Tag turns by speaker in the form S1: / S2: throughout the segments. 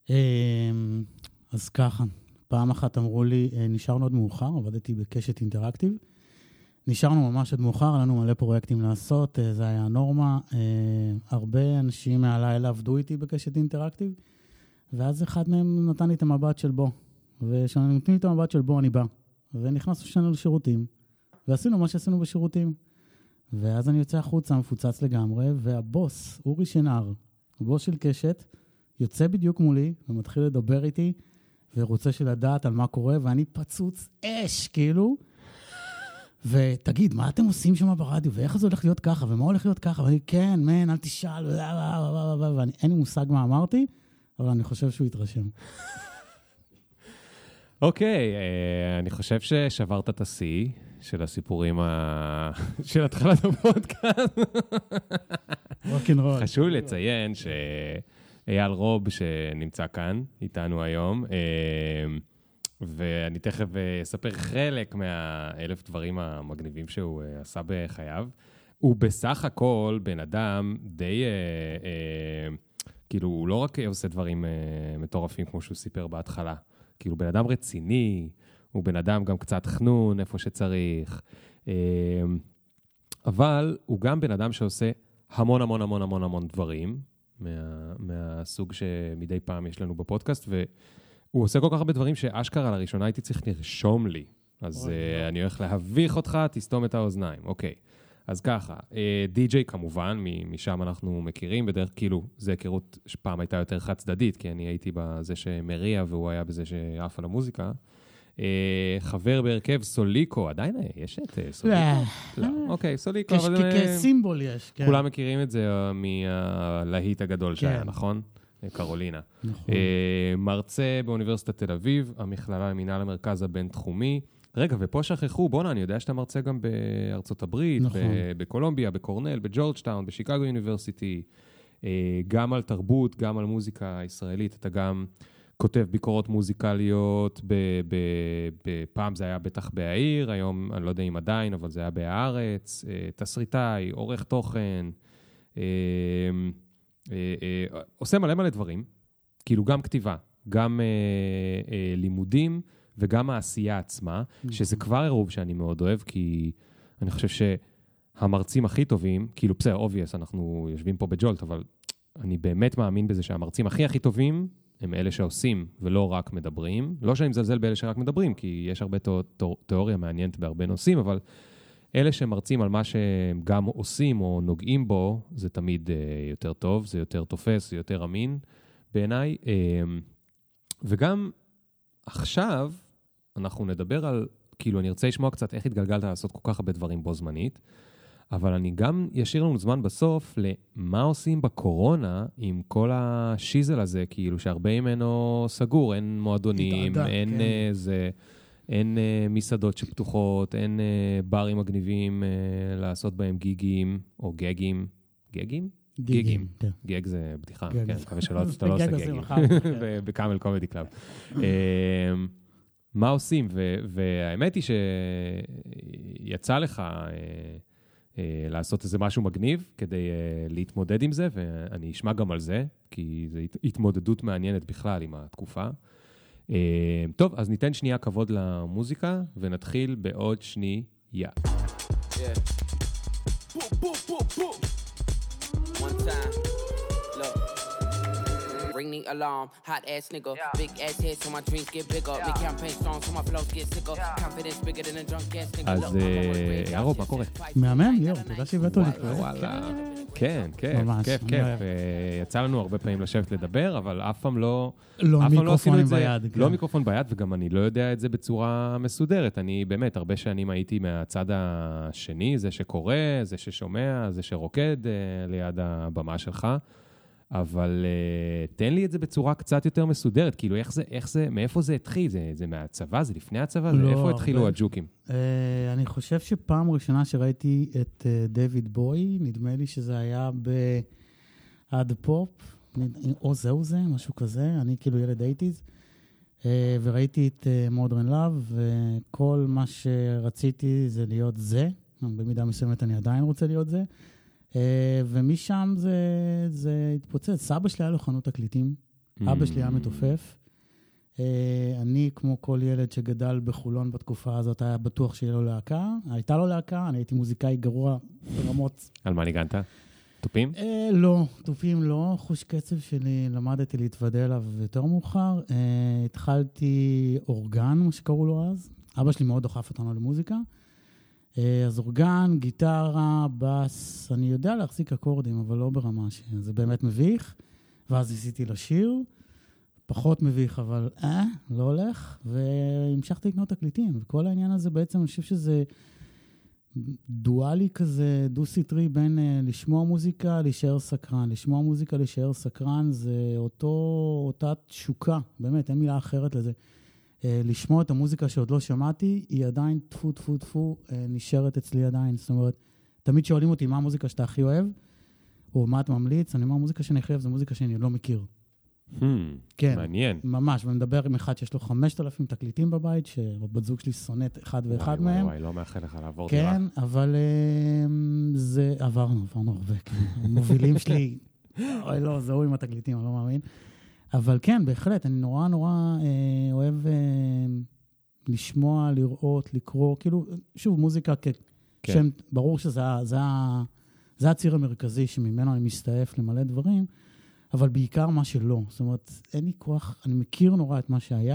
S1: אז ככה, פעם אחת אמרו לי, נשארנו עוד מאוחר, עבדתי בקשת אינטראקטיב, נשארנו ממש עד מאוחר, לנו מלא פרויקטים לעשות, זה היה הנורמה, הרבה אנשים מהלילה עבדו איתי בקשת אינטראקטיב, ואז אחד מהם נתן לי את המבט של בו, וכשאני נותנים לי את המבט של בו אני בא, ונכנסנו שנינו לשירותים, ועשינו מה שעשינו בשירותים, ואז אני יוצא החוצה, מפוצץ לגמרי, והבוס, אורי שנער, הבוס של קשת, יוצא בדיוק מולי, ומתחיל לדבר איתי, ורוצה שלדעת על מה קורה, ואני פצוץ אש, כאילו, ותגיד, מה אתם עושים שם ברדיו, ואיך זה הולך להיות ככה, ומה הולך להיות ככה, ואני, כן, מן, אל תשאל, ואין לי מושג מה אמרתי, אבל אני חושב שהוא יתרשם.
S2: אוקיי, אני חושב ששברת את השיא של הסיפורים של התחלת הפודקאסט.
S1: רוק'נ'רול.
S2: חשוב לציין שאייל רוב שנמצא כאן איתנו היום, ואני תכף אספר חלק מה1,000 דברים המגניבים שהוא עשה בחייו. הוא בסך הכל בן אדם די, כאילו הוא לא רק עושה דברים מטורפים כמו שהוא סיפר בהתחלה, כאילו בן אדם רציני, הוא בן אדם גם קצת חנון איפה שצריך, אבל הוא גם בן אדם שעושה המון המון המון המון המון דברים, מהסוג שמדי פעם יש לנו בפודקאסט, והוא עושה כל כך הרבה דברים שאשכרה לראשונה הייתי צריך לרשום לי. אז אני הולך להביך אותך, תסתום את האוזניים. אוקיי. אז ככה, די-ג'יי כמובן, משם אנחנו מכירים, בדרך כאילו, זה היכרות שפעם הייתה יותר חד צדדית, כי אני הייתי בזה שמריע, והוא היה בזה שעף על המוזיקה. חבר בהרכב סוליקו, עדיין יש את סוליקו? לא. אוקיי, סוליקו.
S1: כסימבול יש, כן.
S2: כולם מכירים את זה מהלהיט הגדול שהיה, נכון? קרולינה.
S1: נכון.
S2: מרצה באוניברסיטת תל אביב, המכללה למינהל המרכז הבינתחומי. רגע, ופה שכחו, בונה, אני יודע שאתה מרצה גם בארצות הברית,
S1: נכון.
S2: בקולומביה, בקורנל, בג'ורג'טאון, בשיקגו יוניברסיטי, גם על תרבות, גם על מוזיקה ישראלית. אתה גם כותב ביקורות מוזיקליות, פעם זה היה בטח בהעיר, היום אני לא יודע אם עדיין, אבל זה היה בהארץ, תסריטאי, עורך תוכן, עושה מלא מלא דברים, כאילו גם כתיבה, גם לימודים, וגם העשייה עצמה, שזה כבר עירוב שאני מאוד אוהב, כי אני חושב שהמרצים הכי טובים, כאילו בסדר, obvious, אנחנו יושבים פה בג'ולט, אבל אני באמת מאמין בזה שהמרצים הכי טובים, הם אלה שעושים ולא רק מדברים. לא שאני מזלזל באלה שרק מדברים, כי יש הרבה תיאוריה מעניינת בהרבה נושאים, אבל אלה שמרצים על מה שהם גם עושים או נוגעים בו, זה תמיד יותר טוב, זה יותר תופס, זה יותר אמין בעיניי. וגם עכשיו אנחנו נדבר על, כאילו אני רוצה לשמוע קצת איך התגלגלת לעשות כל כך הרבה דברים בו זמנית, אבל אני גם ישאיר לנו זמן בסוף למה עושים בקורונה עם כל השיזל הזה, כאילו שהרבה ממנו סגור, אין מועדונים, אין זה, אין מסעדות שפתוחות, אין ברים מגניבים לעשות בהם גיגים או גגים. גגים? גיגים. גג זה בדיחה, כן, מקווה שאתה לא עושה גגים. בקאמל קומדי קלאב. מה עושים? והאמת היא שיצא לך לעשות איזה משהו מגניב כדי להתמודד עם זה, ואני אשמע גם על זה, כי זו התמודדות מעניינת בכלל עם התקופה. טוב, אז ניתן שנייה כבוד למוזיקה, ונתחיל בעוד שנייה. One time, look. Ring the alarm, hot ass nigga. Big ass head so my dreams get bigger. Big campaign strong so my flows get sicker. Confidence bigger than a drunk ass nigga. אז ירוב, מה קורה?
S1: מאמן, ליאור, תודה שהבאת לי.
S2: וואלה, כן, כיף. יצא לנו הרבה פעמים לשבת לדבר, אבל אף פעם לא...
S1: לא מיקרופון ביד.
S2: לא מיקרופון ביד, וגם אני לא יודע את זה בצורה מסודרת. אני באמת, הרבה שנים הייתי מהצד השני, זה שקורא, זה ששומע, זה שרוקד ליד הבמה שלך. אבל תן לי את זה בצורה קצת יותר מסודרת, כאילו איך זה, מאיפה זה התחיל? זה מהצבא? זה לפני הצבא?
S1: לא,
S2: איפה התחילו הג'וקים?
S1: אני חושב שפעם ראשונה שראיתי את דיוויד בוי, נדמה לי שזה היה בעד פופ, או זהו זה, משהו כזה, אני כאילו ילד 80s, וראיתי את Modern Love, וכל מה שרציתי זה להיות זה, במידה מסוימת אני עדיין רוצה להיות זה, ומשם זה התפוצץ. סבא שלי היה לו חנות תקליטים, אבא שלי היה מתופף. אני, כמו כל ילד שגדל בחולון בתקופה הזאת, היה בטוח שיהיה לו להקה. הייתה לו להקה, אני הייתי מוזיקאי גרוע ברמות.
S2: על מה ניגנת? טופים?
S1: לא, טופים לא. חוש קצב שלי, למדתי להתוודע אליו יותר מאוחר. התחלתי אורגן, מה שקראו לו אז. אבא שלי מאוד דוחף אותנו למוזיקה. אז אורגן, גיטרה, בס, אני יודע להחזיק אקורדים, אבל לא ברמה שזה באמת מביך. ואז ניסיתי לשיר, פחות מביך, אבל לא הולך, והמשכתי לקנות תקליטים. וכל העניין הזה בעצם, אני חושב שזה דואלי כזה, דו-סטרי בין לשמוע מוזיקה, להישאר סקרן. לשמוע מוזיקה, להישאר סקרן, זה אותה תשוקה, באמת, אין מילה אחרת לזה. לשמוע את המוזיקה שעוד לא שמעתי, היא עדיין טפו, טפו, טפו, נשארת אצלי עדיין. זאת אומרת, תמיד שואלים אותי מה המוזיקה שאתה הכי אוהב, או מה אתה ממליץ, אני אומר, המוזיקה שאני הכי אוהב, זו מוזיקה שאני לא מכיר.
S2: כן, מעניין.
S1: ממש, ומדבר עם אחד שיש לו 5,000 תקליטים בבית, שבת זוג שלי שונאת אחד ואחד מהם.
S2: וואי, לא מאחל לך לעבור דירה.
S1: כן, אבל זה עברנו הרבה. המובילים שלי, אוי לא, זהו עם התקליטים, אני לא מאמין. אבל כן, בהחלט, אני נורא אוהב לשמוע, לראות, לקרוא, כאילו, שוב, מוזיקה כשם, ברור שזה הציר המרכזי שממנו אני מסתעף למלא דברים, אבל בעיקר מה שלא. זאת אומרת, אין לי כוח, אני מכיר נורא את מה שהיה,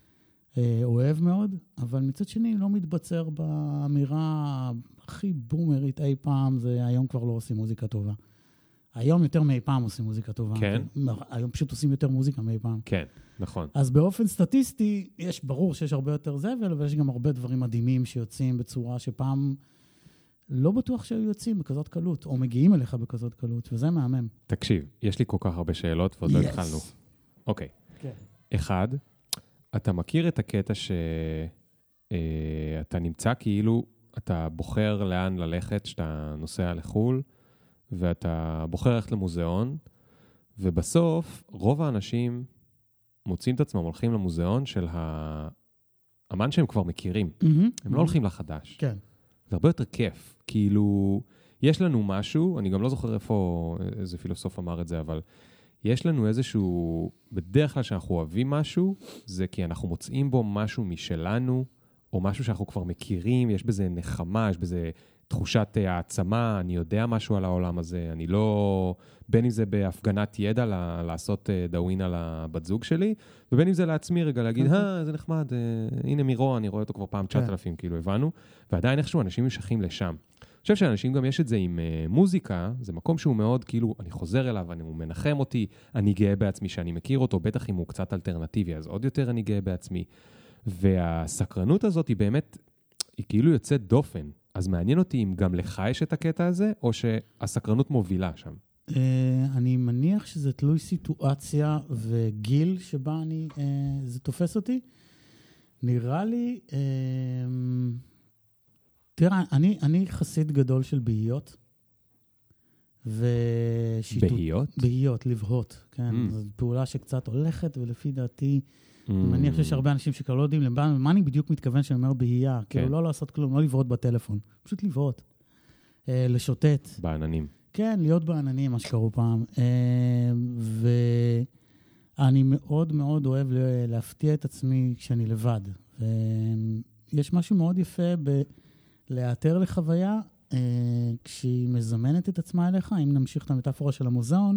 S1: אוהב מאוד, אבל מצד שני לא מתבצר באמירה הכי בומרית אי פעם, זה היום כבר לא עושים מוזיקה טובה. היום יותר מאי פעם עושים מוזיקה טובה.
S2: כן.
S1: היום פשוט עושים יותר מוזיקה מאי פעם.
S2: כן, נכון.
S1: אז באופן סטטיסטי, ברור שיש הרבה יותר זבל, אבל יש גם הרבה דברים מדהימים שיוצאים בצורה שפעם לא בטוח שהיו יוצאים בכזאת קלות, או מגיעים אליך בכזאת קלות, וזה מהמם.
S2: תקשיב, יש לי כל כך הרבה שאלות, ועוד לא התחלנו. אוקיי.
S1: כן.
S2: אחד, אתה מכיר את הקטע שאתה נמצא כאילו, אתה בוחר לאן ללכת, שאתה נוסע לחול, ואתה בוחר ללכת למוזיאון, ובסוף רוב האנשים מוצאים את עצמם, הולכים למוזיאון של האמן שהם כבר מכירים. הם לא הולכים לחדש.
S1: כן.
S2: זה הרבה יותר כיף. כאילו, יש לנו משהו, אני גם לא זוכר איזה פילוסוף אמר את זה, אבל יש לנו איזשהו, בדרך כלל שאנחנו אוהבים משהו, זה כי אנחנו מוצאים בו משהו משלנו, או משהו שאנחנו כבר מכירים, יש בזה נחמה, יש בזה תחושת העצמה, אני יודע משהו על העולם הזה, אני לא, בין אם זה בהפגנת ידע לעשות דאווין על הבת זוג שלי, ובין אם זה לעצמי רגע להגיד, זה נחמד, הנה מירו, אני רואה אותו כבר פעם 9,000, כאילו הבנו, ועדיין איכשהו אנשים משכים לשם. אני חושב שאנשים גם יש את זה עם מוזיקה, זה מקום שהוא מאוד, כאילו, אני חוזר אליו, הוא מנחם אותי, אני גאה בעצמי שאני מכיר אותו, בטח אם הוא קצת אלטרנטיבי, אז עוד יותר אני גאה בעצמי. והסקרנות הזאת היא באמת, היא כאילו יוצאת דופן. אז מעניין אותי אם גם לך יש את הקטע הזה, או שהסקרנות מובילה שם.
S1: אני מניח שזה תלוי סיטואציה וגיל שבה זה תופס אותי. נראה לי, תראה, אני חסיד גדול של בהיות.
S2: בהיות?
S1: בהיות, לבהות, כן. זו פעולה שקצת הולכת, ולפי דעתי, אני מניח שיש הרבה אנשים שכבר לא יודעים למה אני בדיוק מתכוון שאני אומר בהייה. כאילו לא לעשות כלום, לא לבהות בטלפון. פשוט לבהות. לשוטט.
S2: בעננים.
S1: כן, להיות בעננים, מה שקראו פעם. ואני מאוד מאוד אוהב להפתיע את עצמי כשאני לבד. יש משהו מאוד יפה להיעתר לחוויה, כשהיא מזמנת את עצמה אליך, אם נמשיך את המטאפורה של המוזיאון,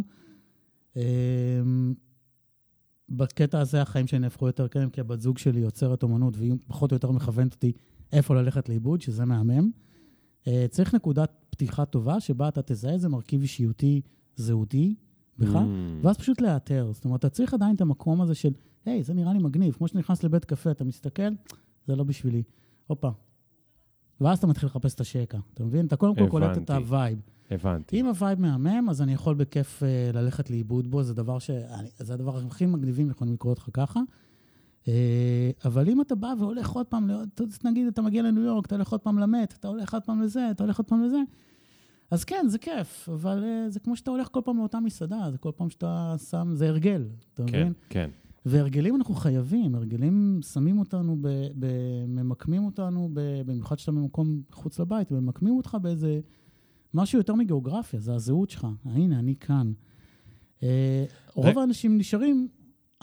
S1: בקטע הזה החיים שלי נהפכו יותר קלים, כי הבת זוג שלי יוצרת אומנות, והיא פחות או יותר מכוונת אותי איפה ללכת לאיבוד, שזה מהמם. צריך נקודת פתיחה טובה, שבה אתה תזהה איזה מרכיב אישיותי זהותי בך, ואז פשוט להיעתר. זאת אומרת, אתה צריך עדיין את המקום הזה של, היי, זה נראה לי מגניב, כמו שנכנס לבית קפה, אתה מסתכל, זה לא בשבילי. הופה. ואז אתה מתחיל לחפש את השקע. אתה מבין? אתה קודם כל קולט את הווייב.
S2: הבנתי.
S1: אם הווייב מהמם, אז אני יכול בכיף ללכת לאיבוד בו, זה הדבר הכי מגניבים יכולים לקרוא אותך ככה. אבל אם אתה בא והולך עוד פעם, נגיד אתה מגיע לניו יורק, אתה הולך עוד פעם למט, אתה הולך עוד פעם לזה, אתה הולך עוד פעם לזה, אז כן, זה כיף, אבל זה כמו שאתה הולך כל פעם לאותה מסעדה, זה כל פעם שאתה שם, זה הרגל, אתה מבין?
S2: כן.
S1: והרגלים אנחנו חייבים, הרגלים שמים אותנו, ממקמים אותנו, במיוחד שאתה במקום חוץ לבית, ממקמים אותך באיזה משהו יותר מגיאוגרפיה, זה הזהות שלך, הנה, אני כאן. רוב האנשים נשארים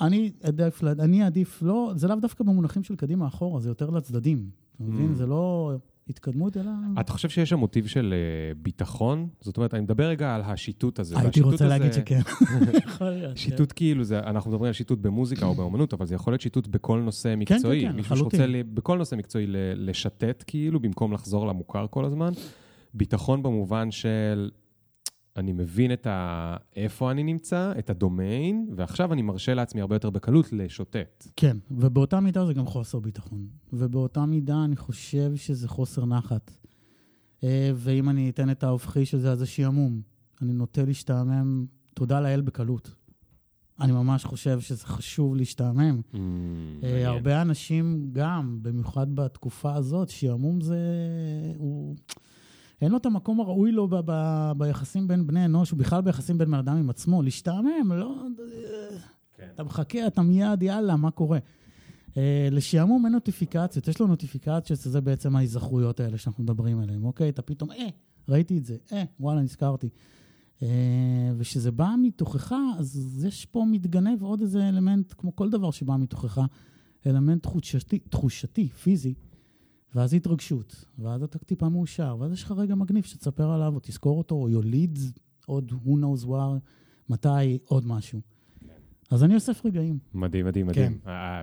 S1: אני עדיף, לא, זה לאו דווקא במונחים של קדימה אחורה, זה יותר לצדדים. אתה מבין? זה לא התקדמות, אלא...
S2: אתה חושב שיש שם מוטיב של ביטחון? זאת אומרת, אני מדבר רגע על השיטות הזה.
S1: הייתי רוצה להגיד שכן.
S2: שיטות כאילו, אנחנו מדברים על שיטות במוזיקה או באמנות, אבל זה יכול להיות שיטות בכל נושא מקצועי.
S1: כן,
S2: מישהו שרוצה בכל נושא מקצועי לשתת כאילו, במקום לחזור למוכר כל הזמן. ביטחון במובן של... אני מבין איפה אני נמצא, את הדומיין, ועכשיו אני מרשה לעצמי הרבה יותר בקלות לשוטט.
S1: כן, ובאותה מידה זה גם חוסר ביטחון. ובאותה מידה אני חושב שזה חוסר נחת. ואם אני אתן את ההופכי של זה, אז זה שיעמום. אני נוטה להשתעמם, תודה לאל בקלות. אני ממש חושב שזה חשוב להשתעמם. הרבה אנשים גם, במיוחד בתקופה הזאת, שיעמום זה... אין לו את המקום הראוי לו ביחסים בין בני אנוש, ובכלל ביחסים בין בן אדם עם עצמו. להשתעמם, לא... אתה מחכה, אתה מיד, יאללה, מה קורה? לשעמום אין נוטיפיקציות, יש לו נוטיפיקציות, שזה בעצם ההיזכרויות האלה שאנחנו מדברים עליהן. אוקיי, אתה פתאום, ראיתי את זה, וואלה, נזכרתי. ושזה בא מתוכך, אז יש פה מתגנב עוד איזה אלמנט, כמו כל דבר שבא מתוכך, אלמנט תחושתי, פיזי, ואז התרגשות, ואז אתה טיפה מאושר, ואז יש לך רגע מגניב שתספר עליו, או תזכור אותו, או יוליד עוד who knows what, מתי, עוד משהו. אז אני אוסף רגעים.
S2: מדהים, מדהים, מדהים.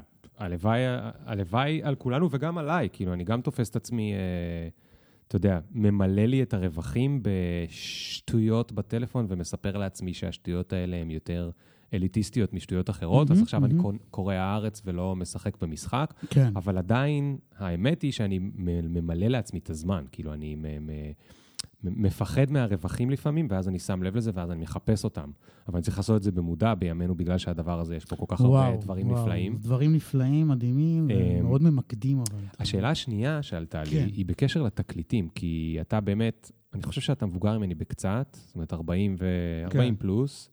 S2: הלוואי על כולנו וגם עליי, כאילו אני גם תופס את עצמי, אתה יודע, ממלא לי את הרווחים בשטויות בטלפון, ומספר לעצמי שהשטויות האלה הן יותר אליטיסטיות משטויות אחרות, אז עכשיו אני קורא הארץ ולא משחק במשחק, אבל עדיין האמת היא שאני ממלא לעצמי את הזמן, כאילו אני מפחד מהרווחים לפעמים, ואז אני שם לב לזה, ואז אני מחפש אותם. אבל אני צריך לעשות את זה במודע בימינו, בגלל שהדבר הזה, יש פה כל כך הרבה דברים נפלאים.
S1: דברים נפלאים, מדהימים, ומאוד ממקדים.
S2: השאלה השנייה שעלתה לי, היא בקשר לתקליטים, כי אתה באמת, אני חושב שאתה מבוגר ממני בקצת, זאת אומרת 40 פלוס,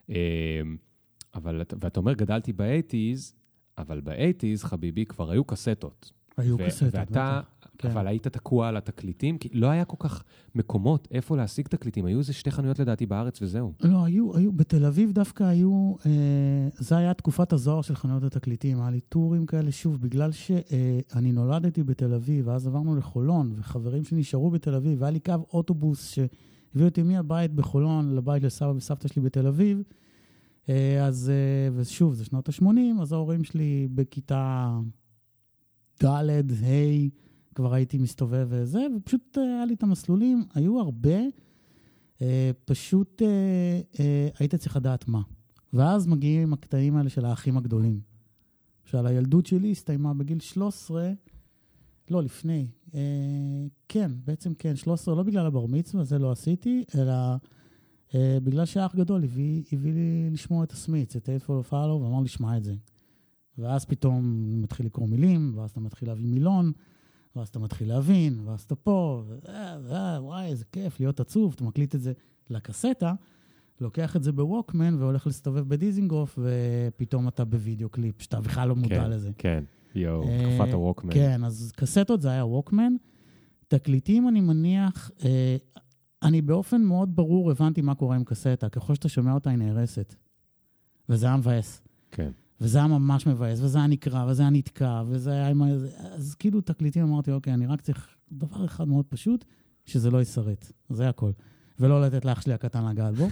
S2: ואתה אומר, גדלתי ב-80s, אבל ב-80s, חביבי, כבר היו קסטות.
S1: היו קסטות.
S2: אבל היית תקוע על התקליטים, כי לא היה כל כך מקומות איפה להשיג תקליטים. היו איזה 2 חנויות לדעתי בארץ וזהו.
S1: לא, היו, בתל אביב דווקא היו, זה היה תקופת הזוהר של חנויות התקליטים. היה לי טורים כאלה, שוב, בגלל שאני נולדתי בתל אביב, ואז עברנו לחולון, וחברים שנשארו בתל אביב, והיה לי קו אוטובוס שהביא אותי מהבית בחולון לבית לסבא וסבתא שלי בתל אביב. אז, ושוב, זה שנות ה-80, אז ההורים שלי בכיתה ד', ה', כבר הייתי מסתובב וזה, ופשוט היה לי את המסלולים, היו הרבה, פשוט היית צריך לדעת מה. ואז מגיעים הקטעים האלה של האחים הגדולים. שעל הילדות שלי הסתיימה בגיל 13, לא, לפני, כן, בעצם כן, 13, לא בגלל הבר מצווה, זה לא עשיתי, אלא בגלל שהאח גדול הביא לי לשמוע את הסמיץ, את Eight Full of Hollow, ואמר לשמע את זה. ואז פתאום מתחיל לקרוא מילים, ואז אתה מתחיל להביא מילון, ואז אתה מתחיל להבין, ואז אתה פה, וואי, איזה כיף להיות עצוב, אתה מקליט את זה לקסטה, לוקח את זה בווקמן, והולך להסתובב בדיזינגוף, ופתאום אתה בווידאו קליפ, שאתה בכלל לא מודע לזה.
S2: כן, יואו, תקופת הווקמן.
S1: כן, אז קסטות זה היה ווקמן. תקליטים אני מניח, אני באופן מאוד ברור הבנתי מה קורה עם קסטה, ככל שאתה שומע אותה היא נהרסת. וזה היה מבאס. כן. וזה היה ממש מבאס, וזה היה נקרא, וזה היה נתקע, וזה היה... אז כאילו תקליטים אמרתי, אוקיי, אני רק צריך דבר אחד מאוד פשוט, שזה לא יסרט. זה הכל. ולא לתת לאח שלי הקטן לגעת בו.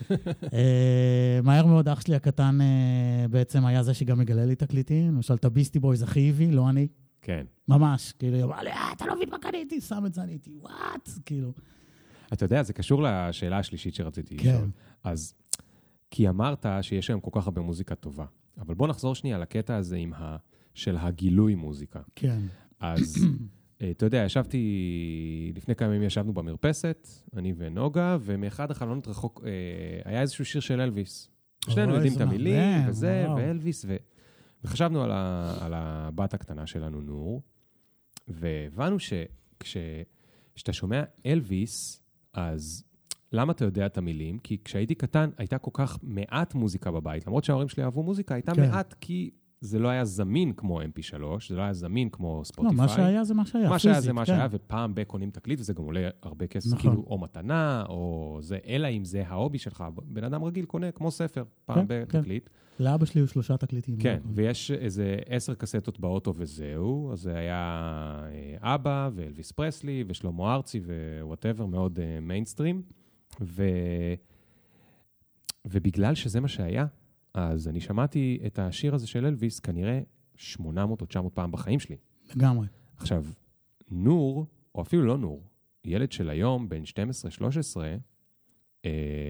S1: מהר מאוד אח שלי הקטן בעצם היה זה שגם מגלה לי תקליטים, למשל את הביסטי בויז הכי הביא, לא אני.
S2: כן.
S1: ממש, כאילו, הוא אמר לי, אתה לא מבין מה קניתי, שם את זה, אני הייתי, וואט? כאילו.
S2: אתה יודע, זה קשור לשאלה השלישית שרציתי לשאול. אז, כי אמרת שיש היום כל כך הרבה מוזיקה טובה. אבל בוא נחזור שנייה לקטע הזה של הגילוי מוזיקה.
S1: כן.
S2: אז, אתה יודע, לפני כמה ימים ישבנו במרפסת, אני ונוגה, ומאחד החלונות רחוק, היה איזשהו שיר של אלוויס. שנינו יודעים את המילים, וזה, ואלוויס, וחשבנו על הבת הקטנה שלנו, נור, והבנו שכשאתה שומע אלוויס, אז למה אתה יודע את המילים? כי כשהייתי קטן, הייתה כל כך מעט מוזיקה בבית. למרות שההורים שלי אהבו מוזיקה, הייתה מעט כי זה לא היה זמין כמו MP3, זה לא היה זמין כמו ספוטיפיי.
S1: לא, מה שהיה זה מה שהיה.
S2: מה שהיה זה מה שהיה, ופעם בקונים תקליט, וזה גם עולה הרבה כסף, כאילו, או מתנה, או זה, אלא אם זה ההובי שלך. בן אדם רגיל קונה כמו ספר, פעם בתקליט.
S1: לאבא שלי הוא 3 תקליטים.
S2: כן, ויש איזה 10 קסטות באוטו וזהו, אז זה היה אבא ואלוויס פרסלי ושלמה ארצי ווואטאבר, מאוד מיינסטרים, ובגלל שזה מה שהיה, אז אני שמעתי את השיר הזה של אלוויס כנראה 800 או 900 פעם בחיים שלי.
S1: לגמרי.
S2: עכשיו, נור, או אפילו לא נור, ילד של היום, בן 12-13,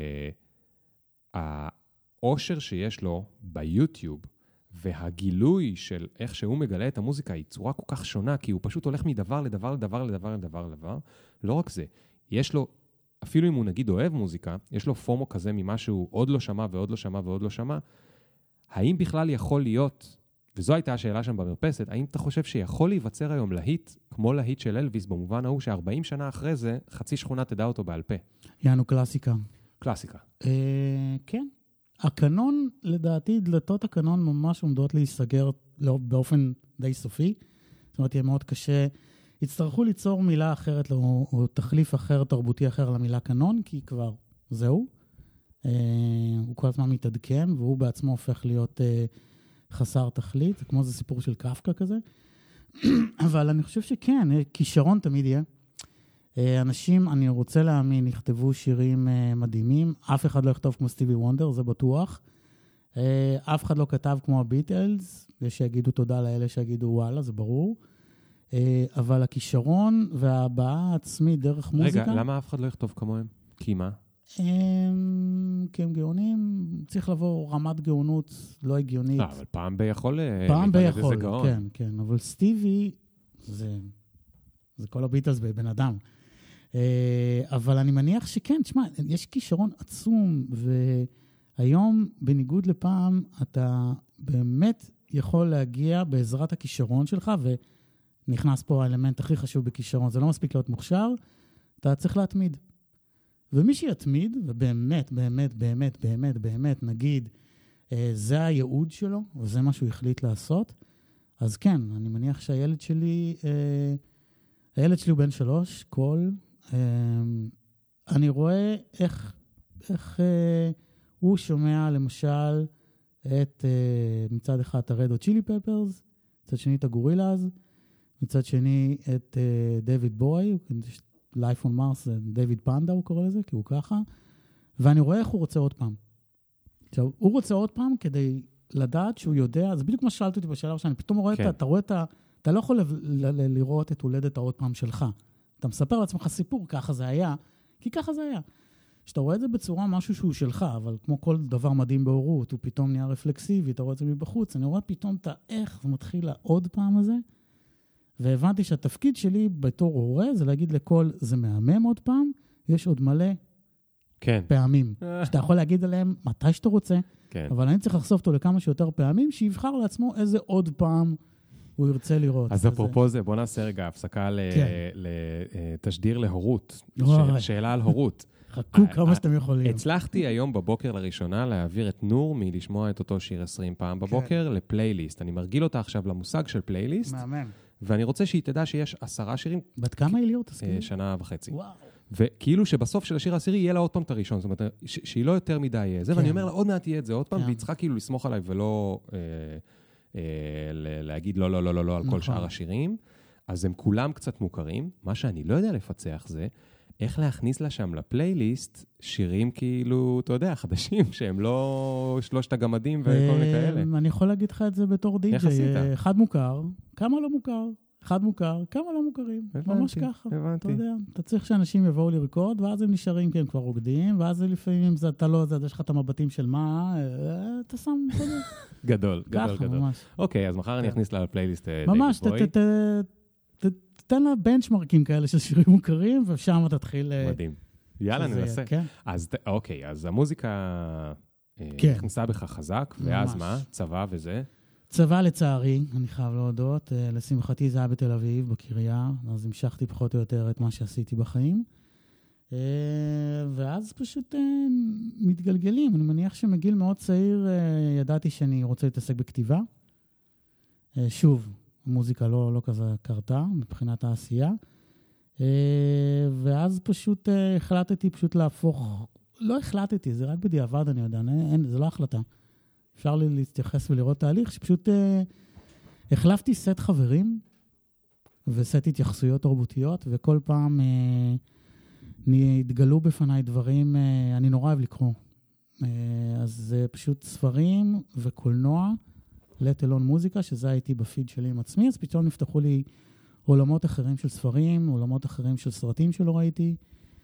S2: האושר שיש לו ביוטיוב, והגילוי של איך שהוא מגלה את המוזיקה היא צורה כל כך שונה, כי הוא פשוט הולך מדבר לדבר לדבר לדבר לדבר לדבר. לא רק זה, יש לו, אפילו אם הוא נגיד אוהב מוזיקה, יש לו פומו כזה ממה שהוא עוד לא שמע ועוד לא שמע ועוד לא שמע. האם בכלל יכול להיות, וזו הייתה השאלה שם במרפסת, האם אתה חושב שיכול להיווצר היום להיט, כמו להיט של אלוויס, במובן ההוא ש40 שנה אחרי זה, חצי שכונה תדע אותו בעל פה?
S1: יענו קלאסיקה.
S2: קלאסיקה.
S1: כן. הקנון, לדעתי, דלתות הקנון ממש עומדות להיסגר באופן די סופי. זאת אומרת, יהיה מאוד קשה. יצטרכו ליצור מילה אחרת, או תחליף אחר, תרבותי אחר למילה קנון, כי כבר זהו. הוא כל הזמן מתעדכן, והוא בעצמו הופך להיות חסר תכלית. זה כמו זה סיפור של קפקא כזה. אבל אני חושב שכן, כישרון תמיד יהיה. אנשים, אני רוצה להאמין, יכתבו שירים מדהימים. אף אחד לא יכתוב כמו סטיבי וונדר, זה בטוח. אף אחד לא כתב כמו הביטלס, ושיגידו תודה לאלה שיגידו וואלה, זה ברור. אבל הכישרון וההבעה העצמית דרך מוזיקה...
S2: רגע, למה אף אחד לא יכתוב כמוהם? כי מה?
S1: כי הם גאונים, צריך לבוא רמת גאונות לא הגיונית.
S2: אבל פעם ביכול...
S1: פעם ביכול, כן, כן. אבל סטיבי, זה כל הביטלס בבן אדם. אבל אני מניח שכן, תשמע, יש כישרון עצום, והיום, בניגוד לפעם, אתה באמת יכול להגיע בעזרת הכישרון שלך, ונכנס פה האלמנט הכי חשוב בכישרון, זה לא מספיק להיות מוכשר, אתה צריך להתמיד. ומי שיתמיד, ובאמת, באמת, באמת, באמת, באמת, נגיד, זה הייעוד שלו, וזה מה שהוא החליט לעשות, אז כן, אני מניח שהילד שלי, הילד שלי הוא בן 3, אני רואה איך הוא שומע למשל את מצד אחד את הרד הוט צ'ילי פפרס, מצד שני את הגורילאז, מצד שני את דויד בוי, Life on Mars, דויד פנדה הוא קורא לזה, כי הוא ככה, ואני רואה איך הוא רוצה עוד פעם. עכשיו, הוא רוצה עוד פעם כדי לדעת שהוא יודע, זה בדיוק מה ששאלת אותי בשאלה שאני פתאום רואה
S2: כן.
S1: אתה לא יכול לראות את הולדת העוד פעם שלך. אתה מספר לעצמך סיפור, ככה זה היה, כי ככה זה היה. שאתה רואה את זה בצורה משהו שהוא שלך, אבל כמו כל דבר מדהים בהורות, הוא פתאום נהיה רפלקסיבי, אתה רואה את זה מבחוץ, אני רואה פתאום איך זה מתחיל לעוד פעם הזה, והבנתי שהתפקיד שלי בתור הורה, זה להגיד לכל, זה מהמם עוד פעם, יש עוד מלא פעמים, שאתה יכול להגיד עליהם מתי שאתה רוצה, אבל אני צריך לחשוף אותו לכמה שיותר פעמים, שיבחר לעצמו איזה עוד פעם הוא ירצה לראות.
S2: אז אפרופו זה, בוא נעשה רגע הפסקה לתשדיר להורות, שאלה על הורות.
S1: חכו כמה שאתם יכולים.
S2: הצלחתי היום בבוקר לראשונה להעביר את נור מלשמוע את אותו שיר 20 פעם בבוקר לפלייליסט. אני מרגיל אותה עכשיו למושג של פלייליסט.
S1: מאמן.
S2: ואני רוצה שהיא תדע שיש 10 שירים.
S1: בת כמה היא להיות?
S2: 1.5 שנה.
S1: וואו.
S2: וכאילו שבסוף של השיר העשירי יהיה לה עוד פעם את הראשון. זאת אומרת, שהיא לא יותר מדי יהיה זה, ואני אומר לה, עוד מעט יהיה את זה עוד פעם, והיא צריכה כאילו לסמוך עליי ולא להגיד לא, לא, לא, לא, לא על כל שאר השירים. אז הם כולם קצת מוכרים. מה שאני לא יודע לפצח זה, איך להכניס לה שם לפלייליסט שירים כאילו, אתה יודע, חדשים, שהם לא 3 הגמדים וכל מיני כאלה.
S1: אני יכול להגיד לך את זה בתור די-ג'יי.
S2: איך עשית?
S1: אחד מוכר, כמה לא מוכר. אחד מוכר, כמה לא מוכרים. ממש ככה.
S2: הבנתי.
S1: אתה יודע, אתה צריך שאנשים יבואו לרקוד, ואז הם נשארים כי הם כבר רוקדים, ואז לפעמים אתה לא, יש לך את המבטים של מה, אתה שם, אתה יודע.
S2: גדול, גדול,
S1: ככה,
S2: גדול.
S1: ממש.
S2: אוקיי, אז מחר אני אכניס לה לפלייליסט דיוויד בוי.
S1: ממש, תן לה בנצ'מרקים כאלה של שירים מוכרים, ושם תתחיל...
S2: מדהים. יאללה, ננסה.
S1: כן.
S2: אז אוקיי, אז המוזיקה נכנסה בך חזק, ואז מה? צבא וזה?
S1: צבא לצערי, אני חייב להודות. לשמחתי זה היה בתל אביב, בקריה, אז המשכתי פחות או יותר את מה שעשיתי בחיים. ואז פשוט מתגלגלים. אני מניח שמגיל מאוד צעיר ידעתי שאני רוצה להתעסק בכתיבה. שוב, המוזיקה לא כזה קרתה מבחינת העשייה. ואז פשוט החלטתי פשוט להפוך, לא החלטתי, זה רק בדיעבד, אני יודע, זה לא החלטה. אפשר לי להתייחס ולראות תהליך, שפשוט החלפתי סט חברים, וסט התייחסויות תרבותיות, וכל פעם התגלו בפניי דברים, אני נורא אוהב לקרוא. אז זה פשוט ספרים וקולנוע, let alone מוזיקה, שזה הייתי בפיד שלי עם עצמי, אז פתאום נפתחו לי עולמות אחרים של ספרים, עולמות אחרים של סרטים שלא ראיתי,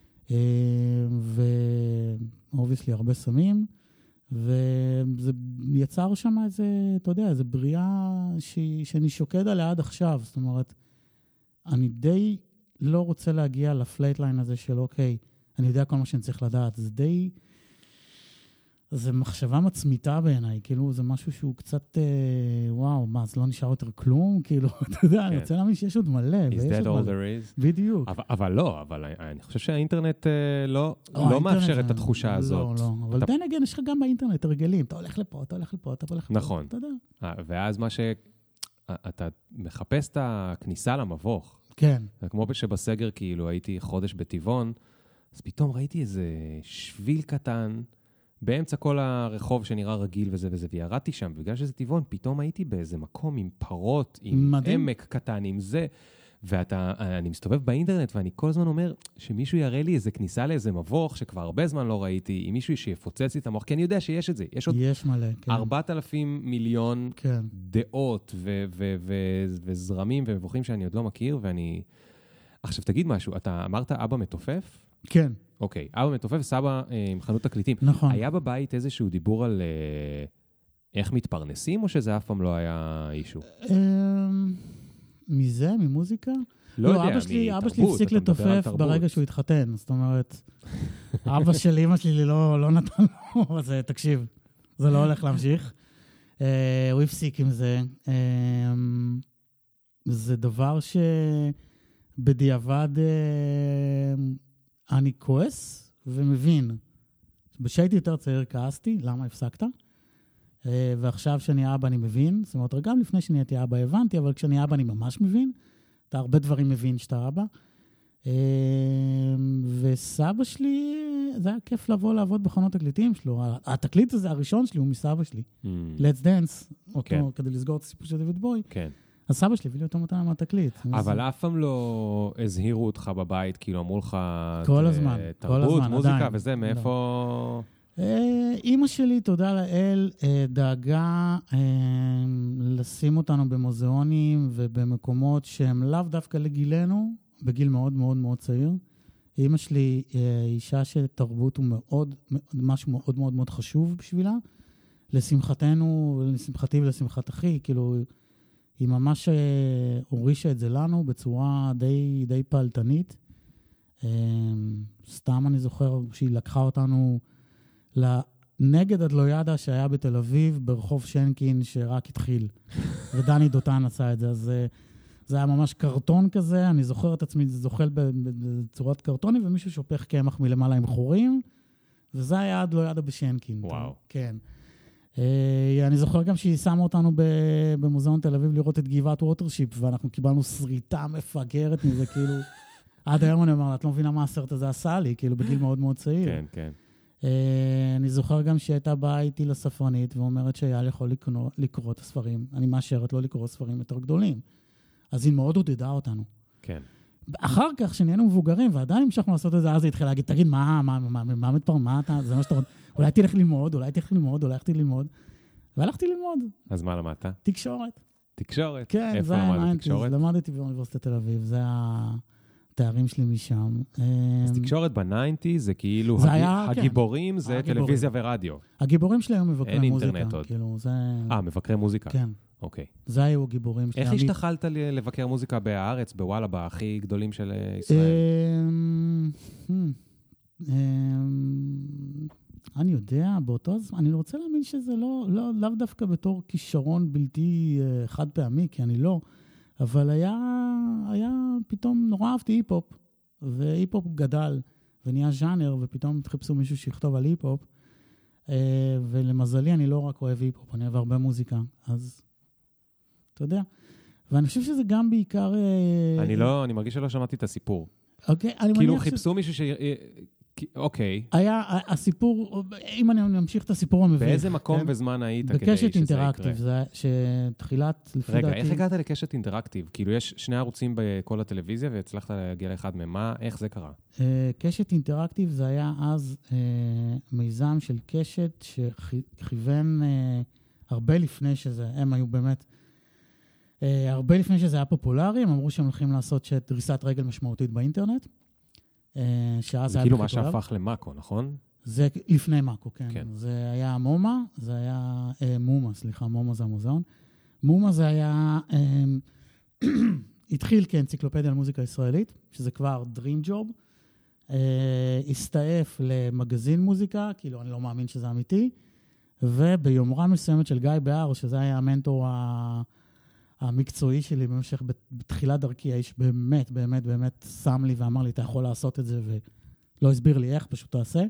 S1: ואובייסלי הרבה סמים, וזה יצר שם איזה, אתה יודע, איזה בריאה שאני שוקד עליה עד עכשיו. זאת אומרת, אני די לא רוצה להגיע לפלייטליין הזה של אוקיי, אני יודע כל מה שאני צריך לדעת. זה די, זה מחשבה מצמיתה בעיניי, כאילו זה משהו שהוא קצת, וואו, מה, אז לא נשאר יותר כלום? כאילו, אתה יודע, אני רוצה להאמין שיש עוד מלא.
S2: Is that all there is?
S1: בדיוק.
S2: אבל אני חושב שהאינטרנט לא מאפשר את התחושה הזאת.
S1: לא, אבל די נגן, יש לך גם באינטרנט הרגלים, אתה הולך לפה, אתה הולך לפה, אתה הולך לפה.
S2: נכון.
S1: אתה יודע.
S2: ואז מה אתה מחפש את הכניסה למבוך.
S1: כן.
S2: כמו שבסגר, כאילו, הייתי חודש בטבעון, אז פתאום ראיתי איזה שביל קטן, באמצע כל הרחוב שנראה רגיל וזה וזה, וירדתי שם, בגלל שזה טבעון, פתאום הייתי באיזה מקום עם פרות, עם עמק קטן, עם זה, ואני מסתובב באינטרנט, ואני כל הזמן אומר שמישהו יראה לי איזה כניסה לאיזה מבוך, שכבר הרבה זמן לא ראיתי, עם מישהו שיפוצץ לי את המוח, כי אני יודע שיש את זה.
S1: יש מלא, כן.
S2: 4,000 מיליון
S1: כן.
S2: דעות וזרמים ומבוכים שאני עוד לא מכיר, ואני... עכשיו, תגיד משהו, אתה אמרת אבא מתופף?
S1: כן.
S2: אוקיי, אבא מתופף, סבא עם חנות תקליטים.
S1: נכון.
S2: היה בבית איזשהו דיבור על איך מתפרנסים, או שזה אף פעם לא היה אישו?
S1: מזה, ממוזיקה?
S2: לא יודע,
S1: אבא שלי הפסיק לתופף ברגע שהוא התחתן. זאת אומרת, אבא של אמא שלי לא נתן לו, אז תקשיב, זה לא הולך להמשיך. הוא הפסיק עם זה. זה דבר שבדיעבד אני כועס ומבין. כשהייתי יותר צעיר כעסתי, למה הפסקת? ועכשיו שאני אבא אני מבין, זאת אומרת, גם לפני שאני הייתי אבא הבנתי, אבל כשאני אבא אני ממש מבין, אתה הרבה דברים מבין שאתה אבא. וסבא שלי, זה היה כיף לבוא לעבוד בחנות תקליטים שלו. התקליט הזה הראשון שלי הוא מסבא שלי. Let's Dance, אותו כדי לסגור את הסיפור של דיוויד בוי.
S2: כן.
S1: אז סבא שלי הביא לי אותו מתנה מהתקליט.
S2: אבל אף פעם לא הזהירו אותך בבית, כאילו אמרו לך
S1: כל הזמן,
S2: תרבות, מוזיקה וזה, מאיפה...
S1: אמא שלי, תודה לאל, דאגה לשים אותנו במוזיאונים ובמקומות שהם לאו דווקא לגילנו, בגיל מאוד מאוד מאוד צעיר. אמא שלי אישה שתרבות הוא מאוד, משהו מאוד מאוד מאוד חשוב בשבילה. לשמחתנו, לשמחתי ולשמחת אחי, כאילו, היא ממש הורישה את זה לנו בצורה די פעלתנית. סתם אני זוכר שהיא לקחה אותנו לנגד הדלוידה שהיה בתל אביב, ברחוב שנקין שרק התחיל. ודני דותן עשה את זה, אז זה היה ממש קרטון כזה, אני זוכר את עצמי, זה זוחל בצורת קרטוני, ומישהו שופך קמח מלמעלה עם חורים, וזה היה הדלוידה בשנקין.
S2: וואו.
S1: כן. אני זוכר גם שהיא שמה אותנו במוזיאון תל אביב לראות את גבעת ווטרשיפ, ואנחנו קיבלנו שריטה מפגרת מזה, כאילו, עד היום אני אומר, את לא מבינה מה הסרט הזה עשה לי, כאילו, בגיל מאוד מאוד צעיר.
S2: כן, כן.
S1: אני זוכר גם שהייתה באה איתי לספרנית, ואומרת שאייל יכול לקרוא את הספרים, אני מאשרת לא לקרוא ספרים יותר גדולים. אז היא מאוד עודדה אותנו.
S2: כן.
S1: אחר כך, שנהיינו מבוגרים, ועדיין המשכנו לעשות את זה, אז היא התחילה להגיד, תגיד, מה מתפרם, מה אתה, זה מה שאתה... אולי תלך ללמוד, אולי הלכתי ללמוד, והלכתי ללמוד.
S2: אז מה למדת?
S1: תקשורת.
S2: תקשורת?
S1: כן,
S2: איפה למדת תקשורת?
S1: למדתי באוניברסיטת תל אביב, זה התארים שלי משם.
S2: אז תקשורת ב-90 זה כאילו, הגיבורים זה טלוויזיה ורדיו.
S1: הגיבורים שלי היו מבקרי מוזיקה.
S2: אין אינטרנט עוד.
S1: זה...
S2: מבקרי מוזיקה.
S1: כן.
S2: אוקיי.
S1: זה היו הגיבורים שלי.
S2: איך השתחלת לבקר מוזיקה בארץ, בוואלה, בהכי גדולים של ישראל?
S1: אני יודע, באותו זמן, אני רוצה להאמין שזה לאו דווקא בתור כישרון בלתי חד פעמי, כי אני לא, אבל היה פתאום, נורא אהבתי היפ-הופ, והיפ-הופ גדל, ונהיה ז'אנר, ופתאום חיפשו מישהו שיכתוב על היפ-הופ, ולמזלי אני לא רק אוהב היפ-הופ, אני אוהב הרבה מוזיקה, אז אתה יודע. ואני חושב שזה גם בעיקר...
S2: אני מרגיש שלא שמעתי את הסיפור.
S1: אוקיי,
S2: כאילו חיפשו מישהו ש... אוקיי.
S1: היה הסיפור, אם אני ממשיך את הסיפור המביך.
S2: באיזה מקום וזמן היית כדי שזה יקרה?
S1: בקשת אינטראקטיב, זה שתחילת, לפי דעתי...
S2: רגע, איך הגעת לקשת אינטראקטיב? כאילו יש שני ערוצים בכל הטלוויזיה, והצלחת להגיע לאחד מהם. איך זה קרה?
S1: קשת אינטראקטיב זה היה אז מיזם של קשת שכיוון הרבה לפני שזה, הם היו באמת, הרבה לפני שזה היה פופולרי, הם אמרו שהם הולכים לעשות דריסת רגל משמעותית באינטרנט.
S2: זה כאילו מה שהפך למאקו, נכון?
S1: זה לפני מאקו, כן. זה היה מומה, זה היה מומה, סליחה, מומה זה המוזיאון. מומה זה היה, התחיל כאנציקלופדיה למוזיקה הישראלית, שזה כבר Dream Job, הסתעף למגזין מוזיקה, כאילו אני לא מאמין שזה אמיתי, וביומרה מסוימת של גיא בהר, שזה היה המנטור המקצועי שלי במשך בתחילת דרכי, האיש באמת, באמת, באמת שם לי ואמר לי, אתה יכול לעשות את זה, ולא הסביר לי איך, פשוט תעשה.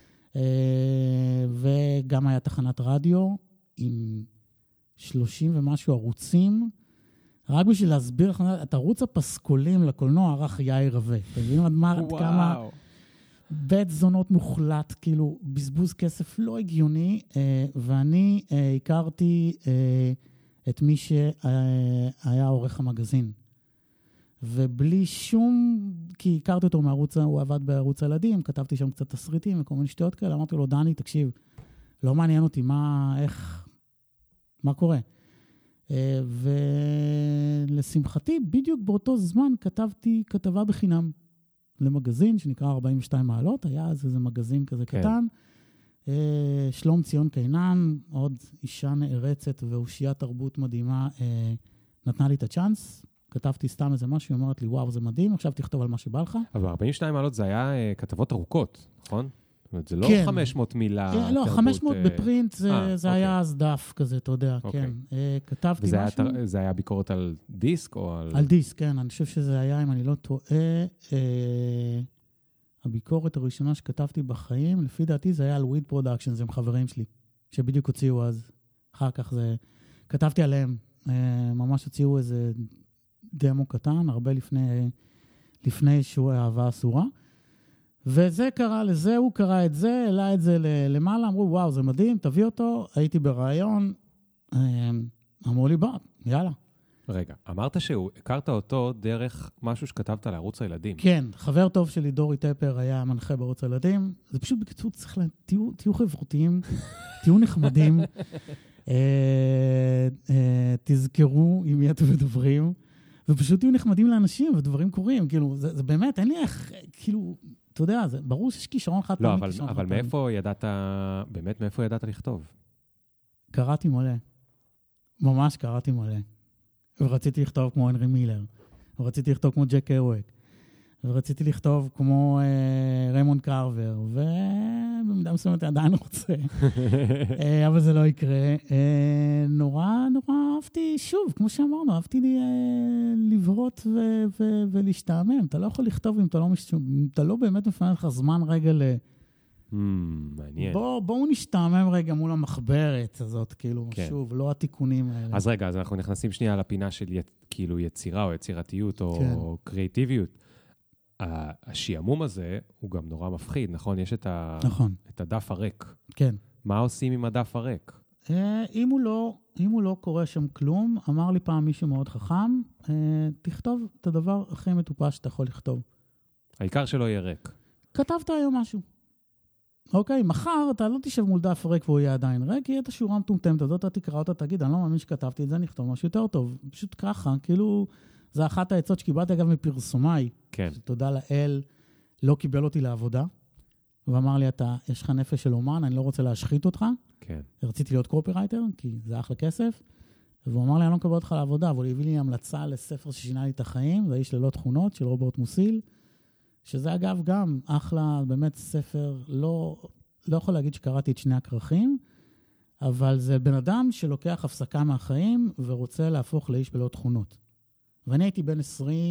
S1: וגם היה תחנת רדיו עם 30 ומשהו ערוצים, רק בשביל להסביר את ערוץ הפסקולים לקולנוע ערך יאיר רווה. אתה מבין עד כמה בית זונות מוחלט, כאילו בזבוז כסף לא הגיוני, ואני הכרתי את מי שהיה עורך המגזין. ובלי שום, כי הכרתי אותו מערוץ, הוא עבד בערוץ הילדים, כתבתי שם קצת תסריטים וכל מיני שטויות כאלה, אמרתי לו, דני, תקשיב, לא מעניין אותי מה קורה. ולשמחתי, בדיוק באותו זמן כתבתי כתבה בחינם למגזין שנקרא 42 מעלות, היה אז איזה מגזין כזה קטן, שלום ציון קינן, עוד אישה נערצת ואושיית תרבות מדהימה, נתנה לי את הצ'אנס, כתבתי סתם איזה משהו, היא אומרת לי, וואו, זה מדהים, עכשיו תכתוב על מה שבא לך.
S2: אבל 42 מעלות זה היה כתבות ארוכות, נכון? זאת אומרת, זה לא 500 מילה.
S1: לא, 500 בפרינט זה היה אז דף כזה, אתה יודע, כן. כתבתי משהו.
S2: וזה היה ביקורת על דיסק או על...
S1: על דיסק, כן, אני חושב שזה היה, אם אני לא טועה, הביקורת הראשונה שכתבתי בחיים, לפי דעתי זה היה על וויד פרודקשן, זה עם חברים שלי, שבדיוק הוציאו אז. אחר כך זה, כתבתי עליהם, ממש הוציאו איזה דמו קטן, הרבה לפני שהוא אהבה אסורה. וזה קרה לזה, הוא קרא את זה, העלה את זה למעלה, אמרו, וואו, זה מדהים, תביא אותו, הייתי ברעיון, אמרו לי, בוא, יאללה.
S2: רגע, אמרת שהכרת אותו דרך משהו שכתבת לערוץ הילדים.
S1: כן, חבר טוב שלי, דורי טפר, היה מנחה בערוץ הילדים. זה פשוט בקיצור, צריך תהיו חברותיים, תהיו נחמדים, תזכרו עם מי אתם מדברים, ופשוט תהיו נחמדים לאנשים, ודברים קורים. כאילו, זה באמת, אין לי איך, כאילו, אתה יודע, זה ברור שיש כישרון חד פעמי.
S2: לא, אבל מאיפה ידעת, באמת מאיפה ידעת לכתוב?
S1: קראתי מלא. ממש קראתי מלא. ורציתי לכתוב כמו הנרי מילר, ורציתי לכתוב כמו ג'ק קרווק, ורציתי לכתוב כמו ריימונד קרבר, ובמידה מסוימת עדיין רוצה, אבל זה לא יקרה. נורא אהבתי, שוב, כמו שאמרנו, אהבתי לי לברות ולהשתעמם. אתה לא יכול לכתוב אם אתה לא באמת מפנה לך זמן רגע
S2: מעניין.
S1: בואו נשתעמם רגע מול המחברת הזאת, כאילו, שוב, לא התיקונים האלה.
S2: אז רגע, אז אנחנו נכנסים שנייה לפינה של כאילו יצירה או יצירתיות או קריאטיביות. השעמום הזה הוא גם נורא מפחיד, נכון? יש את הדף הריק.
S1: כן.
S2: מה עושים עם הדף הריק?
S1: אם הוא לא קורא שם כלום, אמר לי פעם מישהו מאוד חכם, תכתוב את הדבר הכי מטופש שאתה יכול לכתוב.
S2: העיקר שלא יהיה ריק.
S1: כתבת היום משהו. אוקיי, מחר אתה לא תשב מול דף ריק והוא יהיה עדיין ריק, יהיה את השורה המטומטמת הזאת, אתה תקרא אותה, תגיד, אני לא מאמין שכתבתי את זה, נכתוב משהו יותר טוב. פשוט ככה, כאילו, זה אחת העצות שקיבלתי אגב מפרסומי,
S2: כן.
S1: שתודה לאל, לא קיבל אותי לעבודה, ואמר לי, יש לך נפש של אומן, אני לא רוצה להשחית אותך.
S2: כן.
S1: רציתי להיות קופירייטר, כי זה אחלה כסף, והוא אמר לי, אני לא מקבל אותך לעבודה, אבל הוא הביא לי המלצה לספר ששינה לי את החיים, זה איש ללא תכונות של רוברט מוסיל, שזה אגב גם אחלה, באמת ספר, לא יכול להגיד שקראתי את שני הכרכים, אבל זה בן אדם שלוקח הפסקה מהחיים ורוצה להפוך לאיש בלא תכונות. ואני הייתי בן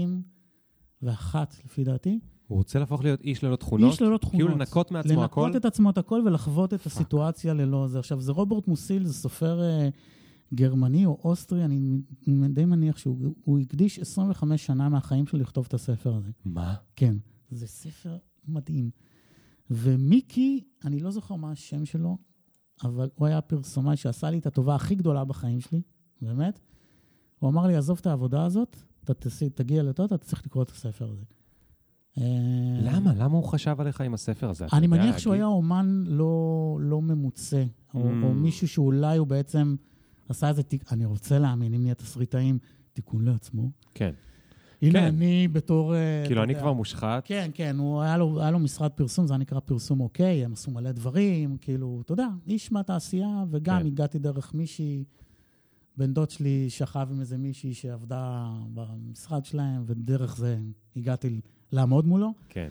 S1: 21, לפי דעתי.
S2: הוא רוצה להפוך להיות איש ללא תכונות?
S1: איש ללא תכונות.
S2: כאילו לנקות מעצמו הכל?
S1: לנקות את עצמו את הכל ולחוות את הסיטואציה ללא זה. עכשיו, זה רוברט מוסיל, זה סופר גרמני או אוסטרי, אני די מניח שהוא הקדיש 25 שנה מהחיים שלו לכתוב את הספר הזה.
S2: מה?
S1: כן, זה ספר מדהים. ומיקי, אני לא זוכר מה השם שלו, אבל הוא היה פרסומאי שעשה לי את הטובה הכי גדולה בחיים שלי, באמת. הוא אמר לי, עזוב את העבודה הזאת, תגיע לטוב, אתה צריך לקרוא את הספר הזה.
S2: למה? למה הוא חשב עליך עם הספר הזה?
S1: אני מניח שהוא היה אומן לא ממוצא, או מישהו שאולי הוא בעצם עשה איזה אני רוצה להאמין, אם נהיה תסריטאים, תיקון לעצמו.
S2: כן.
S1: הנה אני בתור...
S2: כאילו אני כבר מושחת.
S1: כן, כן, היה לו משרד פרסום, זה נקרא פרסום אוקיי, הם עשו מלא דברים, כאילו, אתה יודע, איש מהתעשייה, וגם הגעתי דרך מישהי, בן דוד שלי שכב עם איזה מישהי שעבדה במשרד שלהם, ודרך זה הגעתי לעמוד מולו.
S2: כן.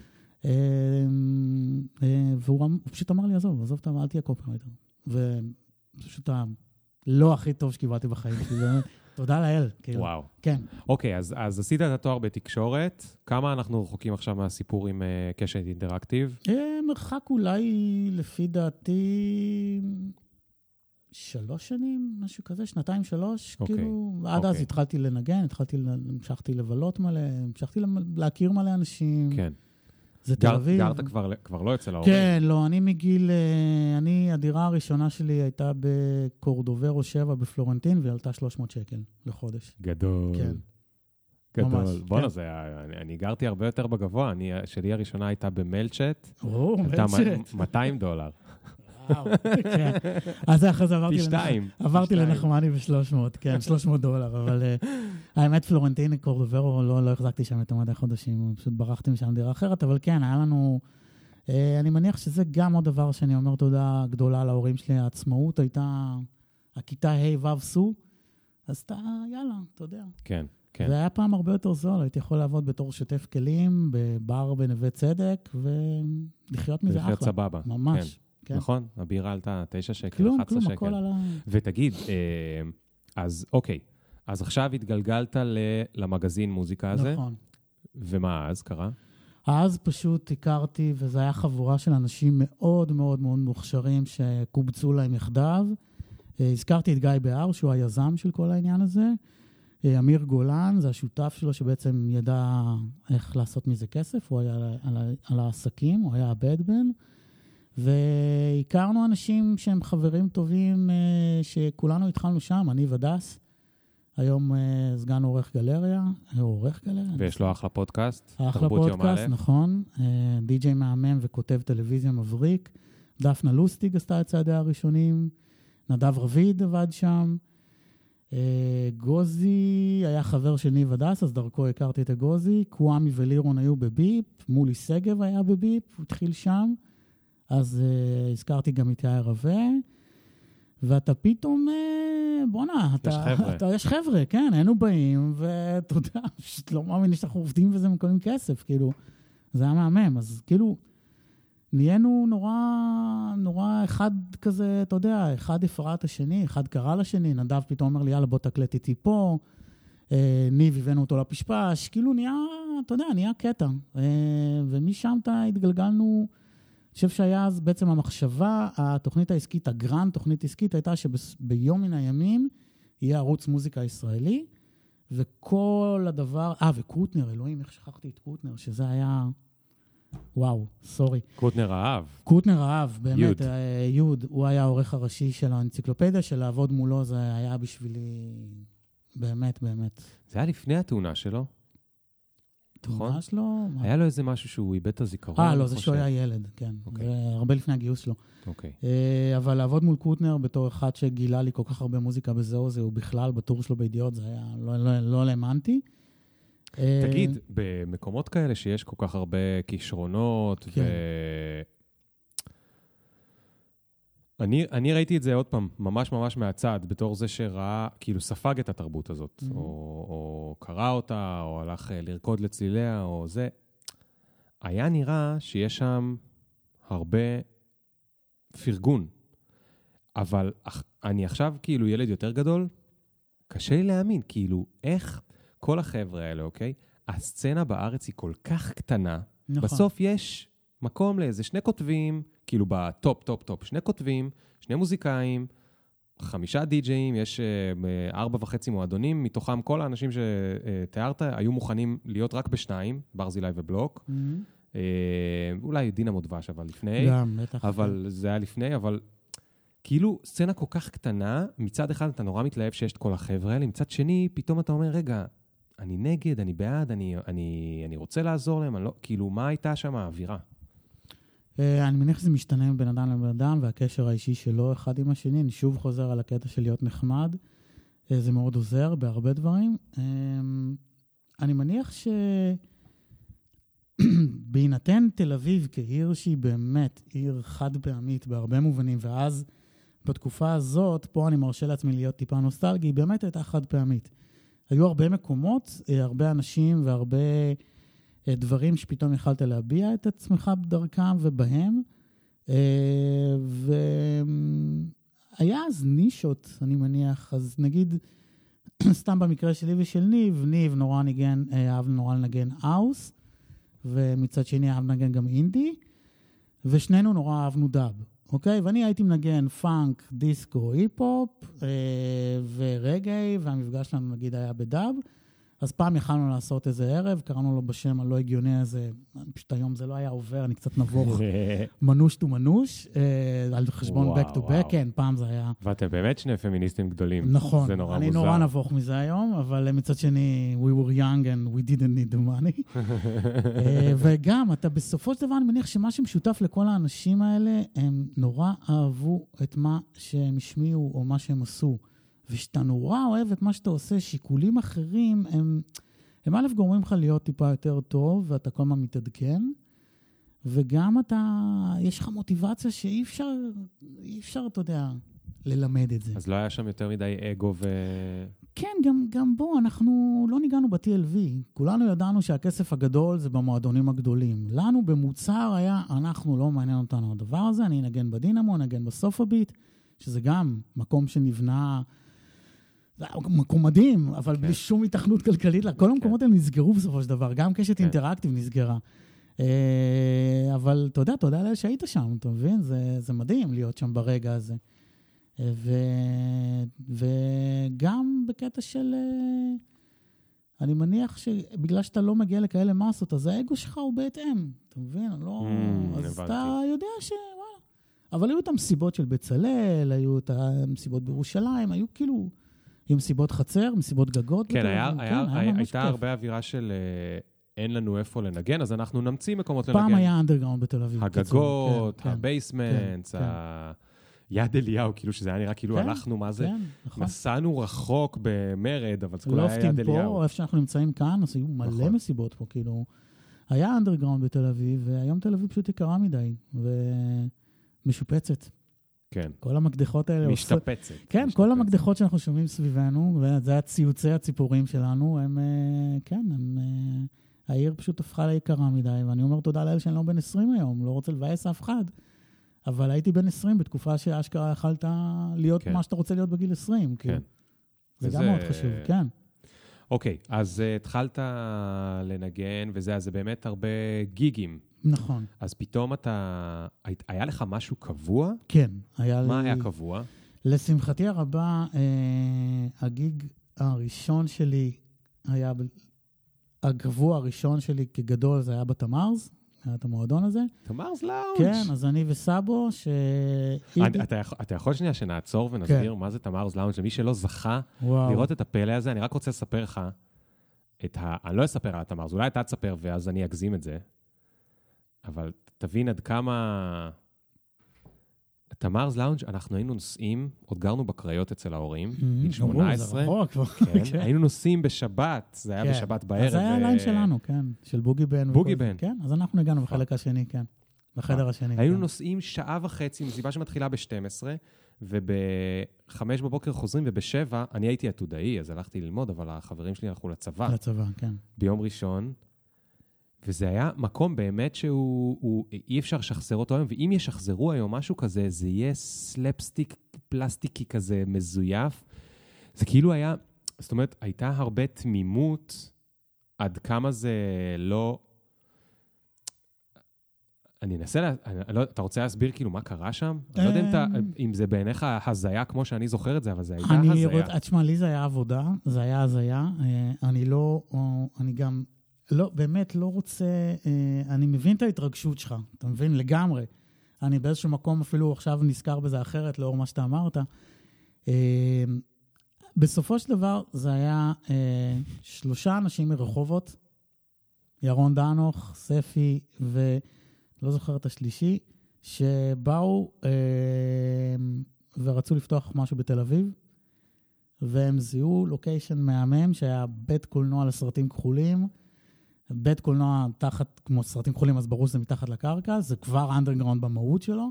S1: והוא פשוט אמר לי, עזוב, אל תהיה קופרייטר. ופשוט לא הכי טוב שקיבלתי בחיים שלי, באמת. תודה לאל.
S2: וואו.
S1: כן.
S2: אוקיי, אז עשית את התואר בתקשורת. כמה אנחנו רחוקים עכשיו מהסיפור עם קשת אינטראקטיב?
S1: מרחק אולי, לפי דעתי, 3 שנים, משהו כזה, 2-3. כאילו, עד אז התחלתי לנגן, המשכתי לבלות מלא, המשכתי להכיר מלא אנשים.
S2: כן.
S1: זה תל אביב.
S2: גרת כבר לא אצל ההורים?
S1: כן, לא, הדירה הראשונה שלי הייתה בקורדוברו 7 בפלורנטין, והיא עלתה 300 שקל לחודש.
S2: גדול.
S1: כן.
S2: גדול. בוא'נה, אני גרתי הרבה יותר בגבוה, שלי הראשונה הייתה במלצ'ט.
S1: מלצ'ט.
S2: $200.
S1: וואו, כן. אז אחרי זה עברתי
S2: פי
S1: לנחמני ב-300, כן, $300, אבל האמת פלורנטין, קורדוברו, לא החזקתי שם יותר מדי חודשים, פשוט ברחתי משם דירה אחרת, אבל כן, היה לנו, אני מניח שזה גם עוד דבר שאני אומר תודה גדולה להורים שלי, העצמאות הייתה, הכיתה ה' ו' סו, אז אתה, יאללה, אתה יודע.
S2: כן, כן.
S1: זה היה פעם הרבה יותר זול, הייתי יכול לעבוד בתור שטף כלים, בבר בנווה צדק, ולחיות מזה אחלה.
S2: ולחיות סבבה.
S1: ממש.
S2: כן. נכון, הבירה עלתה 9 שקל, 11 שקל.
S1: כלום, הכל עלה.
S2: ותגיד, אז אוקיי, אז עכשיו התגלגלת למגזין מוזיקה הזה.
S1: נכון.
S2: ומה אז קרה?
S1: אז פשוט הכרתי, וזו היה חבורה של אנשים מאוד מאוד מאוד מוכשרים שקובצו להם יחדיו. הזכרתי את גיא בהר, שהוא היזם של כל העניין הזה. אמיר גולן, זה השותף שלו שבעצם ידע איך לעשות מזה כסף. הוא היה על העסקים, הוא היה הבדבן. והכרנו אנשים שהם חברים טובים, שכולנו התחלנו שם, אני ודס, היום סגן עורך גלריה,
S2: ויש לו אחלה פודקאסט,
S1: אחלה פודקאסט, נכון, די-ג'יי מהמם וכותב טלוויזיה מבריק, דפנה לוסטיג עשתה את צעדי הראשונים, נדב רביד עבד שם, גוזי היה חבר של ניב הדס, אז דרכו הכרתי את הגוזי, קוואמי ולירון היו בביפ, מולי סגב היה בביפ, הוא התחיל שם, אז הזכרתי גם את יאיר רווה, ואתה פתאום, בונה, יש חבר'ה, כן, היינו באים, ואתה יודע, לא מאמין שאנחנו עובדים וזה מקבלים כסף, כאילו, זה היה מהמם, אז כאילו, נהיינו נורא אחד כזה, אתה יודע, אחד הפרע את השני, אחד קרא לשני, נדב פתאום אומר לי, יאללה, בוא תקלט איתי פה, ניב הבאנו אותו לפשפש, כאילו נהיה, אתה יודע, נהיה קטע, ומשם התגלגלנו, אני חושב שהיה אז בעצם המחשבה, התוכנית העסקית, הגרנד תוכנית עסקית, הייתה שביום מן הימים יהיה ערוץ מוזיקה ישראלי, וכל הדבר, וקוטנר, אלוהים, איך שכחתי את קוטנר, שזה היה, וואו, סורי.
S2: קוטנר האב.
S1: קוטנר האב, באמת, יוד, הוא היה העורך הראשי של האנציקלופדיה, שלעבוד מולו זה היה בשבילי, באמת, באמת.
S2: זה היה לפני התאונה שלו?
S1: תאונה שלו?
S2: היה לו איזה משהו שהוא איבד את הזיכרון?
S1: לא, זה שהוא היה ילד, כן. זה הרבה לפני הגיוס שלו.
S2: אוקיי.
S1: אבל לעבוד מול קוטנר בתור אחד שגילה לי כל כך הרבה מוזיקה בזהו, הוא בכלל בטור שלו בידיעות, זה היה לא האמנתי.
S2: תגיד, במקומות כאלה שיש כל כך הרבה כישרונות, אני ראיתי את זה עוד פעם, ממש ממש מהצד, בתור זה שראה, כאילו ספג את התרבות הזאת, או קרא אותה, או הלך לרקוד לצליליה, או זה. היה נראה שיש שם הרבה פרגון. אבל אני עכשיו כאילו ילד יותר גדול, קשה לי להאמין, כאילו איך כל החבר'ה האלה, אוקיי? הסצנה בארץ היא כל כך קטנה, נכון. בסוף יש מקום לאיזה 2 כותבים, כאילו בטופ, טופ, טופ, 2 כותבים, 2 מוזיקאים, 5 די-ג'אים, יש 4.5 מועדונים, מתוכם כל האנשים שתיארת היו מוכנים להיות רק בשניים, ברזילי ובלוק. אולי דינמו דבש, אבל לפני.
S1: גם, בטח.
S2: אבל זה היה לפני, אבל כאילו סצנה כל כך קטנה, מצד אחד אתה נורא מתלהב שיש את כל החבר'ה האלה, מצד שני, פתאום אתה אומר, רגע, אני נגד, אני בעד, אני רוצה לעזור להם, לא, כאילו, מה הייתה שם האווירה?
S1: אני מניח שזה משתנה בין אדם לבן אדם, והקשר האישי שלו אחד עם השני, אני שוב חוזר על הקטע של להיות נחמד, זה מאוד עוזר בהרבה דברים. אני מניח בהינתן תל אביב כעיר שהיא באמת עיר חד פעמית בהרבה מובנים, ואז בתקופה הזאת, פה אני מרשה לעצמי להיות טיפה נוסטלגי, היא באמת הייתה חד פעמית. היו הרבה מקומות, הרבה אנשים והרבה דברים שפתאום יכלת להביע את עצמך בדרכם ובהם, והיה אז נישות, אני מניח, אז נגיד, סתם במקרה שלי ושל ניב נורא ניגן, אהב נורא לנגן אאוס, ומצד שני אהב לנגן גם אינדי, ושנינו נורא אהבנו דאב, אוקיי? ואני הייתי מנגן פאנק, דיסקו, היפ-הופ, ורגעי, והמפגש שלנו נגיד היה בדאב, אז פעם יכלנו לעשות איזה ערב, קראנו לו בשם הלא הגיוני הזה, פשוט היום זה לא היה עובר, אני קצת נבוך, מנוש טו מנוש, על חשבון back to back, כן, פעם זה היה...
S2: ואתם באמת שני פמיניסטים גדולים.
S1: נכון,
S2: זה נורא
S1: אני
S2: מוזר.
S1: נורא נבוך מזה היום, אבל מצד שני, we were young and we didn't need the money. וגם, אתה בסופו של דבר, אני מניח שמה שמשותף לכל האנשים האלה, הם נורא אהבו את מה שהם השמיעו או מה שהם עשו. ושאתה נורא אוהב את מה שאתה עושה, שיקולים אחרים, הם א' גורמים לך להיות טיפה יותר טוב, ואתה כל הזמן מתעדכן, וגם יש לך מוטיבציה שאי אפשר, אתה יודע, ללמד את זה.
S2: אז לא היה שם יותר מדי אגו
S1: כן, גם בוא, אנחנו לא ניגענו ב-TLV. כולנו ידענו שהכסף הגדול זה במועדונים הגדולים. לנו במוצר היה, אנחנו לא מעניין אותנו הדבר הזה, אני נגן בדינמו, נגן בסוף הביט, שזה גם מקום שנבנה... זה מקום מדהים, אבל בלי שום התכנות כלכלית, כל המקומות האלה נסגרו בסופו של דבר, גם קשת אינטראקטיב נסגרה. אבל אתה יודע שהיית שם, אתה מבין? זה מדהים להיות שם ברגע הזה. וגם בקטע של... אני מניח שבגלל שאתה לא מגיע לכאלה מסות, אז האגו שלך הוא בהתאם, אתה מבין? אז אתה יודע שוואלה. אבל היו את המסיבות של בצלאל, היו את המסיבות בירושלים, היו כאילו... עם מסיבות חצר, מסיבות גגות.
S2: כן, הייתה הרבה אווירה של אין לנו איפה לנגן, אז אנחנו נמציא מקומות לנגן.
S1: פעם היה אנדרגראונד בתל אביב.
S2: הגגות, הבייסמנטס, יד אליהו, כאילו שזה היה נראה כאילו הלכנו, מה זה? נסענו רחוק במרד, אבל זה כולה היה יד אליהו.
S1: פה, איפה שאנחנו נמצאים כאן, אז היו מלא מסיבות פה, כאילו. היה אנדרגראונד בתל אביב, והיום תל אביב פשוט יקרה מדי, ומשופצת.
S2: כן.
S1: כל המקדחות האלה...
S2: משתפצת.
S1: כן, כל המקדחות שאנחנו שומעים סביבנו, וזה הציוצי הציפורים שלנו, הם, כן, העיר פשוט הפכה ליקרה מדי, ואני אומר תודה לאל שאני לא בן 20 היום, לא רוצה לבאס אף אחד, אבל הייתי בן 20 בתקופה שאשכרה יכלת להיות מה שאתה רוצה להיות בגיל 20. כן. זה גם מאוד חשוב, כן.
S2: אוקיי, אז התחלת לנגן, וזה, אז זה באמת הרבה גיגים.
S1: נכון.
S2: אז פתאום היה לך משהו קבוע?
S1: כן, היה לי...
S2: מה היה קבוע?
S1: לשמחתי הרבה, הגיג הראשון שלי היה, הקבוע הראשון שלי כגדול, זה היה בתמרז, היה את המועדון הזה.
S2: תמרז לאונג'.
S1: כן, אז אני וסבו,
S2: אתה יכול שנייה שנעצור ונסביר מה זה תמרז לאונג' למי שלא זכה לראות את הפלא הזה, אני רק רוצה לספר לך, אני לא אספר על התמרז, אולי אתה תספר ואז אני אגזים את זה, אבל תבין עד כמה... תמרז לאונג' אנחנו היינו נוסעים, עוד גרנו בקריות אצל ההורים, גיל 18. היינו נוסעים בשבת, זה היה בשבת בערב.
S1: זה היה הליין שלנו, כן, של בוגי בן.
S2: בוגי בן.
S1: כן, אז אנחנו הגענו בחלק השני, כן, בחדר השני.
S2: היינו נוסעים 1.5 שעה, מסיבה שמתחילה ב-12, וב-5 בבוקר חוזרים, וב-7, אני הייתי עתודאי, אז הלכתי ללמוד, אבל החברים שלי הלכו לצבא.
S1: לצבא, כן.
S2: ביום ראשון. וזה היה מקום באמת שהוא אי אפשר לשחזר אותו היום, ואם ישחזרו היום משהו כזה, זה יהיה סלפסטיק פלסטיקי כזה מזויף. זה כאילו היה, זאת אומרת, הייתה הרבה תמימות, עד כמה זה לא... אני אנסה, אתה רוצה להסביר כאילו מה קרה שם? אני לא יודע אם זה בעיניך הזיה כמו שאני זוכר את זה, אבל זה הייתה הזיה.
S1: תשמע, לי זה היה עבודה, זה היה הזיה. אני גם באמת לא רוצה, אני מבין את ההתרגשות שלך, אתה מבין? לגמרי. אני באיזשהו מקום אפילו עכשיו נזכר בזה אחרת, לאור מה שאתה אמרת. בסופו של דבר, זה היה 3 אנשים מרחובות, ירון דנוך, ספי לא זוכר את השלישי, שבאו ורצו לפתוח משהו בתל אביב, והם זיהו לוקיישן מהמם, שהיה בית קולנוע לסרטים כחולים, בית קולנוע תחת, כמו סרטים כחולים, אז ברור שזה מתחת לקרקע, זה כבר אנדרגראונד במהות שלו,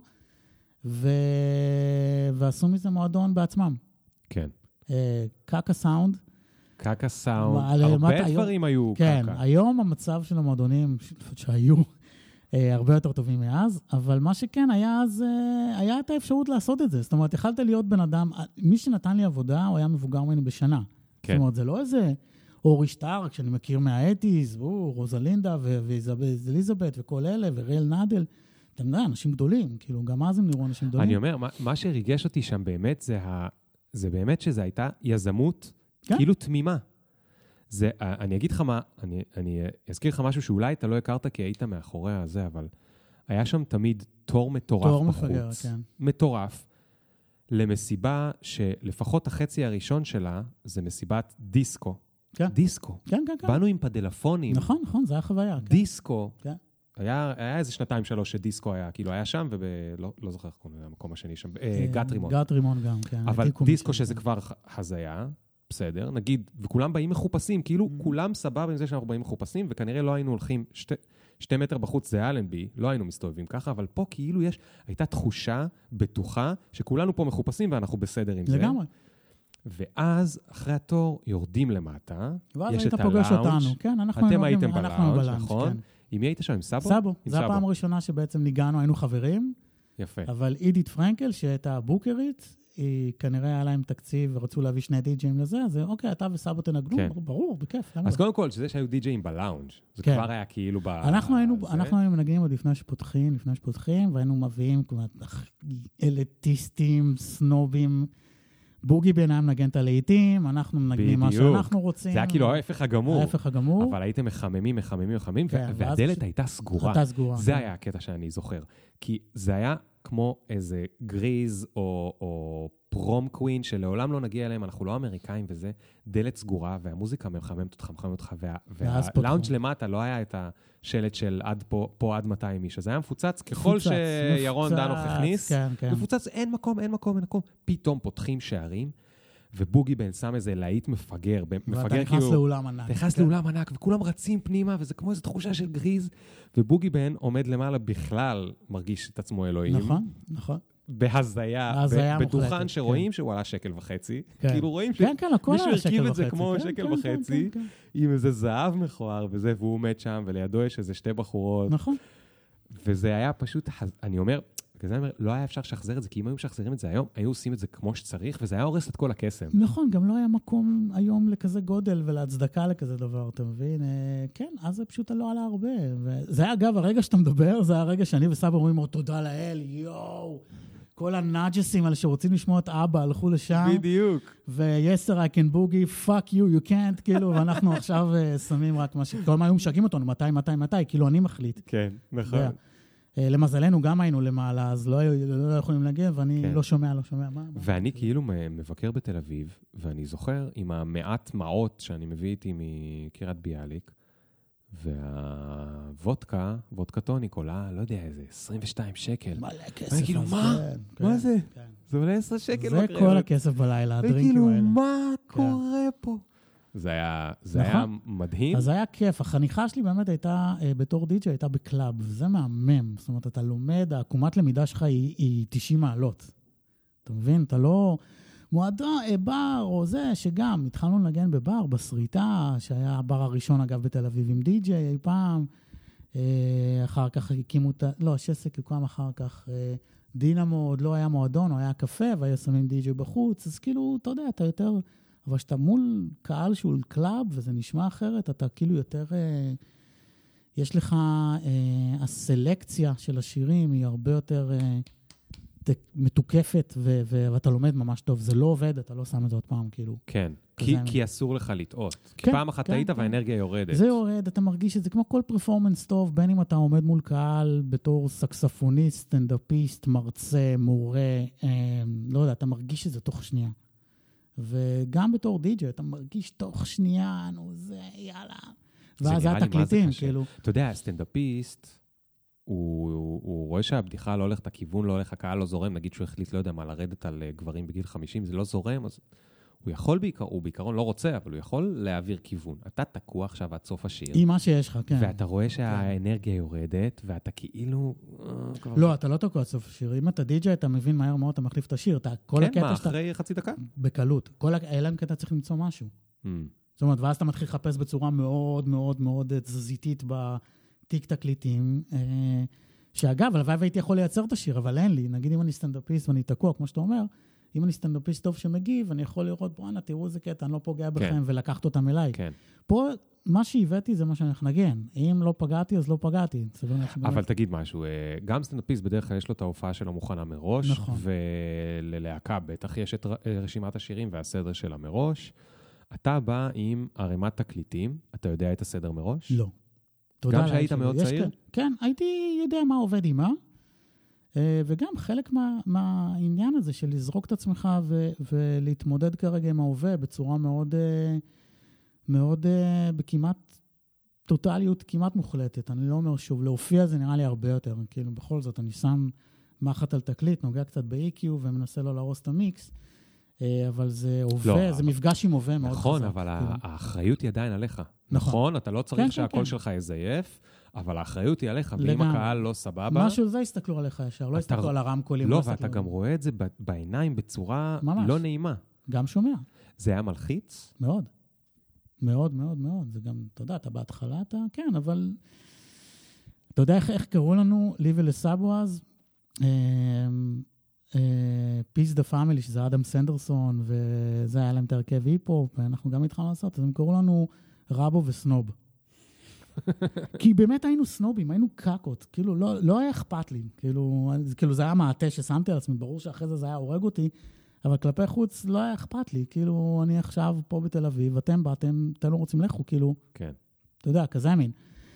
S1: ועשו מזה מועדון בעצמם.
S2: כן.
S1: קאקה סאונד.
S2: קאקה סאונד, הרבה דברים היו קאקה.
S1: כן, היום המצב של המועדונים שהיו הרבה יותר טובים מאז, אבל מה שכן היה אז, היה את האפשרות לעשות את זה. זאת אומרת, יכלת להיות בן אדם, מי שנתן לי עבודה, הוא היה מבוגר ממני בשנה.
S2: כן.
S1: זאת אומרת, זה לא איזה אורי שטרק, שאני מכיר מהאטיז, רוזלינדה ואליזבת וכל אלה, וריאל נדל. אתם יודעים, אנשים גדולים, כאילו, גם אז הם נראו אנשים גדולים.
S2: אני אומר, מה שריגש אותי שם באמת, זה באמת שזה הייתה יזמות, כן? כאילו תמימה. אני אגיד לך מה, אני אזכיר לך משהו שאולי אתה לא הכרת כי היית מאחורי הזה, אבל היה שם תמיד תור מטורף בחוץ. מפגר, כן. מטורף. למסיבה שלפחות החצי הראשון שלה, זה מסיבת דיסקו.
S1: כן.
S2: דיסקו.
S1: כן, כן, כן.
S2: באנו עם פדלפונים.
S1: נכון, זה היה חוויה.
S2: דיסקו.
S1: כן.
S2: היה איזה 2-3 שדיסקו היה, כאילו היה שם, ולא זוכר איך קוראים למקום השני שם, גת רימון.
S1: גת רימון גם, כן.
S2: אבל דיסקו שזה כבר הזיה, בסדר, נגיד, וכולם באים מחופשים, כאילו כולם סבבה עם זה שאנחנו באים מחופשים, וכנראה לא היינו הולכים 2 מטר בחוץ, זה אלנבי, לא היינו מסתובבים ככה, אבל פה כאילו הייתה תחושה בטוחה, שכולנו פה מחופשים ואנחנו בסדר עם זה.
S1: לגמרי.
S2: ואז, אחרי התור, יורדים למטה,
S1: יש את הלאונג'. כן,
S2: אתם הייתם בלאונג', נכון? עם מי היית שם? עם סאבו?
S1: סאבו. זו הפעם הראשונה שבעצם ניגענו, היינו חברים.
S2: יפה.
S1: אבל אידית פרנקל, שהייתה הבוקרית, היא כנראה היה להם תקציב ורצו להביא 2 די-ג'ים לזה, אז אוקיי, אתה וסאבו תנגנו, ברור, בכיף.
S2: אז קודם כל, שזה שהיו די-ג'ים בלאונג', זה כבר היה כאילו
S1: אנחנו היינו מנגנים עוד לפני שפותחים, והיינו מביאים אליטיסטים, סנובים, בוגי בעיניים מנגן את הלהיטים, אנחנו מנגנים מה שאנחנו רוצים.
S2: זה היה כאילו ההפך הגמור.
S1: ההפך הגמור.
S2: אבל הייתם מחממים, והדלת הייתה סגורה. זה היה הקטע שאני זוכר. כי זה היה כמו איזה גריז או פרום קווין, שלעולם לא נגיע אליהם, אנחנו לא אמריקאים וזה, דלת סגורה, והמוזיקה מחממת אותך, והלאונג' למטה לא היה את השלט של עד פה עד 200 איש, אז היה מפוצץ, ככל שירון דנוך הכניס, מפוצץ, אין מקום, פתאום פותחים שערים, ובוגי בן שם איזה להיט מפגר,
S1: ואתה נכנס לאולם ענק.
S2: נכנס לאולם ענק, וכולם רצים פנימה, וזה כמו איזו תחושה של גריז, ובוגי בן עומד למעלה בכלל, מרגיש את עצמו אלוהים.
S1: נכון.
S2: בהזיה, בדוכן שרואים שהוא עלה 1.5 שקל, כאילו רואים שמישהו הרכיב את זה כמו 1.5 שקל, עם איזה זהב מכוער וזה, והוא עומד שם, ולידו יש איזה 2 בחורות.
S1: נכון.
S2: וזה היה פשוט, אני אומר, לא היה אפשר לשחזר את זה, כי אם היו משחזרים את זה היום, היו עושים את זה כמו שצריך, וזה היה הורס את כל הקסם.
S1: נכון, גם לא היה מקום היום לכזה גודל ולהצדקה לכזה דבר, אתה מבין? כן, אז זה פשוט לא עלה הרבה. וזה היה, אגב, הרגע שאתה מדבר, זה הרגע שאני וסבא אומרים, תודה לאל, יואו. כל הנאג'סים האלה שרוצים לשמוע את אבא, הלכו לשם.
S2: בדיוק.
S1: ו-Yes, sir, I can boogie, fuck you, you can't, כאילו, ואנחנו עכשיו שמים רק מה כל מה היו משגעים אותנו, מתי, כאילו, אני מחליט.
S2: כן, נכון.
S1: למזלנו גם היינו למעלה, אז לא יכולים להגיע, ואני לא שומע.
S2: ואני כאילו מבקר בתל אביב, ואני זוכר עם המעט מעות שאני מביא איתי מקירת ביאליק, והוודקה, וודקה טוניק עולה, לא יודע, איזה 22 שקל.
S1: מלא כסף.
S2: ואני כאילו, מה זה? זה עולה 10 שקל.
S1: זה כל הכסף בלילה, הדרינקים האלה.
S2: וכאילו, מה קורה פה? זה היה מדהים.
S1: אז היה כיף. החניכה שלי באמת הייתה, בתור די-ג'יי, הייתה בקלאב, וזה מהמם. זאת אומרת, אתה לומד, העקומת למידה שלך היא 90 מעלות. אתה מבין? אתה לא מועדון, בר או זה, שגם התחלנו לנגן בבר, בסריטה, שהיה הבר הראשון, אגב, בתל אביב עם די-ג'יי אי פעם. אחר כך הקימו שסק הוקם אחר כך. דינמו עוד לא היה מועדון, הוא היה קפה, והיו שמים די-ג'יי בחוץ. אז כאילו, אתה יודע, אתה יותר... אבל שאתה מול קהל שהוא קלאב, וזה נשמע אחרת, אתה כאילו יש לך, הסלקציה של השירים היא הרבה יותר מתוקפת, ואתה לומד ממש טוב. זה לא עובד, אתה לא שם את זה עוד פעם, כאילו.
S2: כן, כי אסור לך לטעות. כי
S1: כן,
S2: פעם אחת
S1: כן,
S2: היית
S1: כן.
S2: והאנרגיה יורדת.
S1: זה יורד, אתה מרגיש את זה כמו כל פרפורמנס טוב, בין אם אתה עומד מול קהל בתור סקספוניסט, סטנדאפיסט, מרצה, מורה, לא יודע, אתה מרגיש את זה תוך שנייה. וגם בתור די-ג'יי, אתה מרגיש תוך שנייה, נו זה, יאללה. ואז זה התקליטים, כאילו.
S2: אתה יודע, הסטנדאפיסט, הוא רואה שהבדיחה לא הולכת, הכיוון לא הולך, הקהל לא זורם, נגיד שהוא החליט, לא יודע מה, לרדת על גברים בגיל 50, זה לא זורם, אז הוא יכול הוא בעיקרון לא רוצה, אבל הוא יכול להעביר כיוון. אתה תקוע עכשיו עד סוף השיר.
S1: עם מה שיש לך, כן.
S2: ואתה רואה שהאנרגיה יורדת, ואתה כאילו...
S1: לא, אתה לא תקוע עד סוף השיר. אם אתה די-ג'יי, אתה מבין מהר מאוד, אתה מחליף את השיר.
S2: כן, מה, אחרי חצי דקה?
S1: בקלות. אלא אם כן אתה צריך למצוא משהו. זאת אומרת, ואז אתה מתחיל לחפש בצורה מאוד מאוד מאוד תזזיתית בתיק תקליטים, שאגב, הלוואי והייתי יכול לייצר את השיר, אבל אין לי. נגיד אם אני סטנדאפיסט ואני תקוע, כמו שאתה אומר, אם אני סטנדאפיסט טוב שמגיב, אני יכול לראות, בואנה, תראו איזה קטע, אני לא פוגע בכם, ולקחת אותם אליי.
S2: כן.
S1: פה, מה שהבאתי זה מה שאני נגן. אם לא פגעתי, אז לא פגעתי.
S2: אבל תגיד משהו, גם סטנדאפיסט בדרך כלל יש לו את ההופעה שלו מוכנה מראש,
S1: נכון.
S2: וללהקה בטח יש את רשימת השירים והסדר שלה מראש. אתה בא עם ערימת תקליטים, אתה יודע את הסדר מראש?
S1: לא.
S2: גם שהיית מאוד צעיר?
S1: כן, הייתי יודע מה עובד עם מה, וגם חלק מהעניין הזה של לזרוק את עצמך ולהתמודד כרגע עם ההווה בצורה מאוד, מאוד בכמעט טוטליות, כמעט מוחלטת. אני לא אומר שוב, להופיע זה נראה לי הרבה יותר, כאילו בכל זאת אני שם מחט על תקליט, נוגע קצת ב-EQ ומנסה לא להרוס את המיקס, אבל זה הווה, זה מפגש עם הווה מאוד חזק.
S2: נכון, אבל האחריות היא עדיין עליך. נכון, אתה לא צריך שהקול שלך יזייף, אבל האחריות היא עליך, ואם הקהל לא סבבה...
S1: משהו זה יסתכלו עליך ישר, לא יסתכלו על הרמקולים.
S2: לא, ואתה גם רואה את זה בעיניים בצורה לא נעימה.
S1: גם שומע.
S2: זה היה מלחיץ?
S1: מאוד. מאוד, מאוד, מאוד. זה גם, אתה יודע, אתה בהתחלה, אתה, כן, אבל... אתה יודע איך קראו לנו, לי ולסאבו אז? Peace the Family, שזה אדם סנדרסון, וזה היה להם את הרכב היפ-הופ, ואנחנו גם התחלנו לעשות, אז הם קראו לנו רבו וסנוב. כי באמת היינו סנובים, היינו קקות, כאילו לא היה אכפת לי, כאילו זה היה מעטה ששמתי על עצמי, ברור שאחרי זה היה הורג אותי, אבל כלפי חוץ לא היה אכפת לי, כאילו אני עכשיו פה בתל אביב, אתם באתם, אתם לא רוצים לכו, כאילו,
S2: כן.
S1: אתה יודע, כזה אמין.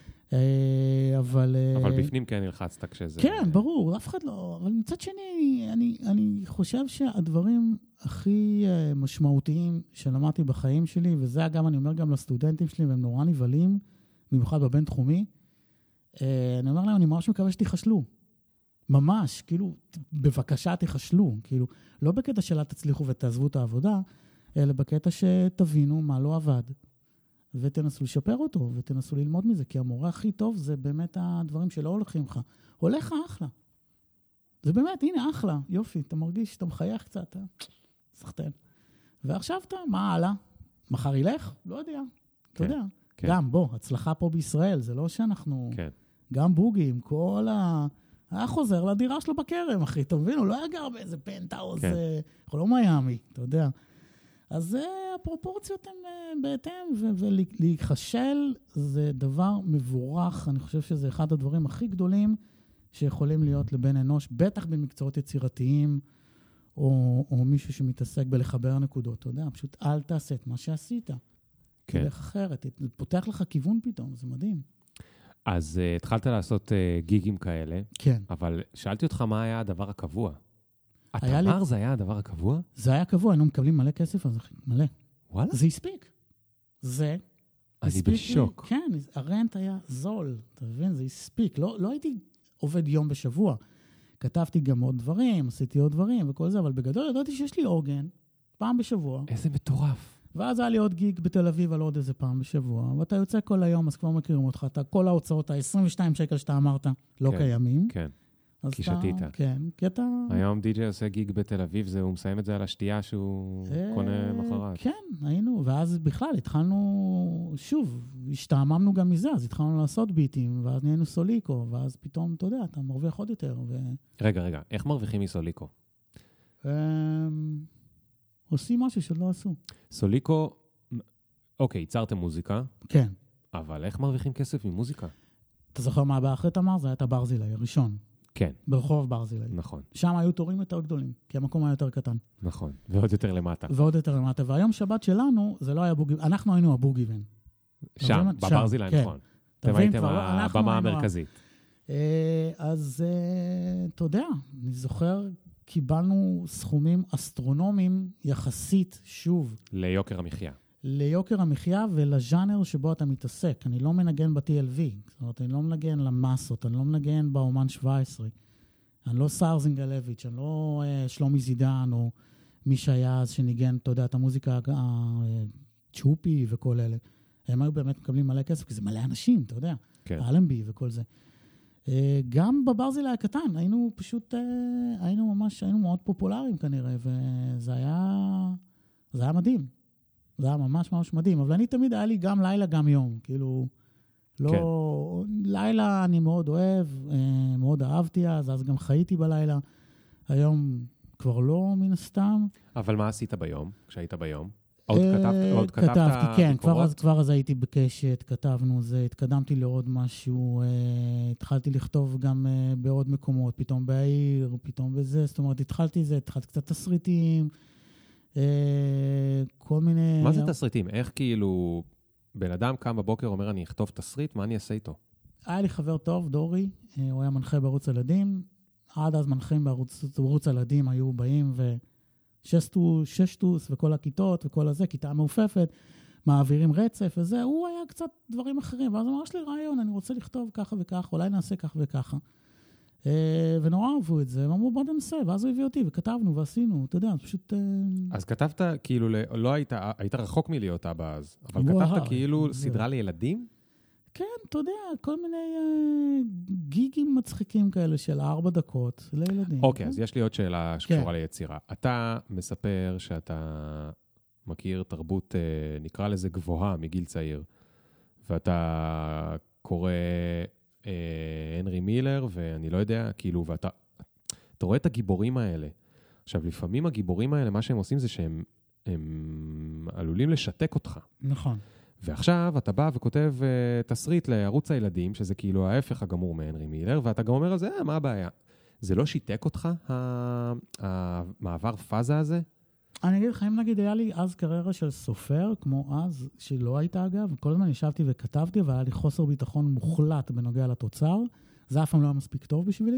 S1: אבל
S2: בפנים כן נלחצת כשזה...
S1: כן, ברור, אף אחד לא, אבל מצד שני, אני חושב שהדברים הכי משמעותיים שלמדתי בחיים שלי, וזה אגב, אני אומר גם לסטודנטים שלי, והם נורא נבלים, במיוחד בבין תחומי, אני אומר להם, אני ממש מקווה שתיחשלו. ממש, כאילו, בבקשה תיחשלו, כאילו, לא בקטע שלה תצליחו ותעזבו את העבודה, אלא בקטע שתבינו מה לא עבד, ותנסו לשפר אותו, ותנסו ללמוד מזה, כי המורה הכי טוב זה באמת הדברים שלא הולכים לך. הולך אחלה. זה באמת, הנה, אחלה, יופי, אתה מרגיש, אתה מחייך קצת, סחטן. ועכשיו אתה, מה הלאה? מחר ילך? לא יודע, אתה יודע. כן. גם, בוא, הצלחה פה בישראל, זה לא שאנחנו... כן. גם בוגי, עם כל היה חוזר לדירה שלו בכרם, אחי, אתה מבין? הוא לא היה גר באיזה פנטהאוז, כן. אנחנו לא מיאמי, אתה יודע. אז הפרופורציות הן בהתאם, ולהיחשל זה דבר מבורך, אני חושב שזה אחד הדברים הכי גדולים שיכולים להיות לבן אנוש, בטח במקצועות יצירתיים, או מישהו שמתעסק בלחבר נקודות, אתה יודע, פשוט אל תעשה את מה שעשית. כן. תלך אחרת, פותח לך כיוון פתאום, זה מדהים.
S2: אז התחלת לעשות גיגים כאלה,
S1: כן.
S2: אבל שאלתי אותך מה היה הדבר הקבוע. התמר זה היה הדבר הקבוע?
S1: זה היה קבוע, היינו מקבלים מלא כסף, אז מלא.
S2: וואלה?
S1: זה הספיק. זה...
S2: אני בשוק.
S1: כן, הרנט היה זול, אתה מבין? זה הספיק. לא הייתי עובד יום בשבוע. כתבתי גם עוד דברים, עשיתי עוד דברים וכל זה, אבל בגדול ידעתי שיש לי אורגן, פעם בשבוע.
S2: איזה מטורף.
S1: ואז היה לי עוד גיג בתל אביב על עוד איזה פעם בשבוע, ואתה יוצא כל היום, אז כבר מכירים אותך, כל ההוצאות, ה-22 שקל שאתה אמרת, לא קיימים.
S2: כן, כי שתית.
S1: כן, כי אתה...
S2: היום די-ג'יי עושה גיג בתל אביב, הוא מסיים את זה על השתייה שהוא קונה מחרת.
S1: כן, היינו, ואז בכלל התחלנו, שוב, השתעממנו גם מזה, אז התחלנו לעשות ביטים, ואז נהיינו סוליקו, ואז פתאום, אתה יודע, אתה מרוויח עוד יותר.
S2: רגע, איך מרוויחים מסוליקו?
S1: עושים משהו שלא עשו.
S2: סוליקו, אוקיי, ייצרתם מוזיקה.
S1: כן.
S2: אבל איך מרוויחים כסף ממוזיקה?
S1: אתה זוכר מה הבא אחרי תמר? זה היה את הברזילי, הראשון.
S2: כן.
S1: ברחוב ברזילי.
S2: נכון.
S1: שם היו תורים יותר גדולים, כי המקום היה יותר קטן.
S2: נכון, ועוד יותר למטה.
S1: ועוד יותר למטה. והיום שבת שלנו, זה לא היה בוגי, אנחנו היינו הבוגיבן.
S2: שם, בברזילי, נכון. אתם הייתם הבמה המרכזית.
S1: אז אתה יודע, אני זוכר, קיבלנו סכומים אסטרונומיים יחסית, שוב.
S2: ליוקר המחיה.
S1: ליוקר המחיה ולז'אנר שבו אתה מתעסק. אני לא מנגן ב-TLV, זאת אומרת, אני לא מנגן למסות, אני לא מנגן באומן 17. אני לא סער זינגלביץ', אני לא שלומי זידן, או מי שהיה אז שניגן, אתה יודע, את המוזיקה צ'ופי וכל אלה. הם היו באמת מקבלים מלא כסף, כי זה מלא אנשים, אתה יודע.
S2: כן.
S1: אלנבי וכל זה. גם בברזילי הקטן, היינו פשוט, היינו מאוד פופולריים כנראה, וזה היה מדהים. זה היה ממש ממש מדהים, אבל אני תמיד היה לי גם לילה, גם יום, כאילו, לא, כן. לילה אני מאוד אוהב, מאוד אהבתי אז גם חייתי בלילה, היום כבר לא מן הסתם.
S2: אבל מה עשית ביום, כשהיית ביום? עוד
S1: כתבתי, כן, כבר אז הייתי בקשת, כתבנו זה, התקדמתי לעוד משהו, התחלתי לכתוב גם בעוד מקומות, פתאום בעיר, פתאום בזה, זאת אומרת, התחלתי קצת תסריטים, כל מיני...
S2: מה זה תסריטים? איך כאילו בן אדם קם בבוקר אומר, אני אכתוב תסריט, מה אני אעשה איתו?
S1: היה לי חבר טוב, דורי, הוא היה מנחה בערוץ ילדים, עד אז מנחים בערוץ ילדים היו באים ששטוס וכל הכיתות וכל הזה, כיתה מעופפת, מעבירים רצף וזה, הוא היה קצת דברים אחרים, ואז אמר, יש לי רעיון, אני רוצה לכתוב ככה וככה, אולי נעשה כך וככה. ונורא אהבו את זה, ואמרו, בוא ננסה, ואז הוא הביא אותי, וכתבנו ועשינו, אתה יודע, פשוט...
S2: אז כתבת, כאילו, לא היית רחוק מלהיות אבא אז, אבל כתבת כאילו סדרה לילדים?
S1: כן, אתה יודע, כל מיני גיגים מצחיקים כאלה של 4 דקות לילדים.
S2: אוקיי, אז יש לי עוד שאלה שקשורה ליצירה. אתה מספר שאתה מכיר תרבות, נקרא לזה גבוהה, מגיל צעיר, ואתה קורא הנרי מילר, ואני לא יודע, כאילו, ואתה רואה את הגיבורים האלה. עכשיו, לפעמים הגיבורים האלה, מה שהם עושים זה שהם עלולים לשתק אותך.
S1: נכון.
S2: ועכשיו אתה בא וכותב תסריט לערוץ הילדים, שזה כאילו ההפך הגמור מהנרי מילר, ואתה גם אומר על זה, מה הבעיה? זה לא שיתק אותך, המעבר פאזה הזה?
S1: אני אגיד לך, אם נגיד היה לי אז קריירה של סופר, כמו אז, שלא הייתה אגב, כל הזמן ישבתי וכתבתי, והיה לי חוסר ביטחון מוחלט בנוגע לתוצר, זה אף פעם לא היה מספיק טוב בשבילי.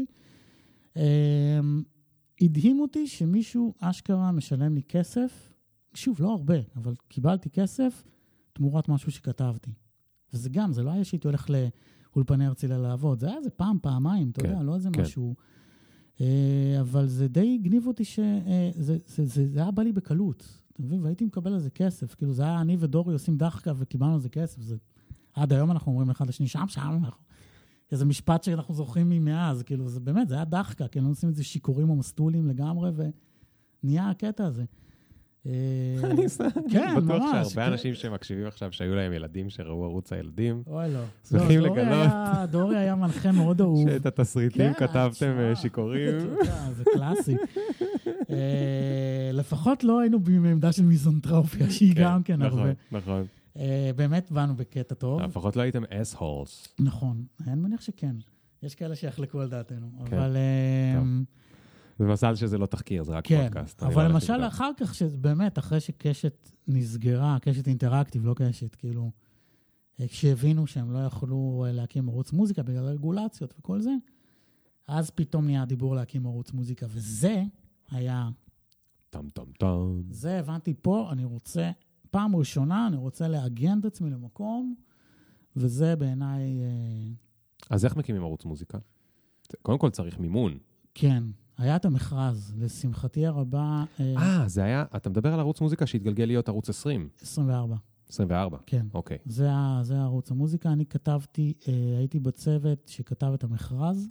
S1: הדהים אותי שמישהו אשכרה משלם לי כסף, שוב, לא הרבה, אבל קיבלתי כסף, תמורת משהו שכתבתי. וזה גם, זה לא היה שהייתי הולך לאולפני הרצליה לעבוד, זה היה איזה פעמיים, אתה יודע, לא איזה משהו. אבל זה די גניב אותי שזה היה בא לי בקלות, אתה מבין? והייתי מקבל על זה כסף, כאילו זה היה אני ודורי עושים דחקה וקיבלנו על זה כסף, עד היום אנחנו אומרים אחד לשני, שם, איזה משפט שאנחנו זוכרים ממאז, כאילו זה באמת, זה היה דחקה, כאילו עושים את זה שיקורים או מסטולים לגמרי, ונהיה הקטע הזה.
S2: אני בטוח שהרבה
S1: כן.
S2: אנשים שמקשיבים עכשיו, שהיו להם ילדים שראו ערוץ הילדים,
S1: אוי לא.
S2: שמחים לגלות.
S1: דורי היה מנחה מאוד אהוב.
S2: שאת התסריטים כתבתם שיכורים.
S1: זה קלאסי. לפחות לא היינו בעמדה של מיזנטרופיה, שהיא גם כן הרבה.
S2: נכון.
S1: באמת באנו בקטע טוב.
S2: לפחות לא הייתם assholes.
S1: נכון, אני מניח שכן. יש כאלה שיחלקו על דעתנו. אבל...
S2: זה מזל שזה לא תחקיר, זה רק פודקאסט.
S1: אבל למשל אחר כך, שבאמת, אחרי שקשת נסגרה, קשת אינטראקטיב, לא קשת, כאילו, כשהבינו שהם לא יכולו להקים ערוץ מוזיקה בגלל רגולציות וכל זה, אז פתאום נהיה דיבור להקים ערוץ מוזיקה, וזה היה...
S2: טם.
S1: זה הבנתי פה, אני רוצה, פעם ראשונה, אני רוצה להגן את עצמי למקום, וזה בעיניי...
S2: אז איך מקימים ערוץ מוזיקה? קודם כל צריך מימון.
S1: כן. היה את המכרז, לשמחתי הרבה...
S2: זה היה, אתה מדבר על ערוץ מוזיקה שהתגלגל להיות ערוץ 20.
S1: 24.
S2: 24?
S1: כן.
S2: אוקיי.
S1: זה ערוץ המוזיקה. אני כתבתי, הייתי בצוות שכתב את המכרז,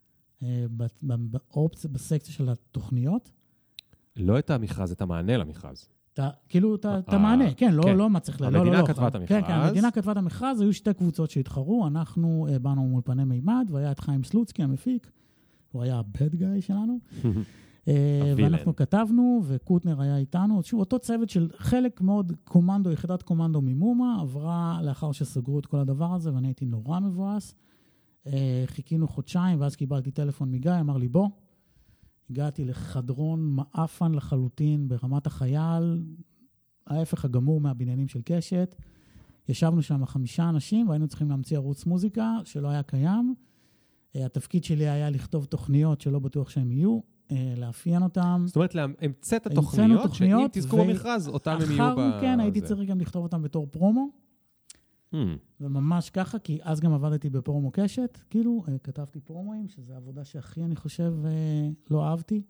S1: בסקציה של התוכניות.
S2: לא את המכרז, את המענה למכרז.
S1: כאילו, את המענה, כן, לא מה צריך...
S2: המדינה כתבה את המכרז.
S1: כן, המדינה כתבה את המכרז, היו 2 קבוצות שהתחרו, אנחנו באנו מאולפני מימד, והיה את חיים סלוצקי, המפיק, הוא היה הבד גאי שלנו, ואנחנו כתבנו, וקוטנר היה איתנו, שוב, אותו צוות של חלק מאוד קומנדו, יחידת קומנדו ממומה, עברה לאחר שסגרו את כל הדבר הזה, ואני הייתי נורא מבואס, חיכינו חודשיים, ואז קיבלתי טלפון מגיא, אמר לי, בוא. הגעתי לחדרון מאפן לחלוטין ברמת החייל, ההפך הגמור מהבניינים של קשת. ישבנו שם 5 אנשים, והיינו צריכים להמציא ערוץ מוזיקה שלא היה קיים. התפקיד שלי היה לכתוב תוכניות שלא בטוח שהם יהיו, לאפיין אותם.
S2: זאת אומרת, המצאת התוכניות, שאם תזכו במכרז, אותם הם יהיו
S1: אחר כן, הייתי צריך גם לכתוב אותם בתור פרומו. וממש ככה, כי אז גם עבדתי בפרומו קשת, כאילו, כתבתי פרומואים, שזו עבודה שהכי, אני חושב, לא אהבתי.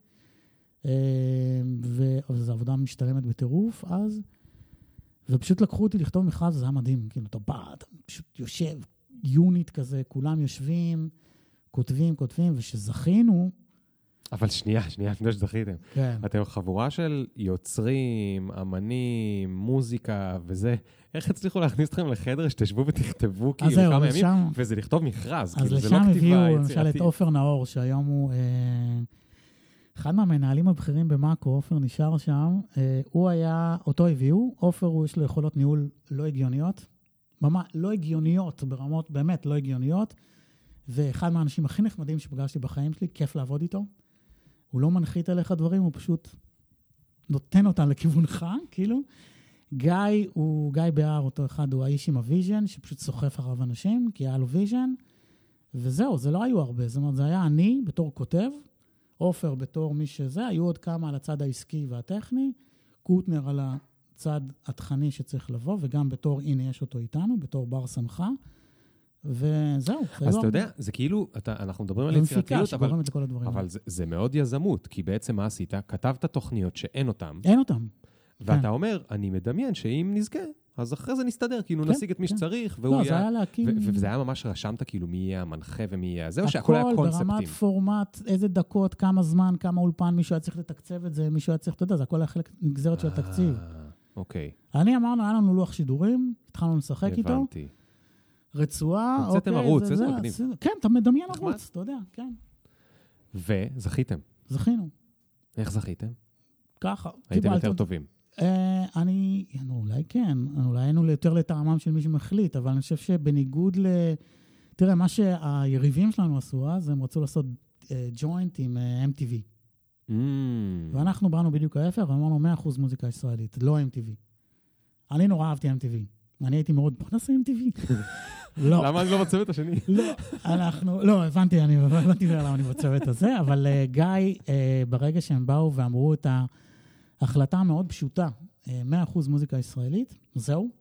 S1: וזו עבודה משתלמת בטירוף אז. ופשוט לקחו אותי לכתוב מכרז, זה היה מדהים. כאילו, אתה בא, אתה פשוט יושב, יוניט כזה, כולם יושבים, כותבים, ושזכינו.
S2: אבל שנייה, לפני שזכיתם.
S1: כן.
S2: אתם חבורה של יוצרים, אמנים, מוזיקה וזה. איך הצליחו להכניס אתכם לחדר שתשבו ותכתבו כאילו כמה ימים? וזה לכתוב מכרז, כאילו זה לא כתיבה יצירתית.
S1: אז לשם הביאו למשל את עופר נאור, שהיום הוא אחד מהמנהלים הבכירים במאקו, עופר נשאר שם. הוא היה, אותו הביאו, עופר יש לו יכולות ניהול לא הגיוניות, ממש לא הגיוניות, ברמות באמת לא הגיוניות, ואחד מהאנשים הכי נחמדים שפגשתי בחיים שלי, כיף לעבוד איתו. הוא לא מנחית עליך דברים, הוא פשוט נותן אותם לכיוונך, כאילו. גיא בהר, אותו אחד, הוא האיש עם הוויז'ן, שפשוט סוחף אחריו אנשים, כי היה לו ויז'ן, וזהו, זה לא היו הרבה. זאת אומרת, זה היה אני בתור כותב, עופר בתור מי שזה, היו עוד כמה על הצד העסקי והטכני, קוטנר על הצד התכני שצריך לבוא, וגם בתור, הנה יש אותו איתנו, בתור בר שמחה, וזהו.
S2: אז אתה יודע, זה כאילו, אנחנו מדברים על יצירתיות, אבל זה מאוד יזמות, כי בעצם מה עשית? כתבת תוכניות שאין אותם.
S1: אין אותם.
S2: ואתה אומר, אני מדמיין שאם נזכה, אז אחרי זה נסתדר, כאילו נשיג את מי שצריך,
S1: לא, זה היה להקים...
S2: וזה היה ממש רשמת כאילו מי יהיה המנחה ומי יהיה... זהו שהכל היה קונספטים.
S1: הכל ברמת פורמט, איזה דקות, כמה זמן, כמה אולפן, מישהו היה צריך לתקצב את זה, מישהו היה צריך, אתה יודע, זה הכל היה חלק נגזרת של התקציב.
S2: אוקיי.
S1: אני אמרנו, היה לנו לוח שידורים, התחלנו לשחק איתו.
S2: הבנתי.
S1: רצועה,
S2: הוצאתם ערוץ, איזה מגניב.
S1: כן, אתה מדמיין ערוץ, אתה יודע, כן.
S2: וזכיתם.
S1: זכינו.
S2: איך זכיתם?
S1: ככה.
S2: הייתם יותר טובים.
S1: אולי כן, אולי היינו יותר לטעמם של מי שמחליט, אבל אני חושב שבניגוד תראה, מה שהיריבים שלנו עשו אז, הם רצו לעשות ג'וינט עם MTV. ואנחנו באנו בדיוק ההפך, ואמרנו 100% מוזיקה ישראלית, לא MTV. אני נורא אהבתי MTV. אני הייתי מאוד, בוא נעשה MTV. לא.
S2: למה אני לא בצוות השני?
S1: לא, הבנתי, אני הבנתי למה אני בצוות הזה, אבל גיא, ברגע שהם באו ואמרו את ההחלטה המאוד פשוטה, 100% מוזיקה ישראלית, זהו,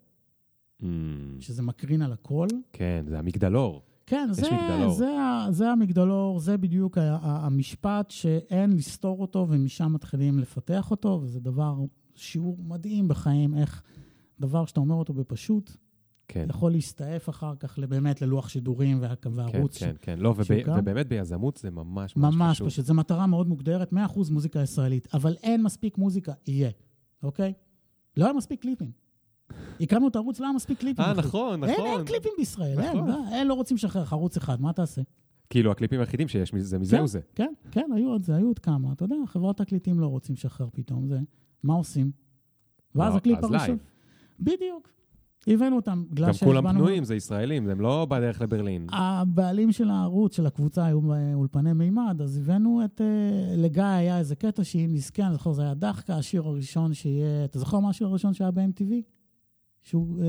S1: שזה מקרין על הכל.
S2: כן, זה המגדלור.
S1: כן, זה המגדלור, זה בדיוק המשפט שאין לסתור אותו, ומשם מתחילים לפתח אותו, וזה שיעור מדהים בחיים, איך דבר שאתה אומר אותו בפשוט, יכול להסתעף אחר כך באמת ללוח שידורים והערוץ.
S2: כן, כן, לא, ובאמת ביזמות זה ממש פשוט.
S1: ממש פשוט, זו מטרה מאוד מוגדרת, 100% מוזיקה ישראלית, אבל אין מספיק מוזיקה, יהיה, אוקיי? לא היה מספיק קליפים. הקמנו את הערוץ, לא היה מספיק קליפים.
S2: נכון.
S1: אין קליפים בישראל, אין, לא רוצים לשחרר ערוץ אחד, מה תעשה?
S2: כאילו, הקליפים היחידים שיש, זה מזה וזה.
S1: כן, היו עוד כמה, אתה יודע, חברות הקליטים לא רוצים לשחרר פתאום, זה, מה עושים? ואז הקליפ הראשון. בדיוק. הבאנו אותם.
S2: גם כולם פנויים, זה ישראלים, הם לא בדרך לברלין.
S1: הבעלים של הערוץ, של הקבוצה, היו באולפני מימד, אז הבאנו לגיא היה איזה קטע שאם נזכה, אני זוכר, זה היה דחקה, השיר הראשון שיהיה, אתה זוכר מה השיר הראשון שהיה ב-MTV? שהוא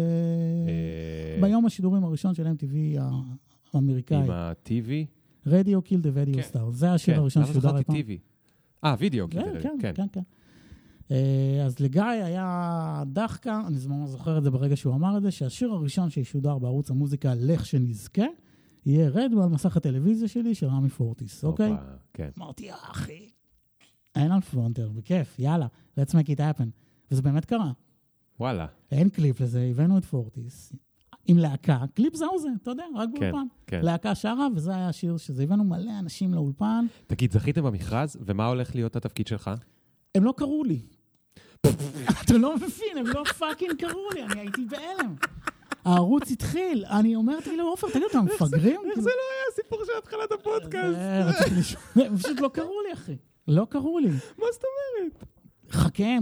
S1: ביום השידורים הראשון של MTV האמריקאי. עם
S2: ה-TV?
S1: Radio Kill the Video Star. זה השיר הראשון ששודר
S2: פעם. וידאו.
S1: כן. אז לגיא היה דחקה, אני זוכר את זה ברגע שהוא אמר את זה, שהשיר הראשון שישודר בערוץ המוזיקה, לך שנזכה, יהיה רד על מסך הטלוויזיה שלי של רמי פורטיס, אוקיי? אמרתי, אחי, אין על פרונטר, בכיף, יאללה, let's make it happen. וזה באמת קרה.
S2: וואלה.
S1: אין קליפ לזה, הבאנו את פורטיס, עם להקה, קליפ זהו זה, אתה יודע, רק באולפן. להקה שרה, וזה היה השיר שזה, הבאנו מלא אנשים לאולפן.
S2: תגיד, זכיתם במכרז, ומה הולך להיות התפקיד שלך?
S1: הם לא קראו לי. אתה לא מבין, הם לא פאקינג קראו לי, אני הייתי בהלם. הערוץ התחיל, אני אומרת לי לעופר, תגיד, אתם מפגרים?
S2: איך זה לא היה הסיפור של התחלת הפודקאסט?
S1: הם פשוט לא קראו לי, אחי. לא קראו לי.
S2: מה זאת אומרת?
S1: חכם.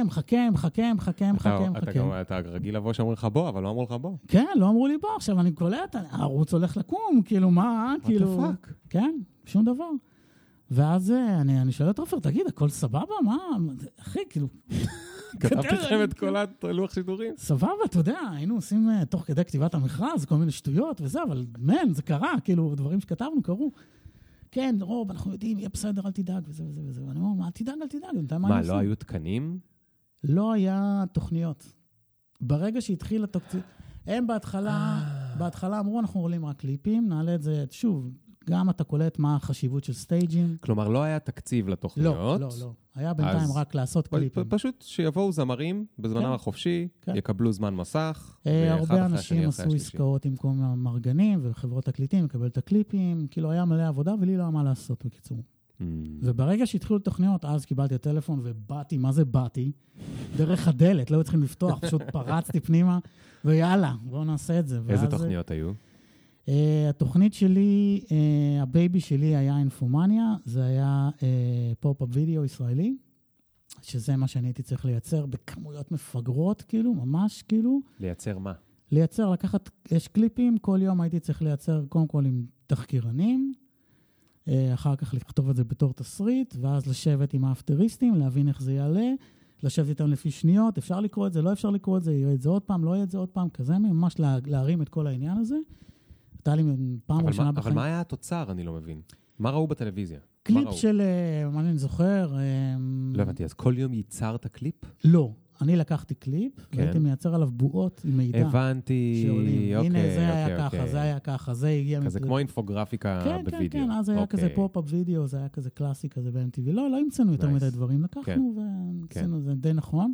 S2: אתה רגיל לבוא שאומרים לך בוא, אבל לא אמרו לך בוא.
S1: כן, לא אמרו לי בוא, עכשיו אני קולט, הערוץ הולך לקום, כאילו מה, כאילו...
S2: מה תפק?
S1: כן, שום דבר. ואז אני שואל את עופר, תגיד, הכל סבבה? מה? אחי, כאילו...
S2: כתבתי לכם את כל הלוח שידורים.
S1: סבבה, אתה יודע, היינו עושים תוך כדי כתיבת המכרז, כל מיני שטויות וזה, אבל זה קרה, כאילו, דברים שכתבנו קרו. כן, רוב, אנחנו יודעים, יהיה בסדר, אל תדאג, וזה. ואני אומר, אל תדאג.
S2: מה, לא היו תקנים?
S1: לא היה תוכניות. ברגע שהתחיל התקציב, הם בהתחלה אמרו, אנחנו עולים רק קליפים, נעלה את זה, שוב, גם אתה קולט מה החשיבות של סטייג'ים.
S2: כלומר, לא היה תקציב לתוכניות.
S1: לא. היה בינתיים רק לעשות קליפים.
S2: פשוט שיבואו זמרים בזמנם החופשי, יקבלו זמן מסך.
S1: הרבה אנשים עשו עסקאות עם כל מיני מרגנים וחברות תקליטים, לקבל את הקליפים, כאילו היה מלא עבודה, ולי לא היה מה לעשות בקיצור. וברגע שהתחילו תוכניות, אז קיבלתי הטלפון ובאתי, מה זה באתי? דרך הדלת, לא צריכים לפתוח, פשוט פרצתי פנימה, ויאללה, בואו נעשה את זה.
S2: איזה תוכניות היו?
S1: התוכנית שלי, הבייבי שלי היה אינפומניה, זה היה פופ-אפ וידאו ישראלי, שזה מה שאני הייתי צריך לייצר בכמויות מפגרות, כאילו, ממש כאילו.
S2: לייצר מה?
S1: לייצר, יש קליפים, כל יום הייתי צריך לייצר קודם כל עם תחקירנים, אחר כך לכתוב את זה בתור תסריט, ואז לשבת עם האפטריסטים, להבין איך זה יעלה, לשבת איתם לפי שניות, אפשר לקרוא את זה, לא אפשר לקרוא את זה, יהיה את זה עוד פעם, לא יהיה את זה עוד פעם, כזה, ממש להרים את כל העניין הזה.
S2: אבל מה היה התוצר? אני לא מבין. מה ראו בטלוויזיה?
S1: קליפ של, מה אני זוכר?
S2: לא הבנתי, אז כל יום ייצרת קליפ?
S1: לא, אני לקחתי קליפ, והייתי מייצר עליו בועות עם מידע.
S2: הבנתי,
S1: הנה, זה היה ככה, זה היה ככה, זה הגיע...
S2: כזה כמו אינפוגרפיקה בווידאו.
S1: כן, אז היה כזה פופ-אפ וידאו, זה היה כזה קלאסי כזה ב-MTV. לא המצאנו יותר מדי דברים, לקחנו ועשינו, זה די נכון.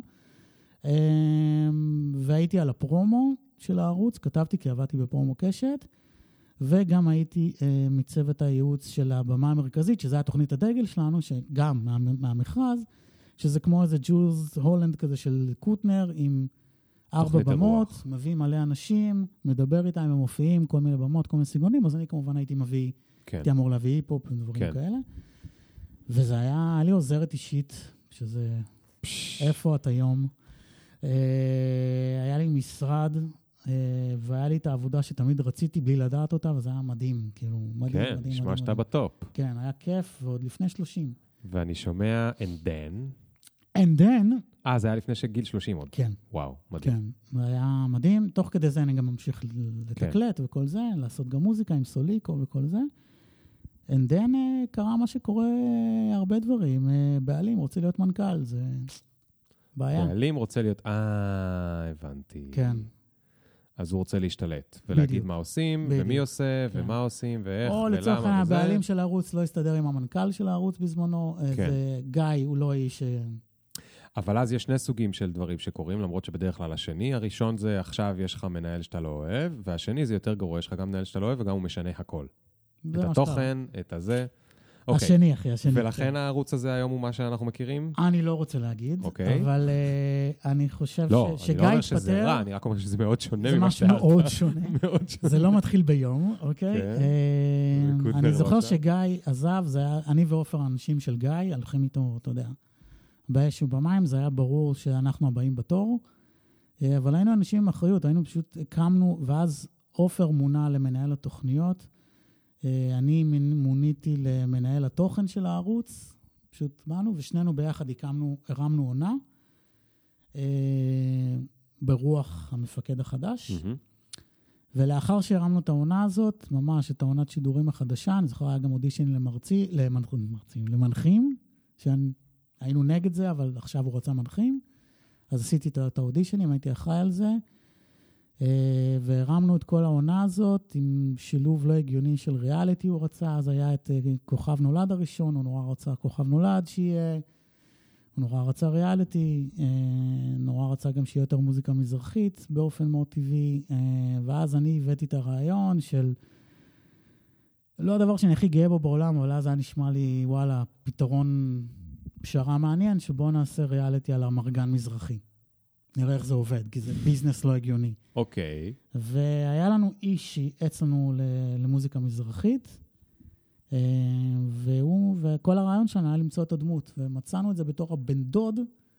S1: והייתי על הפרומו של הערוץ, כתבתי כי עבדתי בפרומו קשת, וגם הייתי מצוות הייעוץ של הבמה המרכזית, שזה התוכנית הדגל שלנו, שגם מהמכרז, שזה כמו איזה ג'ולס הולנד כזה של קוטנר, עם 4 במות, מביא מלא אנשים, מדבר איתם, הם מופיעים, כל מיני במות, כל מיני סגנונים, אז אני כמובן הייתי אמור להביא היפ-הופ ודברים כאלה. וזה היה לי עוזרת אישית, שזה איפה את היום. היה לי משרד, והיה לי את העבודה שתמיד רציתי בלי לדעת אותה, וזה היה מדהים, כאילו, מדהים.
S2: כן, נשמע שאתה בטופ.
S1: כן, היה כיף, ועוד לפני 30.
S2: ואני שומע
S1: And then...
S2: זה היה לפני שגיל 30 עוד.
S1: כן.
S2: וואו, מדהים.
S1: כן, זה היה מדהים. תוך כדי זה אני גם ממשיך לתקלט וכל זה, לעשות גם מוזיקה עם סוליקו וכל זה. And then קרה מה שקורה הרבה דברים. בעלים רוצה להיות מנכ"ל, זה בעיה.
S2: בעלים רוצה להיות... הבנתי.
S1: כן.
S2: אז הוא רוצה להשתלט, ולהגיד מה עושים, ומי עושה, ומה עושים, ואיך, ולמה, וזה. או לצורך
S1: הבעלים של הערוץ לא הסתדר עם המנכ"ל של הערוץ בזמנו, גיא הוא לא איש...
S2: אבל אז יש 2 סוגים של דברים שקורים, למרות שבדרך כלל השני, הראשון זה עכשיו יש לך מנהל שאתה לא אוהב, והשני זה יותר גרוע, יש לך גם מנהל שאתה לא אוהב, וגם הוא משנה הכל. את התוכן, את הזה.
S1: השני, אחי, השני.
S2: ולכן הערוץ הזה היום הוא מה שאנחנו מכירים?
S1: אני לא רוצה להגיד, אבל אני חושב שגיא התפטר...
S2: לא, אני לא אומר שזה רע, אני רק אומר שזה מאוד שונה.
S1: זה משהו מאוד שונה. זה לא מתחיל ביום, אוקיי? אני זוכר שגיא עזב, אני ועופר האנשים של גיא, הולכים איתו, אתה יודע, באש ובמים, זה היה ברור שאנחנו הבאים בתור, אבל היינו אנשים עם אחריות, היינו פשוט הקמנו, ואז עופר מונה למנהל התוכניות, אני מוניתי למנהל התוכן של הערוץ, פשוט באנו, ושנינו ביחד הרמנו עונה, ברוח המפקד החדש, ולאחר שהרמנו את העונה הזאת, ממש את העונת שידורים החדשה, אני זוכר היה גם אודישן למנחים, שהיינו נגד זה, אבל עכשיו הוא רצה מנחים, אז עשיתי את האודישנים, הייתי אחראי על זה, והרמנו את כל העונה הזאת עם שילוב לא הגיוני של ריאליטי הוא רצה, אז היה את כוכב נולד הראשון, הוא נורא רצה כוכב נולד שיהיה, הוא נורא רצה ריאליטי, נורא רצה גם שיהיה יותר מוזיקה מזרחית באופן מאוד טבעי, ואז אני הבאתי את הרעיון של, לא הדבר שאני הכי גאה בו בעולם, אבל אז היה נשמע לי, וואלה, פתרון פשרה מעניין, שבוא נעשה ריאליטי על המרגן מזרחי. נראה איך זה עובד, כי זה ביזנס לא הגיוני.
S2: אוקיי.
S1: והיה לנו איש שייעץ לנו למוזיקה מזרחית, וכל הרעיון שלנו היה למצוא את הדמות, ומצאנו את זה בתור הבן דוד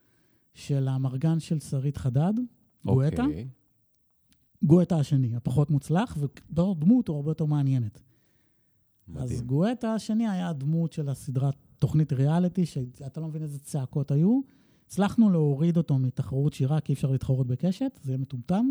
S1: של המרגן של שרית חדד, גואטה.
S2: אוקיי.
S1: גואטה השני, הפחות מוצלח, ובתור דמות הוא הרבה יותר מעניינת. אז
S2: מדהים.
S1: גואטה השני היה הדמות של הסדרת תוכנית ריאליטי, שאתה לא מבין איזה צעקות היו. הצלחנו להוריד אותו מתחרות שירה, כי אי אפשר להתחרות בקשת, זה יהיה מטומטם.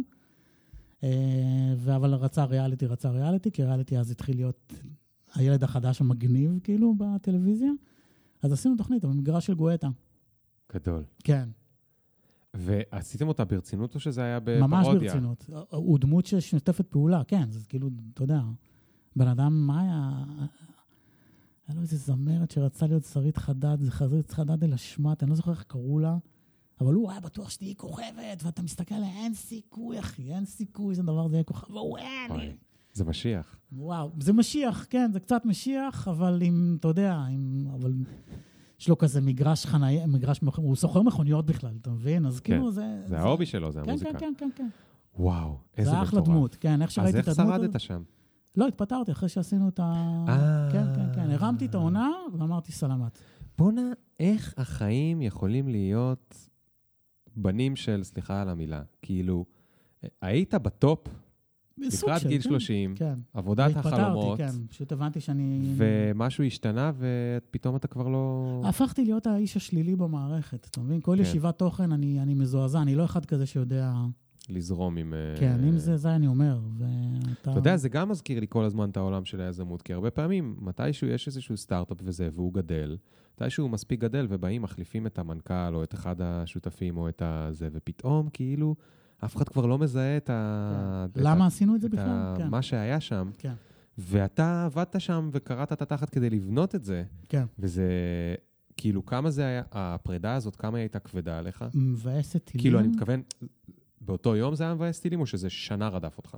S1: אבל רצה ריאליטי, כי ריאליטי אז התחיל להיות הילד החדש המגניב, כאילו, בטלוויזיה. אז עשינו תוכנית, אבל מגרש של גואטה.
S2: גדול.
S1: כן.
S2: ועשיתם אותה ברצינות או שזה היה בפרודיה?
S1: ממש ברצינות. הוא דמות שמשתפת פעולה, כן, זה כאילו, אתה יודע, בן אדם, מה היה? היה לו איזה זמרת שרצה להיות שרית חדד, זה שרית חדד אל השמט, אני לא זוכר איך קראו לה, אבל הוא היה בטוח שתהי כוכבת, ואתה מסתכל עליה, אין סיכוי, אחי, אין סיכוי, זה דבר, זה יהיה כוכב, והוא אין.
S2: זה משיח.
S1: וואו, זה משיח, כן, זה קצת משיח, אבל אם, אתה יודע, אבל יש לו כזה מגרש חניה, הוא סוחר מכוניות בכלל, אתה מבין? אז כאילו זה...
S2: זה ההובי שלו, זה המוזיקה.
S1: כן.
S2: וואו, איזה
S1: זה אחלה דמות, כן, איך שראיתי את הדמות...
S2: אז איך שרדת שם?
S1: לא, התפטרתי אחרי שעשינו את ה... כן, הרמתי את העונה ואמרתי סלמת.
S2: בונה, איך החיים יכולים להיות בנים של, סליחה על המילה, כאילו, היית בטופ, לקראת גיל 30, עבודת החלומות,
S1: פשוט הבנתי שאני...
S2: ומשהו השתנה, ופתאום אתה כבר לא...
S1: הפכתי להיות האיש השלילי במערכת, אתה מבין? כל ישיבת תוכן אני מזועזע, אני לא אחד כזה שיודע...
S2: לזרום עם...
S1: כן, אם זה אני אומר.
S2: אתה יודע, זה גם מזכיר לי כל הזמן את העולם של היזמות, כי הרבה פעמים, מתישהו יש איזשהו סטארט-אפ וזה, והוא גדל, מתישהו הוא מספיק גדל, ובאים, מחליפים את המנכ"ל, או את אחד השותפים, או את הזה, ופתאום, כאילו, אף אחד כבר לא מזהה את ה...
S1: למה עשינו את זה בכלל?
S2: מה שהיה שם.
S1: כן.
S2: ואתה עבדת שם, וקראת את התחת כדי לבנות את זה.
S1: כן.
S2: וזה... כאילו, כמה זה היה... הפרידה הזאת, כמה הייתה כבדה עליך?
S1: מבאסת טילים.
S2: כאילו, אני מתכוון... באותו יום זה היה מבאס טילים, או שזה שנה רדף אותך?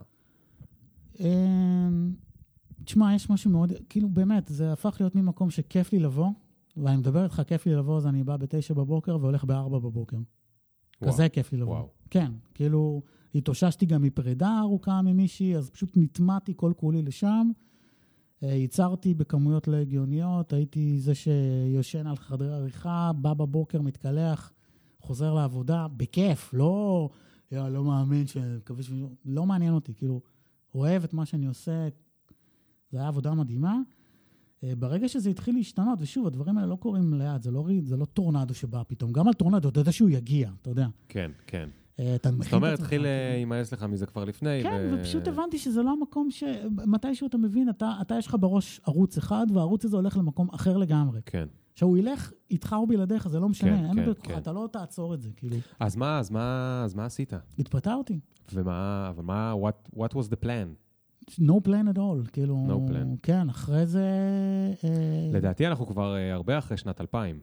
S1: תשמע, יש משהו מאוד, כאילו באמת, זה הפך להיות ממקום שכיף לי לבוא, ואני מדבר איתך, כיף לי לבוא, אז אני בא ב9 בבוקר והולך ב4 בבוקר. כזה כיף לי לבוא. כן, כאילו, התאוששתי גם מפרידה ארוכה ממישהי, אז פשוט נטמעתי כל כולי לשם, ייצרתי בכמויות לא הגיוניות, הייתי זה שיושן על חדרי עריכה, בא בבוקר, מתקלח, חוזר לעבודה, בכיף, לא מאמין לא מעניין אותי, כאילו, אוהב את מה שאני עושה, זה היה עבודה מדהימה. ברגע שזה התחיל להשתנות, ושוב, הדברים האלה לא קורים ליד, זה לא טורנדו שבא פתאום, גם על טורנדו, אתה יודע שהוא יגיע, אתה יודע.
S2: כן, כן.
S1: זאת
S2: אומרת, התחיל להימאס לך מזה כבר לפני.
S1: כן, ופשוט הבנתי שזה לא המקום מתישהו אתה מבין, אתה יש לך בראש ערוץ אחד, והערוץ הזה הולך למקום אחר לגמרי.
S2: כן.
S1: שהוא ילך איתך או בלעדיך, זה לא משנה, אין בכוח, אתה לא תעצור את זה, כאילו.
S2: אז מה עשית?
S1: התפטרתי.
S2: ומה, what was the plan?
S1: No plan at all, כאילו,
S2: no plan.
S1: כן, אחרי זה...
S2: לדעתי אנחנו כבר הרבה אחרי שנת 2000.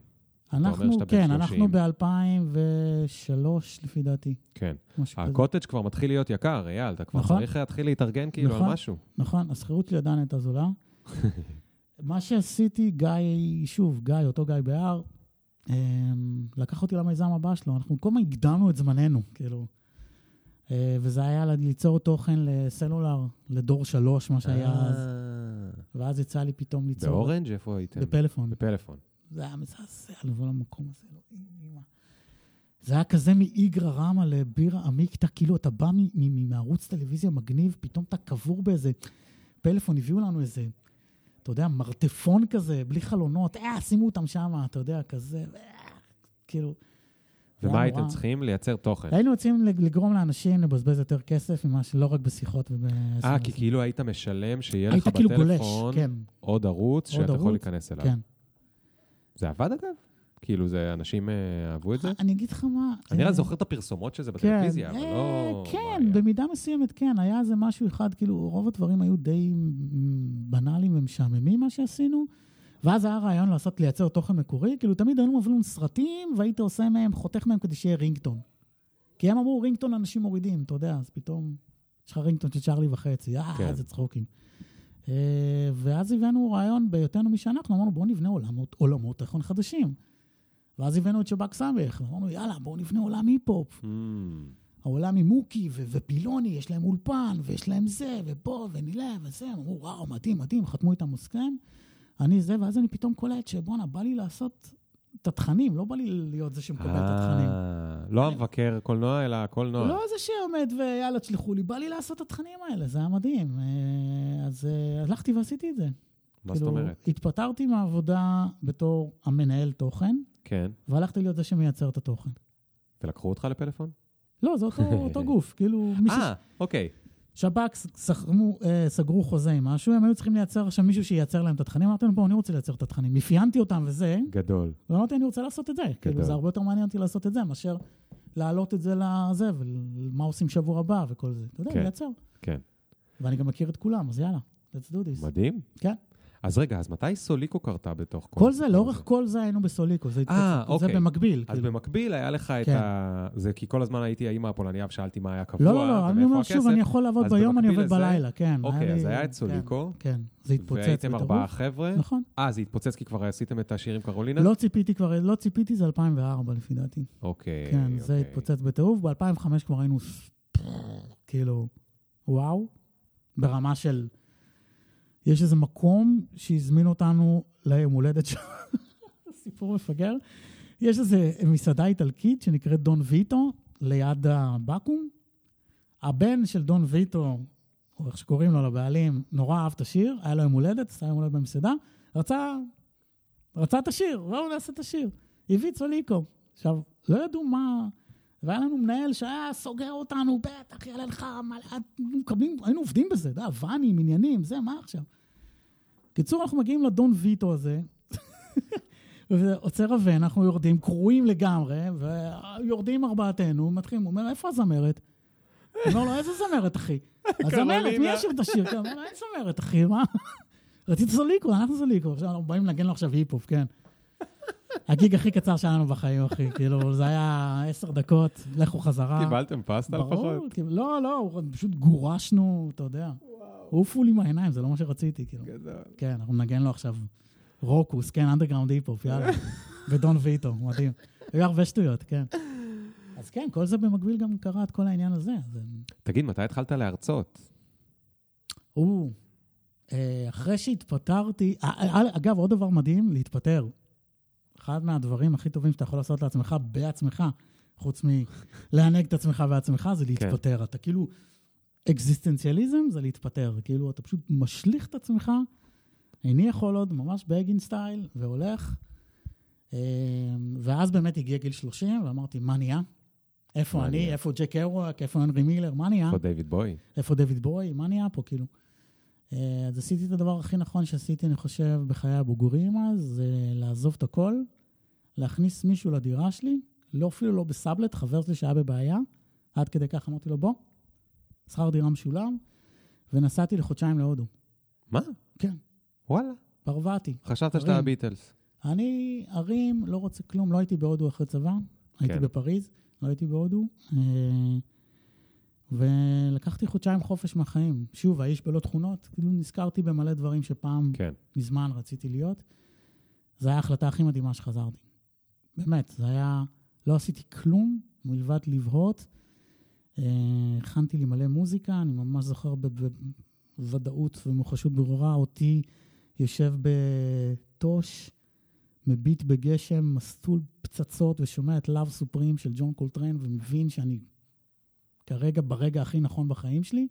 S1: אנחנו ב-2003 לפי דעתי.
S2: כן. הקוטג' כבר מתחיל להיות יקר, אייל, אתה כבר צריך להתחיל להתארגן כאילו על משהו.
S1: נכון, השכירות שלי עדיין הייתה זולה. מה שעשיתי, אותו גיא בהר, לקח אותי למיזם הבא שלו, אנחנו כל הזמן הקדמנו את זמננו, כאילו. וזה היה ליצור תוכן לסלולר, לדור 3, מה שהיה אז. ואז יצא לי פתאום ליצור...
S2: באורנג' איפה הייתם?
S1: בפלאפון.
S2: בפלאפון.
S1: זה היה מזעזע לבוא למקום הזה. זה היה כזה מאיגרא רמא לבירה עמיקתא, כאילו אתה בא מערוץ טלוויזיה מגניב, פתאום אתה קבור באיזה פלאפון, הביאו לנו איזה, אתה יודע, מרתפון כזה, בלי חלונות, שימו אותם שם, אתה יודע, כזה, כאילו...
S2: ומה הייתם צריכים? לייצר תוכן.
S1: היינו רוצים לגרום לאנשים לבזבז יותר כסף, לא רק בשיחות
S2: כי כאילו היית משלם שיהיה לך בטלפון עוד ערוץ שאתה יכול להיכנס אליו.
S1: כן.
S2: זה עבד אגב? כאילו אנשים אהבו את זה?
S1: אני אגיד לך מה...
S2: אני רק זוכר את הפרסומות של זה בטלוויזיה, אבל לא...
S1: כן, במידה מסוימת כן, היה איזה משהו אחד, כאילו רוב הדברים היו די בנאליים ומשעממים מה שעשינו, ואז היה רעיון לייצר תוכן מקורי, כאילו תמיד היינו מבלים סרטים, והיית עושה מהם, חותך מהם כדי שיהיה רינגטון. כי הם אמרו, רינגטון אנשים מורידים, אתה יודע, אז פתאום יש לך רינגטון של צ'רלי וחצי, איזה צחוקים. ואז הבאנו רעיון ביותנו משאנחנו, אמרנו, בואו נבנה עולמות תוכן חדשים. ואז הבאנו את שבק סמך, אמרנו, יאללה, בואו נבנה עולם היפ-הופ. העולם עם מוקי ופילוני, יש להם אולפן, ויש להם זה, ופה, ונילה, וזה. אמרו, וואו, מדהים, מדהים, חתמו איתם מוסכם. אני זה, ואז אני פתאום קולט שבואנה, בא לי לעשות את התכנים, לא בא לי להיות זה שמקבל את התכנים.
S2: לא המבקר קולנוע, אלא הקולנוע.
S1: לא זה שעומד ויאללה, תשלחו לי, בא לי לעשות את התכנים האלה, זה היה מדהים. אז הלכתי ועשיתי את זה.
S2: מה זאת אומרת?
S1: התפטרתי מהעבודה בתור המנהל תוכן,
S2: כן.
S1: והלכתי להיות זה שמייצר את התוכן.
S2: ולקחו אותך לפלאפון?
S1: לא, זה אותו גוף, כאילו...
S2: אוקיי.
S1: שב"כ סגרו חוזה עם משהו, הם היו צריכים לייצר עכשיו מישהו שייצר להם את התכנים, אמרתי להם, בואו, אני רוצה לייצר את התכנים. מפיינתי אותם וזה.
S2: גדול.
S1: ואמרתי, אני רוצה לעשות את זה. כאילו, זה הרבה יותר מעניין אותי לעשות את זה, מאשר להעלות את זה לזה, ומה עושים שבוע הבא וכל זה. אתה יודע, לייצר.
S2: כן.
S1: ואני גם מכיר את כולם, אז יאללה, let's do this.
S2: מדהים.
S1: כן.
S2: אז רגע, אז מתי סוליקו קרתה בתוך
S1: כל זה, לאורך כל זה היינו בסוליקו, זה במקביל.
S2: אז במקביל היה לך את זה, כי כל הזמן הייתי האמא הפולניה ושאלתי מה היה קבוע,
S1: לא, אני אומר שוב, אני יכול לעבוד ביום, אני עובד בלילה, כן.
S2: אוקיי, אז היה את סוליקו.
S1: כן, זה התפוצץ.
S2: והייתם 4 חבר'ה.
S1: נכון.
S2: זה התפוצץ כי כבר עשיתם את השיר עם קרולינה?
S1: לא ציפיתי, זה 2004 לפי דעתי.
S2: אוקיי.
S1: כן, זה התפוצץ בטירוף, ב-2005 כבר היינו, כאילו, וואו, ברמה של... יש איזה מקום שהזמין אותנו ליום הולדת שם, סיפור מפגר. יש איזה מסעדה איטלקית שנקראת דון ויטו, ליד הבקו"ם. הבן של דון ויטו, או איך שקוראים לו לבעלים, נורא אהב את השיר, היה לו יום הולדת, עשה יום הולדת במסעדה, רצה את השיר, בואו נעשה את השיר. הביא צוליקו. עכשיו, לא ידעו מה... והיה לנו מנהל שהיה סוגר אותנו, בטח, יעלה לך, היינו עובדים בזה, ואנים, עניינים, זה, מה עכשיו? קיצור, אנחנו מגיעים לדון ויטו הזה, ועוצר רווה, אנחנו יורדים, קרועים לגמרי, ויורדים 4, מתחילים, הוא אומר, איפה הזמרת? הוא אומר לו, איזה זמרת, אחי? הזמרת, מי ישב את השיר? הוא אומר, אין זמרת, אחי, מה? רצית סוליקו, אנחנו סוליקו, עכשיו אנחנו באים לנגן לו עכשיו היפ-הופ, כן. הגיג הכי קצר שלנו בחיים, אחי, כאילו, זה היה 10 דקות, לכו חזרה.
S2: קיבלתם פסטה לפחות?
S1: לא, פשוט גורשנו, אתה יודע. עופו לי מהעיניים, זה לא מה שרציתי, כאילו. כן, אנחנו נגן לו עכשיו רוקוס, כן, אנדרגראונד היפ-הופ, יאללה. ודון ויטו, מדהים. היו הרבה שטויות, כן. אז כן, כל זה במקביל גם קרה את כל העניין הזה.
S2: תגיד, מתי התחלת להרצות?
S1: אחרי שהתפטרתי, אגב, עוד דבר מדהים, להתפטר. אחד מהדברים הכי טובים שאתה יכול לעשות לעצמך בעצמך, חוץ מלענג את עצמך בעצמך, זה להתפטר. אתה כאילו, אקזיסטנציאליזם זה להתפטר. כאילו, אתה פשוט משליך את עצמך, איני יכול עוד, ממש בגין סטייל, והולך. ואז באמת הגיע גיל 30, ואמרתי, מה נהיה? איפה אני? איפה ג'ק קרוואק? איפה הנרי מילר? מה נהיה?
S2: איפה דיוויד בוי?
S1: איפה דיוויד בוי? מה נהיה פה, כאילו? אז עשיתי את הדבר הכי נכון שעשיתי, אני חושב, בחיי הבוגרים אז, זה לעזוב את הכל, להכניס מישהו לדירה שלי, לא אפילו לא בסאבלט, חבר שלי שהיה בבעיה, עד כדי כך אמרתי לו, בוא, שכר דירה משולם, ונסעתי לחודשיים להודו.
S2: מה?
S1: כן.
S2: וואלה.
S1: פרוותי.
S2: חשבת שאתה הביטלס.
S1: אני ערים, לא רוצה כלום, לא הייתי בהודו אחרי צבא, הייתי בפריז, לא הייתי בהודו, ולקחתי חודשיים חופש מהחיים. שוב, האיש בלא תכונות, כאילו נזכרתי במלא דברים שפעם מזמן רציתי להיות. זו הייתה ההחלטה הכי מדהימה שחזרתי. באמת, זה היה, לא עשיתי כלום, מלבד לבהות. הכנתי לי מלא מוזיקה, אני ממש זוכר בוודאות ומוחשות ברורה, אותי יושב בטוש, מביט בגשם, מסלול פצצות, ושומע את Love Supreme של ג'ון קולטריין, ומבין שאני כרגע ברגע הכי נכון בחיים שלי.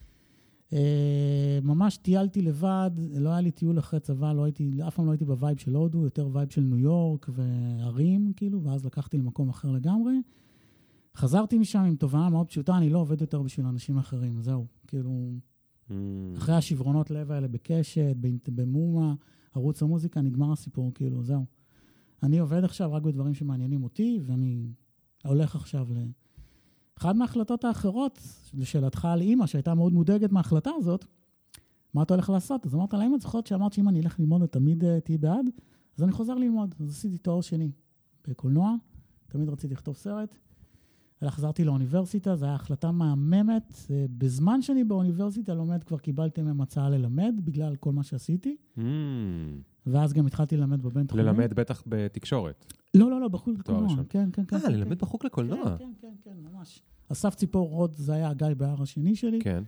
S1: ממש טיילתי לבד, לא היה לי טיול אחרי צבא, אף פעם לא הייתי בווייב של הודו, יותר וייב של ניו יורק וערים, כאילו, ואז לקחתי למקום אחר לגמרי. חזרתי משם עם תובנה מאוד פשוטה, אני לא עובד יותר בשביל אנשים אחרים, זהו, כאילו, אחרי השברונות לב האלה בקשת, במומה, ערוץ המוזיקה, נגמר הסיפור, כאילו, זהו. אני עובד עכשיו רק בדברים שמעניינים אותי, ואני הולך עכשיו אחד מההחלטות האחרות, לשאלתך על אימא, שהייתה מאוד מודאגת מההחלטה הזאת, מה אתה הולך לעשות? אז אמרת לה, אם את זוכרת שאמרת שאם אני אלך ללמוד, תמיד תהי בעד, אז אני חוזר ללמוד. אז עשיתי תואר שני בקולנוע, תמיד רציתי לכתוב סרט, חזרתי לאוניברסיטה, זו הייתה החלטה מהממת, בזמן שאני באוניברסיטה לומד, כבר קיבלתי מהם הצעה ללמד, בגלל כל מה שעשיתי, ואז גם התחלתי ללמד בבין תחומים.
S2: ללמד בטח בתקשורת.
S1: לא, בחוג לקולנוע. כן.
S2: ללמד בחוג לקולנוע.
S1: כן, ממש. אסף ציפור עוד, זה היה הגיא בהר השני שלי.
S2: כן.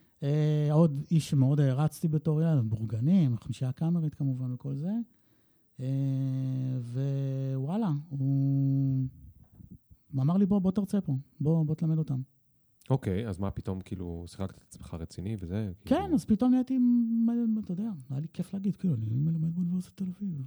S1: עוד איש שמאוד הרצתי בתור ילד, בורגנים, 5 קאמרית כמובן וכל זה. ווואלה, הוא אמר לי, בוא תרצה פה, בוא תלמד אותם.
S2: אוקיי, אז מה פתאום, כאילו, שיחקת את עצמך רציני וזה?
S1: כן, אז פתאום נהייתי, אתה יודע, היה לי כיף להגיד, כאילו, אני מלמד באוניברסיטת תל אביב.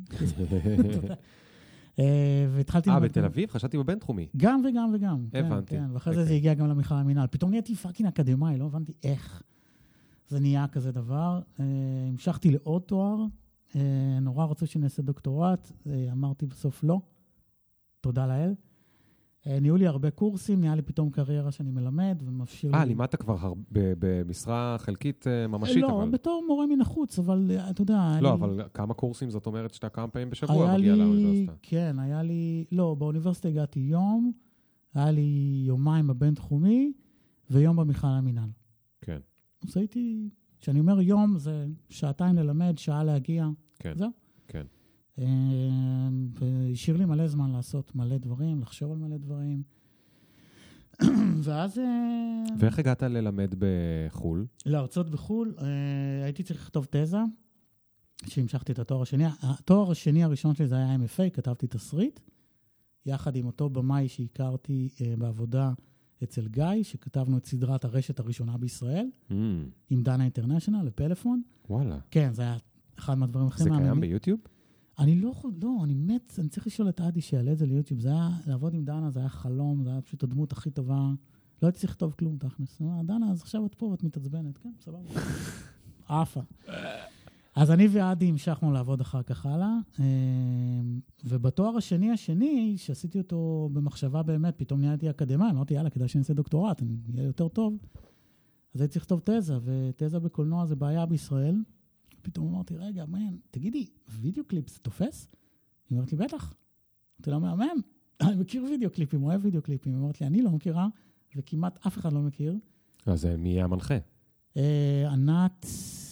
S1: והתחלתי...
S2: בתל אביב? חשבתי בבינתחומי.
S1: גם וגם וגם.
S2: הבנתי.
S1: ואחרי זה הגיע גם למכללה למינהל. פתאום נהייתי פאקינג אקדמאי, לא הבנתי איך זה נהיה כזה דבר. המשכתי לעוד תואר, נורא רצו שנעשה דוקטורט, אמרתי בסוף לא, תודה לאל. נהיו לי הרבה קורסים, נהיה לי פתאום קריירה שאני מלמד, ומפשיר לי...
S2: לימדת כבר במשרה חלקית ממשית, אבל...
S1: לא, בתור מורה מן החוץ, אבל אתה יודע...
S2: לא, אבל כמה קורסים זאת אומרת שאתה כמה פעמים בשבוע מגיע לאוניברסיטה?
S1: כן, היה לי... לא, באוניברסיטה הגעתי יום, היה לי יומיים בבינתחומי, ויום במכללה למינהל.
S2: כן.
S1: אז הייתי... כשאני אומר יום, זה שעתיים ללמד, שעה להגיע.
S2: כן.
S1: זהו.
S2: כן.
S1: והשאיר לי מלא זמן לעשות מלא דברים, לחשוב על מלא דברים. ואז...
S2: ואיך הגעת ללמד בחול?
S1: להרצות בחול, הייתי צריך לכתוב תזה, שהמשכתי את התואר השני. התואר השני הראשון שלי זה היה MFA, כתבתי תסריט, יחד עם אותו במאי שהכרתי בעבודה אצל גיא, שכתבנו את סדרת הרשת הראשונה בישראל, עם דנה אינטרנשיונל, לפלאפון.
S2: וואלה.
S1: כן, זה היה אחד מהדברים הכי
S2: זה
S1: מעניינים.
S2: קיים ביוטיוב?
S1: אני לא, אני מת, אני צריך לשאול את עדי שיעלה את זה ליוטיוב. זה היה, לעבוד עם דנה, זה היה חלום, זה היה פשוט הדמות הכי טובה. לא הייתי צריך לכתוב כלום, תכנס. דנה, אז עכשיו את פה ואת מתעצבנת. כן, סבבה. עפה. אז אני ועדי המשכנו לעבוד אחר כך הלאה, ובתואר השני, שעשיתי אותו במחשבה באמת, פתאום נהייתי אקדמאי, אמרתי, יאללה, כדאי שאני אעשה דוקטורט, אני אהיה יותר טוב. אז הייתי צריך לכתוב תזה, ותזה בקולנוע זה בעיה בישראל. פתאום אמרתי, רגע, תגידי, וידאו קליפ זה תופס? היא אומרת לי, בטח. אמרתי לה, מהמם, אני מכיר וידאו קליפים, אוהב וידאו קליפים. היא אומרת לי, אני לא מכירה, וכמעט אף אחד לא מכיר.
S2: אז מי יהיה המנחה?
S1: ענת...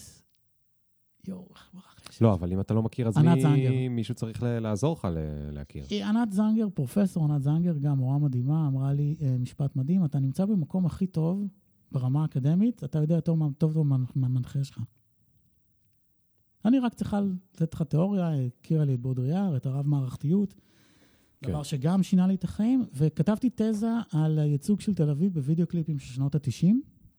S2: לא, אבל אם אתה לא מכיר, אז מישהו צריך לעזור לך להכיר.
S1: ענת זנגר, פרופסור ענת זנגר, גם מורה מדהימה, אמרה לי משפט מדהים, אתה נמצא במקום הכי טוב ברמה האקדמית, אתה יודע יותר טוב מהמנחה שלך. אני רק צריכה לתת לך תיאוריה, הכירה לי את בודריאר, את הרב מערכתיות, דבר שגם שינה לי את החיים, וכתבתי תזה על הייצוג של תל אביב בווידאו קליפים של שנות ה-90,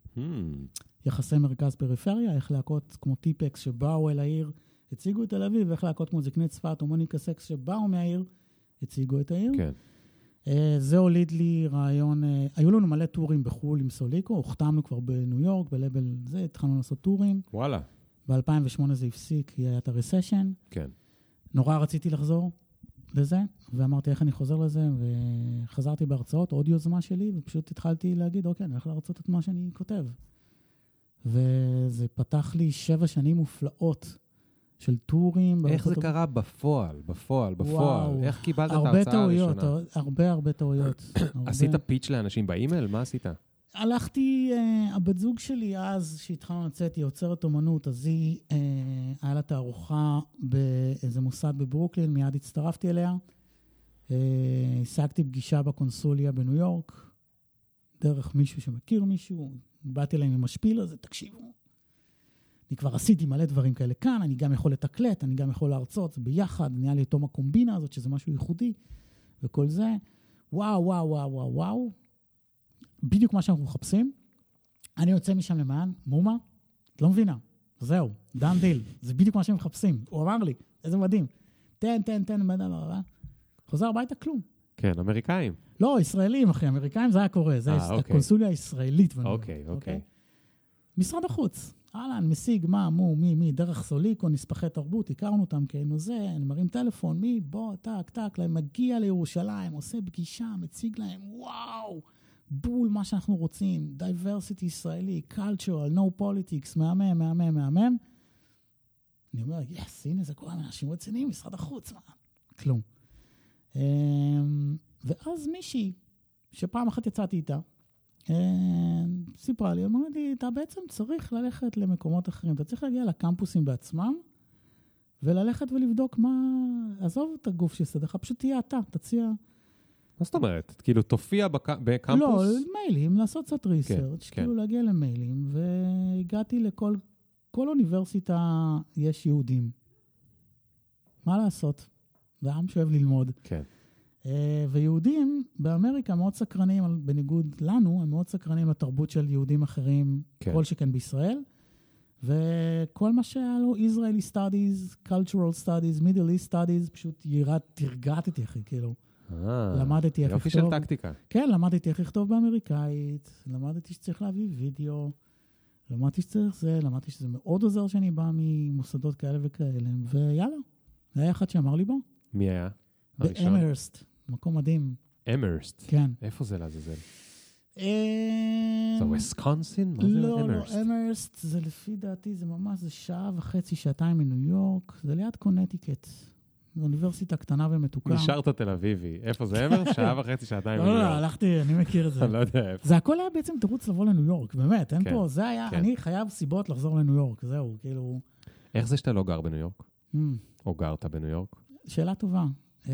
S1: יחסי מרכז פריפריה, איך להקות כמו טיפקס שבאו אל העיר, הציגו את תל אביב, ואיך להקות כמו זקני צפת או מוניקה סקס שבאו מהעיר, הציגו את העיר.
S2: כן.
S1: זה הוליד לי רעיון, היו לנו מלא טורים בחול עם סוליקו, הוחתמנו כבר בניו יורק, בלבל זה, התחלנו לעשות טורים.
S2: וואלה.
S1: ב-2008 זה הפסיק, כי היה את הרסשן.
S2: כן.
S1: נורא רציתי לחזור לזה, ואמרתי איך אני חוזר לזה, וחזרתי בהרצאות, עוד יוזמה שלי, ופשוט התחלתי להגיד, אוקיי, אני הולך להרצות את מה שאני כותב. וזה פתח לי 7 שנים מופלאות של טורים.
S2: איך זה קרה בפועל? איך קיבלת את ההרצאה הראשונה?
S1: הרבה טעויות.
S2: עשית פיץ' לאנשים באימייל? מה עשית?
S1: הלכתי, הבת זוג שלי אז, שהתחלנו לצאת, היא יוצרת אומנות, אז היא, היה לה תערוכה באיזה מוסד בברוקלין, מיד הצטרפתי אליה. השגתי פגישה בקונסוליה בניו יורק, דרך מישהו שמכיר מישהו, באתי אליהם עם המשפיל הזה, תקשיבו. אני כבר עשיתי מלא דברים כאלה כאן, אני גם יכול לתקלט, אני גם יכול להרצות, זה ביחד, נהיה לי תום הקומבינה הזאת, שזה משהו ייחודי, וכל זה. וואו. בדיוק מה שאנחנו מחפשים. אני יוצא משם למען, מומה, את לא מבינה. זהו, דן דיל, זה בדיוק מה שהם מחפשים. הוא אמר לי, איזה מדהים. תן, חוזר הביתה, כלום.
S2: כן, אמריקאים.
S1: לא, ישראלים, אחי, אמריקאים זה היה קורה, זה הקונסוליה הישראלית.
S2: אוקיי.
S1: משרד החוץ, אהלן, משיג, מה, מי, דרך סוליקו, נספחי תרבות, הכרנו אותם כאילו זה, אני מרים טלפון, מי, בוא, טק, להם מגיע לירושלים, עושה פגישה, מציג להם, וואו, בול מה שאנחנו רוצים, diversity ישראלי, cultural, no politics, מהמם. אני אומר, יס, הנה זה קורה, אנשים רציניים, משרד החוץ, מה? כלום. ואז מישהי, שפעם אחת יצאתי איתה, סיפרה לי, אמרה לי, אתה בעצם צריך ללכת למקומות אחרים, אתה צריך להגיע לקמפוסים בעצמם, וללכת ולבדוק מה, עזוב את הגוף שסדר לך, פשוט תהיה אתה, תציע.
S2: מה זאת אומרת? כאילו תופיע בקמפוס?
S1: לא, מיילים, לעשות קצת ריסרצ', כאילו להגיע למיילים, והגעתי לכל אוניברסיטה יש יהודים. מה לעשות? זה עם שאוהב ללמוד.
S2: כן.
S1: ויהודים באמריקה מאוד סקרנים, בניגוד לנו, הם מאוד סקרנים לתרבות של יהודים אחרים, כל שכן בישראל. וכל מה שהיה לו, Israeli Studies, Cultural Studies, Middle East Studies, פשוט תרגעתי, אחי, כאילו. למדתי איך לכתוב.
S2: יופי של טקטיקה.
S1: כן, למדתי איך לכתוב באמריקאית, למדתי שצריך להביא וידאו, למדתי שצריך זה, למדתי שזה מאוד עוזר שאני בא ממוסדות כאלה וכאלה, ויאללה, זה היה אחד שאמר לי בו.
S2: מי היה?
S1: באמרסט, מקום מדהים.
S2: אמרסט?
S1: כן.
S2: איפה זה לעזאזל? זה וויסקונסין? מה זה אמרסט?
S1: לא, אמרסט זה לפי דעתי, זה ממש, זה שעה וחצי, שעתיים מניו יורק, זה ליד קונטיקט. זו אוניברסיטה קטנה ומתוקה.
S2: נשארת תל אביבי. איפה זה אמרסט? שעה וחצי, שעתיים מניו
S1: יורק.
S2: יורק.
S1: לא, הלכתי, אני מכיר את זה.
S2: אני לא יודע איפה.
S1: זה הכל היה בעצם תירוץ לבוא לניו יורק, באמת, אין פה, זה היה, אני חייב סיבות לחזור לניו יורק, זהו, כאילו.
S2: איך זה שאתה לא גר בניו יורק? או גרת בניו יורק?
S1: שאלה טובה.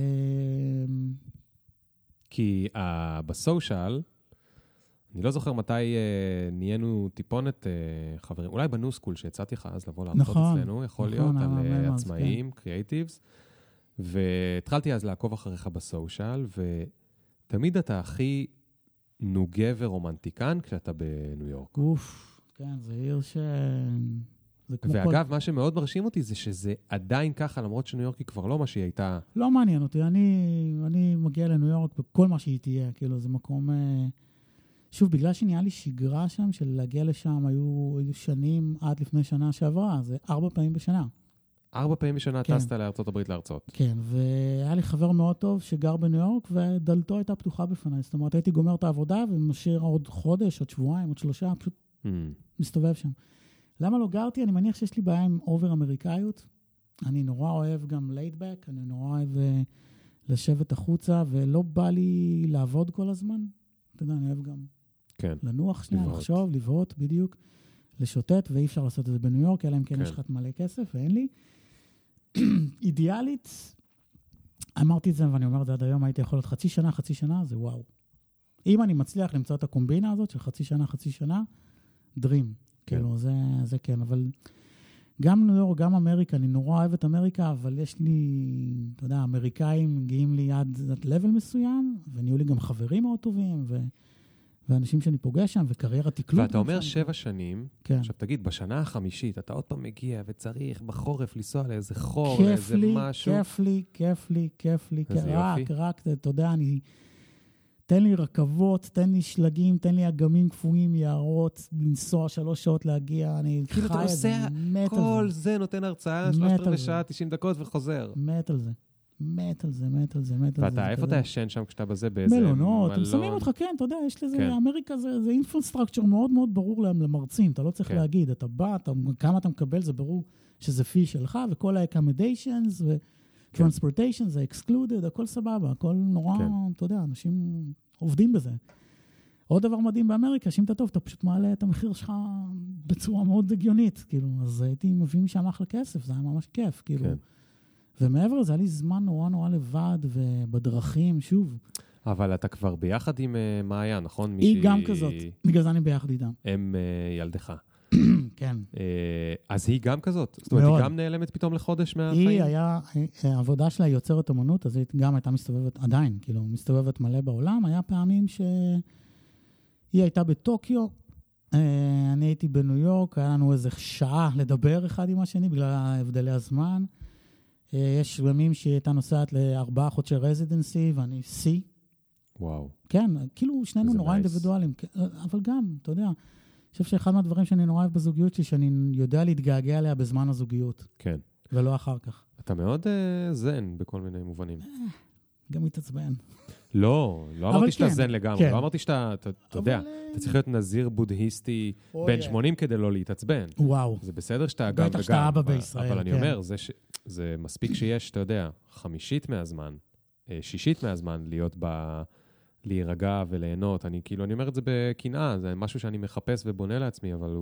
S2: כי בסושיאל, אני לא זוכר מתי נהיינו טיפונת חברים, אולי בניו סקול שיצאתי לך אז לבוא להרצות אצלנו, יכול להיות, על עצמאים, קריאייטיבס, והתחלתי אז לעקוב אחריך בסושיאל, ותמיד אתה הכי נוגה ורומנטיקן כשאתה בניו יורק.
S1: אוף, כן, זה עיר
S2: ואגב, מה שמאוד מרשים אותי זה שזה עדיין ככה, למרות שניו יורק היא כבר לא מה שהיא הייתה.
S1: לא מעניין אותי, אני מגיע לניו יורק בכל מה שהיא תהיה, כאילו זה מקום, שוב, בגלל שנהיה לי שגרה שם, של להגיע לשם, היו שנים עד לפני שנה שעברה, זה 4 פעמים בשנה.
S2: 4 פעמים בשנה טסת לארצות הברית להרצות.
S1: כן, והיה לי חבר מאוד טוב שגר בניו יורק, ודלתו הייתה פתוחה בפניי, זאת אומרת, הייתי גומר את העבודה, ומשאיר עוד חודש, עוד שבועיים, עוד 3, פשוט מסתובב שם. למה לא גרתי? אני מניח שיש לי בעיה עם אובר אמריקאיות. אני נורא אוהב גם ליידבק, אני נורא אוהב לשבת החוצה, ולא בא לי לעבוד כל הזמן. אתה יודע, אני אוהב גם לנוח שנייה, לחשוב, לבהות בדיוק, לשוטט, ואי אפשר לעשות את זה בניו יורק, אלא אם כן יש לך מלא כסף, ואין לי. אידיאלית, אמרתי את זה, ואני אומר את זה עד היום, הייתי יכול להיות חצי שנה, זה וואו. אם אני מצליח למצוא את הקומבינה הזאת של חצי שנה, דרים. כאילו, זה כן, אבל גם ניו יורק, גם אמריקה, אני נורא אוהב את אמריקה, אבל יש לי, אתה יודע, אמריקאים מגיעים לי עד לבל מסוים, ונהיו לי גם חברים מאוד טובים, ואנשים שאני פוגש שם, וקריירה תקלוט.
S2: ואתה אומר 7 שנים, עכשיו תגיד, בשנה החמישית, אתה עוד פעם מגיע וצריך בחורף לנסוע לאיזה חור, לאיזה משהו.
S1: כיף לי, רק, אתה יודע, תן לי רכבות, תן לי שלגים, תן לי אגמים קפואים, יערות, לנסוע 3 שעות להגיע, אני חי את זה, מת על זה.
S2: כל זה נותן הרצאה, 3 שעה, 90 דקות וחוזר.
S1: מת על זה.
S2: ואתה, איפה אתה ישן שם כשאתה בזה באיזה
S1: מלונות, הם שמים אותך, כן, אתה יודע, יש לזה, אמריקה זה אינפרסטרקצ'ר מאוד מאוד ברור להם למרצים, אתה לא צריך להגיד, אתה בא, כמה אתה מקבל, זה ברור שזה פי שלך, וכל ה-accommodations ו-transportation זה excluded, הכל סבבה, הכל נורא, אתה יודע, אנשים עובדים בזה. עוד דבר מדהים באמריקה, שאם אתה טוב, אתה פשוט מעלה את המחיר שלך בצורה מאוד הגיונית, כאילו, אז הייתי מביא משם אחלה כסף, זה היה ממש כיף, כאילו. ומעבר לזה, היה לי זמן נורא לבד, ובדרכים, שוב.
S2: אבל אתה כבר ביחד עם מאיה, נכון?
S1: היא גם כזאת, בגלל זה אני ביחד איתם.
S2: הם ילדך.
S1: כן.
S2: אז היא גם כזאת? זאת אומרת, היא גם נעלמת פתאום לחודש מהחיים?
S1: היא העבודה שלה היא יוצרת אמנות, אז היא גם הייתה מסתובבת, עדיין, כאילו, מסתובבת מלא בעולם. היה פעמים שהיא הייתה בטוקיו, אני הייתי בניו יורק, היה לנו איזה שעה לדבר אחד עם השני, בגלל הבדלי הזמן. יש ימים שהיא הייתה נוסעת ל4 חודשי רזידנסי, ואני C.
S2: וואו.
S1: כן, כאילו שנינו נורא אינדיבידואלים, אבל גם, אתה יודע, אני חושב שאחד מהדברים שאני נורא אוהב בזוגיות שלי, שאני יודע להתגעגע עליה בזמן הזוגיות.
S2: כן.
S1: ולא אחר כך.
S2: אתה מאוד זן בכל מיני מובנים.
S1: גם מתעצבן.
S2: לא אמרתי שאתה זן לגמרי, לא אמרתי שאתה, אתה יודע, אתה צריך להיות נזיר בודהיסטי בן 80 כדי לא להתעצבן.
S1: וואו.
S2: זה בסדר שאתה גם וגם.
S1: בטח שאתה אבא בישראל.
S2: אבל אני אומר, זה מספיק שיש, אתה יודע, 50 מהזמן, 60 מהזמן להיות להירגע וליהנות. אני אומר את זה בקנאה, זה משהו שאני מחפש ובונה לעצמי, אבל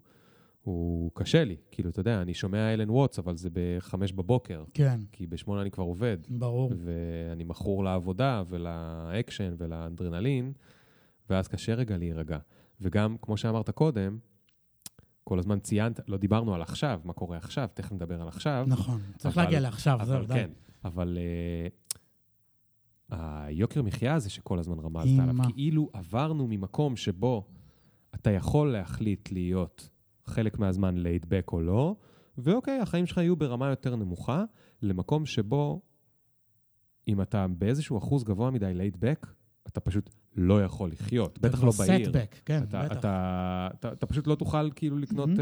S2: הוא קשה לי. כאילו, אתה יודע, אני שומע אלן ווטס, אבל זה ב5 בבוקר.
S1: כן.
S2: כי ב8 אני כבר עובד.
S1: ברור.
S2: ואני מכור לעבודה ולאקשן ולאדרנלין, ואז קשה רגע להירגע. וגם, כמו שאמרת קודם, כל הזמן ציינת, לא דיברנו על עכשיו, מה קורה עכשיו, תכף נדבר על עכשיו.
S1: נכון, צריך להגיע לעכשיו, זהו, די.
S2: כן, אבל היוקר מחיה הזה שכל הזמן רמזת עליו, כאילו עברנו ממקום שבו אתה יכול להחליט להיות חלק מהזמן להידבק או לא, ואוקיי, החיים שלך יהיו ברמה יותר נמוכה, למקום שבו, אם אתה באיזשהו אחוז גבוה מדי להידבק, אתה פשוט לא יכול לחיות, בטח לא בעיר.
S1: סטבק, כן, בטח.
S2: אתה פשוט לא תוכל כאילו לקנות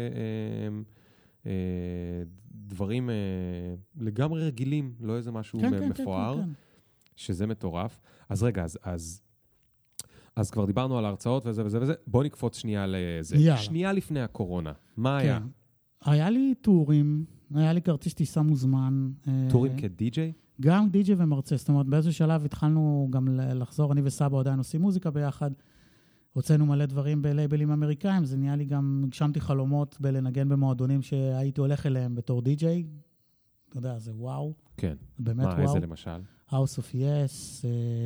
S2: דברים לגמרי רגילים, לא איזה משהו מפואר, שזה מטורף. אז רגע, אז כבר דיברנו על ההרצאות וזה וזה וזה, בוא נקפוץ שנייה לזה. שנייה לפני הקורונה, מה היה?
S1: היה לי טורים, היה לי כרטיס טיסה מוזמן.
S2: טורים כדי-ג'יי?
S1: גם די-ג'יי ומרצה, זאת אומרת, באיזשהו שלב התחלנו גם לחזור, אני וסבא עדיין עושים מוזיקה ביחד, הוצאנו מלא דברים בלייבלים אמריקאים, זה נהיה לי גם, הגשמתי חלומות בלנגן במועדונים שהייתי הולך אליהם בתור די-ג'יי, אתה יודע, זה וואו.
S2: כן.
S1: באמת וואו.
S2: מה, איזה למשל?
S1: House of Yes,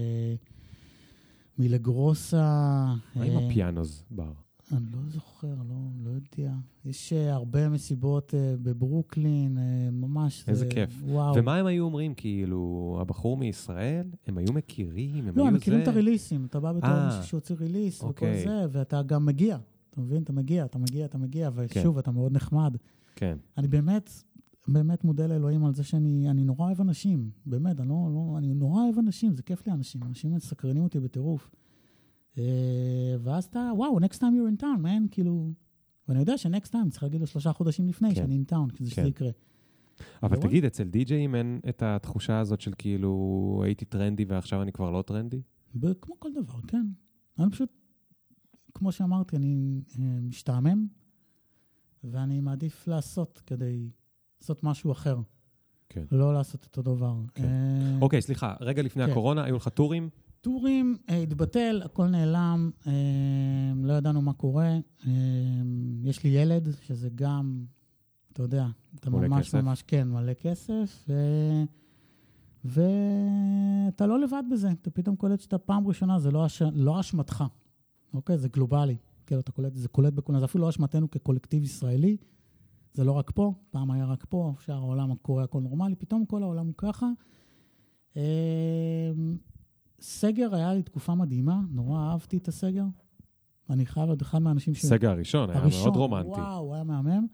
S1: מילגרוסה.
S2: מה עם הפיאנוז בר?
S1: אני לא זוכר, לא יודע. יש הרבה מסיבות בברוקלין, ממש.
S2: איזה כיף.
S1: וואו.
S2: ומה הם היו אומרים? כאילו, הבחור מישראל, הם היו מכירים?
S1: לא, הם מכירים את הריליסים. אתה בא בתור מישהו שהוציא ריליס וכל זה, ואתה גם מגיע. אתה מבין? אתה מגיע, ושוב, אתה מאוד נחמד.
S2: כן.
S1: אני באמת מודה לאלוהים על זה שאני נורא אוהב אנשים. באמת, אני נורא אוהב אנשים, זה כיף לי אנשים. אנשים מסקרנים אותי בטירוף. ואז אתה, וואו, next time you're in town, man, כאילו, ואני יודע ש-next time צריך להגיד לו 3 חודשים לפני שאני in town, כדי שזה יקרה.
S2: אבל תגיד, אצל די-ג'אים אין את התחושה הזאת של כאילו, הייתי טרנדי ועכשיו אני כבר לא טרנדי?
S1: כמו כל דבר, כן. אני פשוט, כמו שאמרתי, אני משתעמם, ואני מעדיף לעשות כדי לעשות משהו אחר.
S2: כן.
S1: לא לעשות אותו דבר.
S2: אוקיי, סליחה, רגע לפני הקורונה, היו לך טורים?
S1: טורים, התבטל, הכל נעלם, לא ידענו מה קורה. יש לי ילד, שזה גם, אתה יודע, אתה ממש ממש, כן, מלא כסף, ואתה לא לבד בזה. אתה פתאום קולט שאתה פעם ראשונה, זה לא אשמתך, אוקיי? זה גלובלי. כאילו, אתה קולט, זה קולט בכולם, זה אפילו לא אשמתנו כקולקטיב ישראלי, זה לא רק פה, פעם היה רק פה, שאר העולם קורה הכל נורמלי, פתאום כל העולם הוא ככה. סגר היה לי תקופה מדהימה, נורא אהבתי את הסגר. אני חייב להיות אחד מהאנשים
S2: סגר הראשון, היה מאוד רומנטי.
S1: וואו, היה מהמם.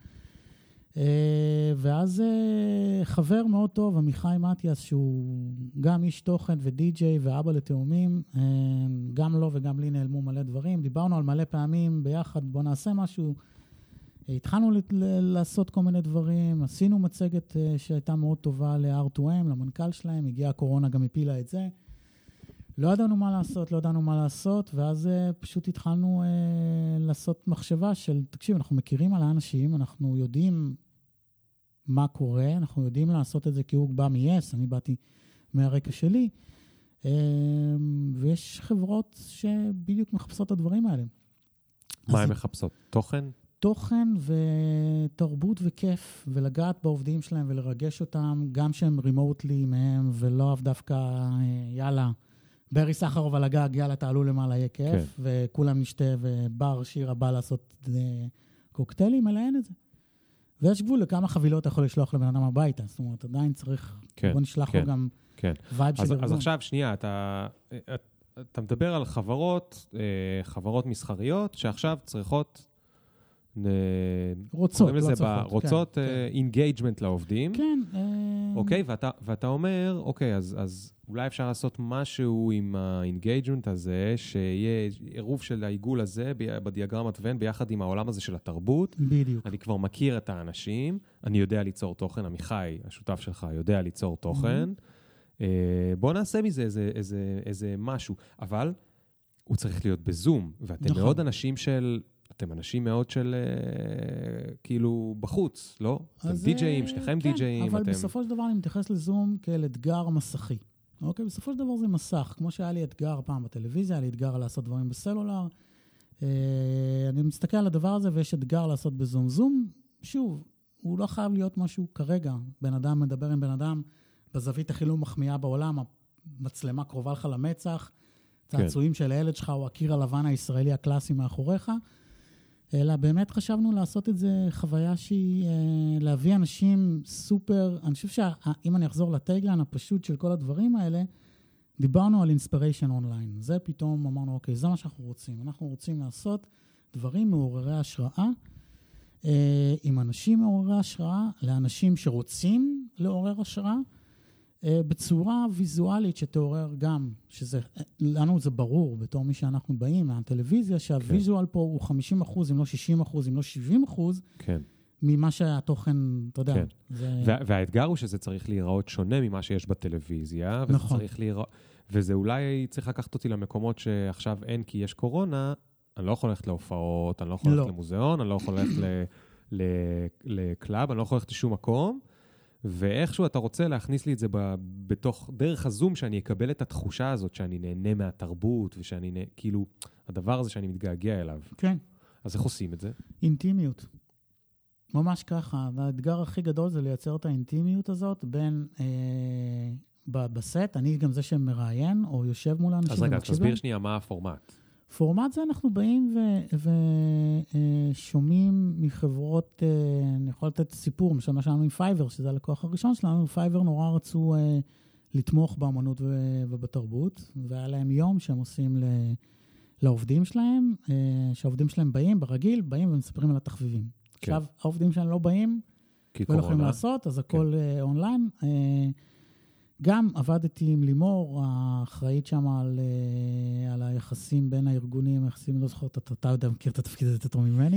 S1: ואז חבר מאוד טוב, עמיחי מתיאס, שהוא גם איש תוכן ודי-ג'יי ואבא לתאומים, גם לו וגם לי נעלמו מלא דברים. דיברנו על מלא פעמים ביחד, בוא נעשה משהו. התחלנו לעשות כל מיני דברים, עשינו מצגת שהייתה מאוד טובה ל-R2M, למנכ"ל שלהם, הגיעה הקורונה, גם הפילה את זה. לא ידענו מה לעשות, ואז פשוט התחלנו לעשות מחשבה של, תקשיב, אנחנו מכירים על האנשים, אנחנו יודעים מה קורה, אנחנו יודעים לעשות את זה כי הוא בא מ-yes, אני באתי מהרקע שלי, ויש חברות שבדיוק מחפשות את הדברים האלה.
S2: מה הן מחפשות? תוכן?
S1: תוכן ותרבות וכיף, ולגעת בעובדים שלהם ולרגש אותם, גם שהם רימוטלי מהם, ולא אף דווקא, יאללה, ברי סחרוב על הגג, יאללה, תעלו למעלה, יהיה כיף, וכולם נשתה, ובר שירה בא לעשות קוקטיילים, אלא אין את זה. ויש גבול לכמה חבילות אתה יכול לשלוח לבן אדם הביתה, זאת אומרת, עדיין צריך, בוא נשלח לו גם וייב של ארגון.
S2: אז עכשיו, שנייה, אתה מדבר על חברות מסחריות, שעכשיו צריכות, רוצות אינגייג'מנט לעובדים.
S1: כן.
S2: אוקיי, ואתה אומר, אוקיי, אז אולי אפשר לעשות משהו עם האינגייג'מנט הזה, שיהיה עירוב של העיגול הזה בדיאגרמת ון, ביחד עם העולם הזה של התרבות.
S1: בדיוק.
S2: אני כבר מכיר את האנשים, אני יודע ליצור תוכן, עמיחי, השותף שלך, יודע ליצור תוכן. בוא נעשה מזה איזה משהו, אבל הוא צריך להיות בזום, ואתם מאוד אנשים של... אתם אנשים מאוד של, כאילו, בחוץ, לא? אתם די-ג'אים, שניכם די-ג'אים.
S1: אבל בסופו של דבר אני מתייחס לזום כאל אתגר מסכי. אוקיי? בסופו של דבר זה מסך. כמו שהיה לי אתגר פעם בטלוויזיה, היה לי אתגר לעשות דברים בסלולר. אני מסתכל על הדבר הזה ויש אתגר לעשות בזום. זום, שוב, הוא לא חייב להיות משהו כרגע. בן אדם מדבר עם בן אדם, בזווית הכי לא מחמיאה בעולם, המצלמה קרובה לך למצח, צעצועים של הילד שלך, או הקיר הלבן הישראלי הקלאסי מאחוריך. אלא באמת חשבנו לעשות את זה חוויה שהיא, להביא אנשים סופר, אני חושב שאם אני אחזור לטייגליין הפשוט של כל הדברים האלה, דיברנו על אינספיריישן אונליין. זה פתאום אמרנו, אוקיי, זה מה שאנחנו רוצים. אנחנו רוצים לעשות דברים מעוררי השראה, עם אנשים מעוררי השראה, לאנשים שרוצים לעורר השראה, בצורה ויזואלית שתעורר גם, לנו זה ברור, בתור מי שאנחנו באים מהטלוויזיה, שהוויזואל פה הוא 50%, אם לא 60%, אם לא 70%,
S2: כן.
S1: ממה שהתוכן, אתה יודע.
S2: כן. והאתגר הוא שזה צריך להיראות שונה ממה שיש בטלוויזיה, וזה
S1: נכון.
S2: צריך להיראות, וזה אולי צריך לקחת אותי למקומות שעכשיו אין, כי יש קורונה, אני לא יכול ללכת להופעות, אני לא יכול ללכת למוזיאון, אני לא יכול ללכת לקלאב, אני לא יכול ללכת לשום מקום, ואיכשהו אתה רוצה להכניס לי את זה בתוך דרך הזום, שאני אקבל את התחושה הזאת, שאני נהנה מהתרבות, ושאני כאילו, הדבר הזה שאני מתגעגע אליו.
S1: כן.
S2: אז איך עושים את זה?
S1: אינטימיות. ממש ככה. והאתגר הכי גדול זה לייצר את האינטימיות הזאת בין, בסט, אני גם זה שמראיין, או יושב מול האנשים.
S2: אז רגע, תסביר שנייה מה הפורמט.
S1: פורמט זה אנחנו באים ושומעים מחברות, אני יכול לתת סיפור, משל מה שלנו עם פייבר, שזה הלקוח הראשון שלנו, פייבר נורא רצו לתמוך באמנות ובתרבות, והיה להם יום שהם עושים לעובדים שלהם, שהעובדים שלהם באים, ברגיל, באים ומספרים על התחביבים.
S2: כן.
S1: עכשיו, העובדים שלהם לא באים, ולא יכולים לעשות, אז הכל אונליין. גם עבדתי עם לימור, האחראית שם על היחסים בין הארגונים, היחסים, לא זוכר, אתה יודע, מכיר את התפקיד הזה יותר ממני.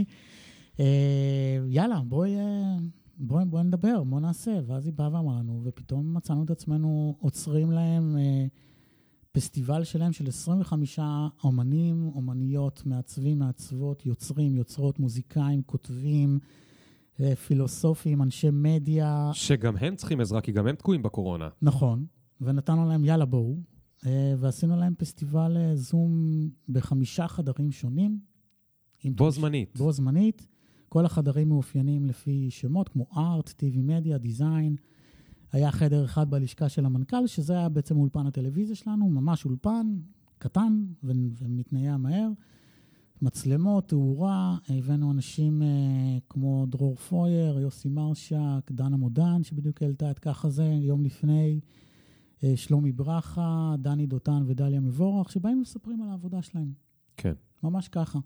S1: יאללה, בואי נדבר, בואי נעשה. ואז היא באה ואמרה לנו, ופתאום מצאנו את עצמנו, עוצרים להם פסטיבל שלהם של 25 אומנים, אומניות, מעצבים, מעצבות, יוצרים, יוצרות, מוזיקאים, כותבים, פילוסופים, אנשי מדיה.
S2: שגם הם צריכים עזרה, כי גם הם תקועים בקורונה.
S1: נכון, ונתנו להם יאללה בואו, ועשינו להם פסטיבל זום ב5 חדרים שונים.
S2: בו זמנית.
S1: בו זמנית. כל החדרים מאופיינים לפי שמות, כמו ארט, טיווי מדיה, דיזיין. היה חדר אחד בלשכה של המנכ"ל, שזה היה בעצם אולפן הטלוויזיה שלנו, ממש אולפן קטן ומתניה מהר. מצלמות, תאורה, הבאנו אנשים כמו דרור פויר, יוסי מרשק, דנה מודן, שבדיוק העלתה את ככה זה, יום לפני, שלומי ברכה, דני דותן ודליה מבורך, שבאים ומספרים על העבודה שלהם.
S2: כן.
S1: ממש ככה.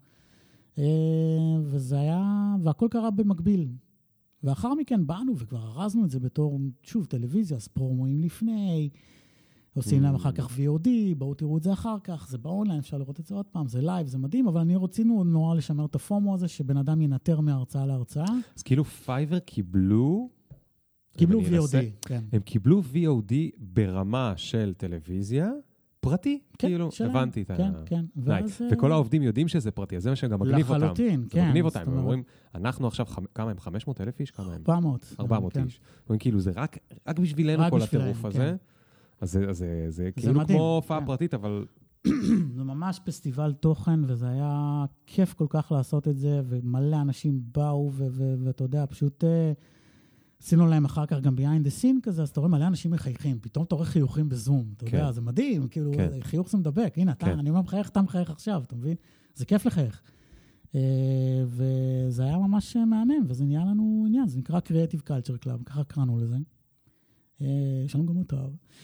S1: וזה היה, והכל קרה במקביל. ואחר מכן באנו וכבר ארזנו את זה בתור, שוב, טלוויזיה, אז פרומואים לפני, עושים להם אחר כך VOD, בואו תראו את זה אחר כך, זה באונליין, אפשר לראות את זה עוד פעם, זה לייב, זה מדהים, אבל אני רצינו נורא לשמר את הפומו הזה, שבן אדם ינטר מהרצאה להרצאה.
S2: אז כאילו פייבר קיבלו
S1: VOD, כן.
S2: הם קיבלו VOD ברמה של טלוויזיה, פרטי,
S1: כן,
S2: כאילו,
S1: שלהם.
S2: הבנתי את
S1: כן, כן.
S2: וכל העובדים יודעים שזה פרטי, אז זה מה שגם מגניב אותם.
S1: לחלוטין, כן.
S2: זה מגניב אותם, הם אומרים, אנחנו עכשיו, כמה הם? 500,000 איש? כמה הם? 400 איש. אומרים, כאילו, זה רק בשבילנו כל הטירוף הזה. אז זה כאילו כמו הופעה פרטית, אבל...
S1: זה ממש פסטיבל תוכן, וזה היה כיף כל כך לעשות את זה, ומלא אנשים באו, ואתה יודע, פשוט עשינו להם אחר כך גם behind the scene כזה, אז אתה רואה מלא אנשים מחייכים, פתאום אתה רואה חיוכים בזום, אתה יודע, זה מדהים, כאילו, חיוך זה מדבק, הנה, אני אומר מחייך, אתה מחייך עכשיו, אתה מבין? זה כיף לחייך. וזה היה ממש מהמם, וזה נהיה לנו עניין, זה נקרא Creative Culture Club, ככה קראנו לזה. יש לנו גם מותר.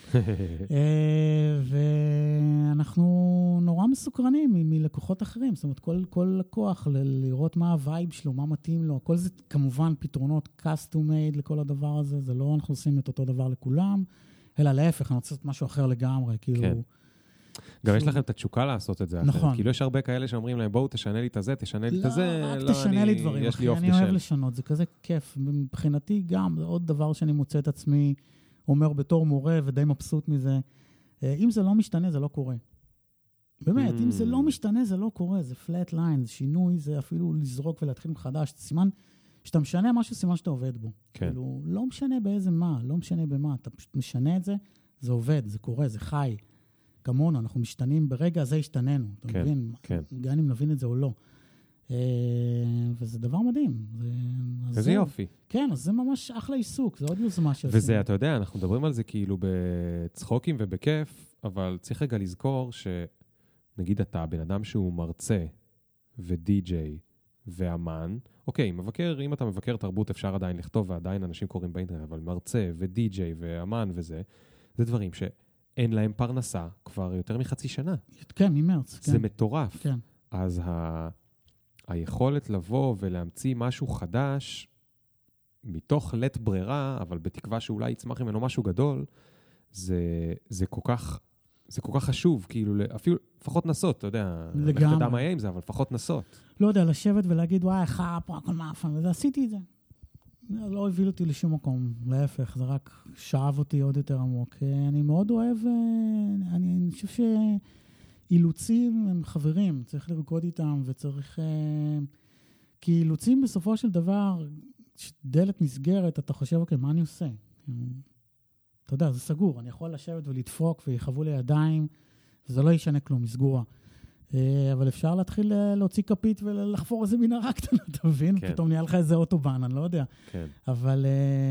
S1: ואנחנו נורא מסוקרנים מלקוחות אחרים, זאת אומרת, כל לקוח לראות מה הווייב שלו, מה מתאים לו, כל זה כמובן פתרונות custom made לכל הדבר הזה, זה לא אנחנו עושים את אותו דבר לכולם, אלא להפך, אני רוצה לעשות משהו אחר לגמרי, כאילו...
S2: גם יש לכם את התשוקה לעשות את זה.
S1: נכון.
S2: כאילו יש הרבה כאלה שאומרים להם, בואו תשנה לי את זה, תשנה לי את זה.
S1: לא, רק תשנה לי דברים, אני אוהב לשנות, זה כזה כיף. מבחינתי גם, זה עוד דבר שאני מוצא את עצמי, אומר בתור מורה ודי מבסוט מזה, אם זה לא משתנה, זה לא קורה. באמת, אם זה לא משתנה, זה לא קורה, זה flat line, זה שינוי, זה אפילו לזרוק ולהתחיל מחדש, זה סימן, שאתה משנה משהו, סימן שאתה עובד בו.
S2: כן.
S1: כאילו, לא משנה באיזה מה, לא משנה במה, אתה פשוט משנה את זה, זה עובד, זה קורה, זה חי. כמונו, אנחנו משתנים, ברגע הזה השתננו, אתה מבין?
S2: כן.
S1: גם אם נבין את זה או לא. וזה דבר מדהים.
S2: איזה יופי.
S1: כן, אז זה ממש אחלה עיסוק, זה עוד יוזמה שעושים.
S2: וזה, אתה יודע, אנחנו מדברים על זה כאילו בצחוקים ובכיף, אבל צריך רגע לזכור שנגיד אתה, בן אדם שהוא מרצה ודי-ג'יי ואמן, אוקיי, מבקר, אם אתה מבקר תרבות אפשר עדיין לכתוב, ועדיין אנשים קוראים באינטרנט, אבל מרצה ודי-ג'יי ואמן וזה, זה דברים שאין להם פרנסה כבר יותר מחצי שנה.
S1: כן, ממרץ.
S2: זה מטורף.
S1: כן.
S2: אז היכולת לבוא ולהמציא משהו חדש, מתוך לית ברירה, אבל בתקווה שאולי יצמח ממנו משהו גדול, זה כל כך חשוב, כאילו, אפילו, לפחות נסות, אתה יודע, לך תדע מה יהיה עם זה, אבל לפחות נסות.
S1: לא יודע, לשבת ולהגיד, וואי, פה, הכל מאפן, וזה, עשיתי את זה. לא הוביל אותי לשום מקום, להפך, זה רק שאב אותי עוד יותר עמוק. אני מאוד אוהב, אני חושב שאילוצים הם חברים, צריך לרקוד איתם, וצריך, כי אילוצים בסופו של דבר, דלת נסגרת, אתה חושב, אוקיי, מה אני עושה? אתה יודע, זה סגור, אני יכול לשבת ולדפוק ויחבו לי ידיים, וזה לא ישנה כלום, היא סגורה. אבל אפשר להתחיל להוציא כפית ולחפור איזה מנהרה קטנה, אתה מבין?
S2: כן.
S1: פתאום נהיה לך איזה אוטובן, אני לא יודע.
S2: כן.
S1: אבל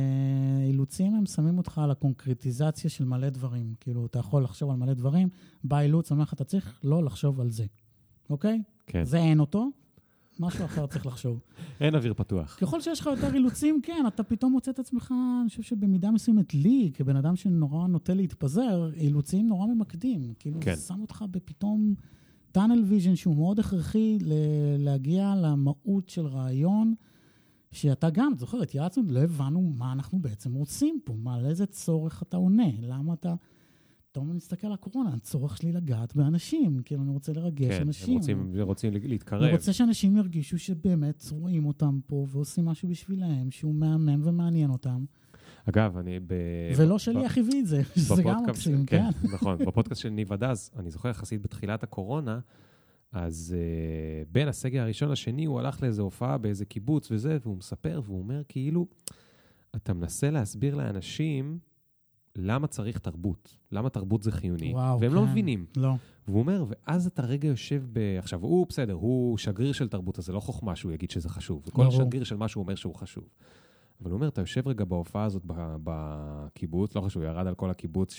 S1: אילוצים הם שמים אותך על הקונקרטיזציה של מלא דברים. כאילו, אתה יכול לחשוב על מלא דברים, בא אילוץ, אומר לך, אתה צריך לא לחשוב על זה. אוקיי?
S2: כן.
S1: זה אין אותו, משהו אחר צריך לחשוב.
S2: אין אוויר פתוח.
S1: ככל שיש לך יותר אילוצים, כן, אתה פתאום מוצא את עצמך, אני חושב שבמידה מסוימת לי, כבן אדם שנורא נוטה להתפזר, אילוצים נורא ממקדים. כאילו,
S2: כן.
S1: שם אותך בפתאום טאנל ויז'ן שהוא מאוד הכרחי להגיע למהות של רעיון, שאתה גם, זוכר, התייעצנו, לא הבנו מה אנחנו בעצם רוצים פה, מה, לאיזה צורך אתה עונה, למה אתה... פתאום אני מסתכל על הקורונה, הצורך שלי לגעת באנשים, כאילו אני רוצה לרגש אנשים.
S2: כן, הם רוצים להתקרב.
S1: אני רוצה שאנשים ירגישו שבאמת רואים אותם פה, ועושים משהו בשבילהם, שהוא מהמם ומעניין אותם.
S2: אגב, אני
S1: ולא שלי איך הביא את זה, שזה גם מקסים, כן.
S2: נכון, בפודקאסט של ניב הדז, אני זוכר יחסית בתחילת הקורונה, אז בין הסגר הראשון לשני, הוא הלך לאיזו הופעה באיזה קיבוץ וזה, והוא מספר, והוא אומר כאילו, אתה מנסה להסביר לאנשים למה צריך תרבות, למה תרבות זה חיוני,
S1: וואו,
S2: והם
S1: כן.
S2: לא מבינים.
S1: לא.
S2: והוא אומר, ואז אתה רגע יושב עכשיו, הוא בסדר, הוא שגריר של תרבות, אז זה לא חוכמה שהוא יגיד שזה חשוב. כל שגריר של מה שהוא אומר שהוא חשוב. אבל הוא אומר, אתה יושב רגע בהופעה הזאת בקיבוץ, לא חשוב, הוא ירד על כל הקיבוץ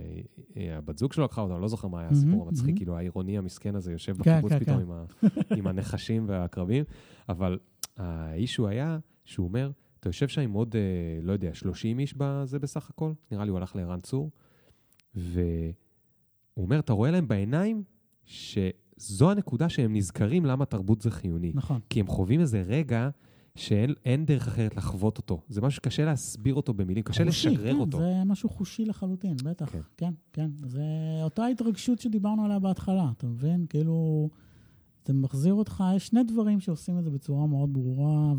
S2: שהבת זוג שלו לקחה אותו, אני לא זוכר מה היה הסיפור המצחיק, כאילו העירוני המסכן הזה יושב בקיבוץ פתאום עם הנחשים והקרבים, אבל האיש הוא היה, שהוא אומר, אתה יושב שם עם עוד, לא יודע, 30 איש בזה בסך הכל, נראה לי הוא הלך לערן צור, והוא אומר, אתה רואה להם בעיניים שזו הנקודה שהם נזכרים למה תרבות זה חיוני.
S1: נכון.
S2: כי הם חווים איזה רגע שאין דרך אחרת לחוות אותו. זה משהו שקשה להסביר אותו במילים, קשה לשגרר אותו.
S1: זה משהו חושי לחלוטין, בטח. כן. זה אותה התרגשות שדיברנו עליה בהתחלה, אתה מבין? כאילו, זה מחזיר אותך, יש שני דברים שעושים את זה בצורה מאוד ברורה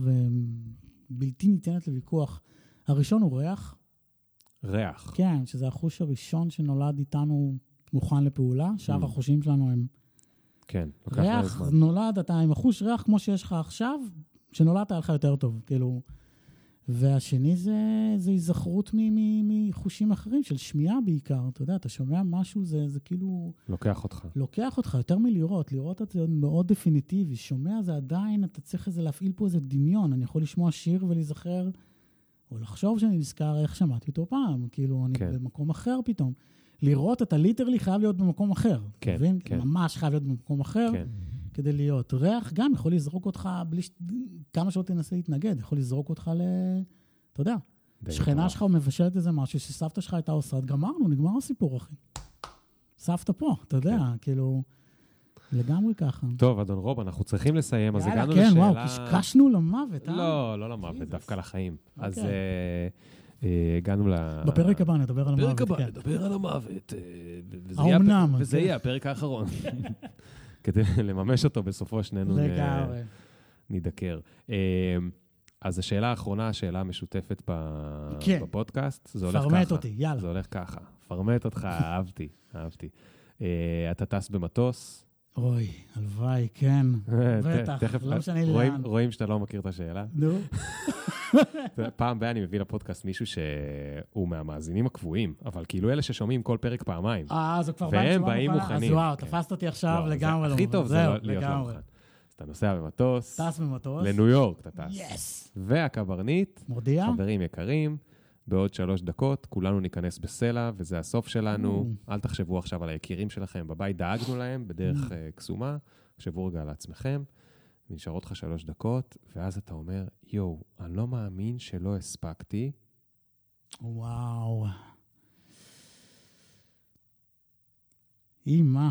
S1: ובלתי ניתנת לוויכוח. הראשון הוא ריח.
S2: ריח.
S1: כן, שזה החוש הראשון שנולד איתנו מוכן לפעולה. שאר החושים שלנו הם...
S2: כן.
S1: ריח נולד, אתה עם החוש ריח כמו שיש לך עכשיו, שנולדת היה לך יותר טוב, כאילו. והשני זה היזכרות מחושים אחרים, של שמיעה בעיקר, אתה יודע, אתה שומע משהו, זה כאילו... לוקח אותך, יותר מלראות, לראות את זה מאוד דפיניטיבי, שומע זה עדיין, אתה צריך להפעיל פה איזה דמיון, אני יכול לשמוע שיר ולהיזכר, או לחשוב שאני נזכר איך שמעתי אותו פעם, כאילו, אני במקום אחר פתאום. לראות, אתה ליטרלי חייב להיות במקום אחר,
S2: כן,
S1: מבין?
S2: כן.
S1: ממש חייב להיות במקום אחר.
S2: כן.
S1: כדי להיות. ריח גם יכול לזרוק אותך, כמה שעות תנסה להתנגד, יכול לזרוק אותך אתה יודע, שכנה שלך מבשלת איזה משהו, שסבתא שלך הייתה עושה, גמרנו, נגמר הסיפור, אחי. סבתא פה, אתה יודע, כאילו, לגמרי ככה.
S2: טוב, אדון רוב, אנחנו צריכים לסיים, אז הגענו
S1: לשאלה...
S2: כן,
S1: וואו, קשקשנו למוות,
S2: לא למוות, דווקא לחיים. אז הגענו
S1: בפרק הבא נדבר על המוות.
S2: בפרק הבא נדבר על המוות.
S1: האומנם.
S2: וזה יהיה הפרק האחרון. כדי לממש אותו בסופו שנינו נדקר. אז השאלה האחרונה, השאלה המשותפת בפודקאסט, זה הולך ככה.
S1: פרמט אותי, יאללה.
S2: זה הולך ככה. פרמט אותך, אהבתי. אתה טס במטוס?
S1: אוי, הלוואי, כן. בטח, לא משנה לי לאן.
S2: רואים שאתה לא מכיר את השאלה?
S1: נו.
S2: פעם הבאה אני מביא לפודקאסט מישהו שהוא מהמאזינים הקבועים, אבל כאילו אלה ששומעים כל פרק פעמיים.
S1: זה כבר
S2: והם באים מוכנים.
S1: אז וואו, תפסת אותי עכשיו לגמרי.
S2: הכי טוב זה להיות לא מוכן. אז אתה נוסע במטוס.
S1: טס במטוס.
S2: לניו יורק אתה טס.
S1: יס.
S2: והקברניט,
S1: מודיע.
S2: חברים יקרים, בעוד 3 דקות, כולנו ניכנס בסלע, וזה הסוף שלנו. אל תחשבו עכשיו על היקירים שלכם. בבית דאגנו להם בדרך קסומה. תחשבו רגע על עצמכם. ונשארות לך 3 דקות, ואז אתה אומר, יו, אני לא מאמין שלא הספקתי.
S1: וואו. אימא,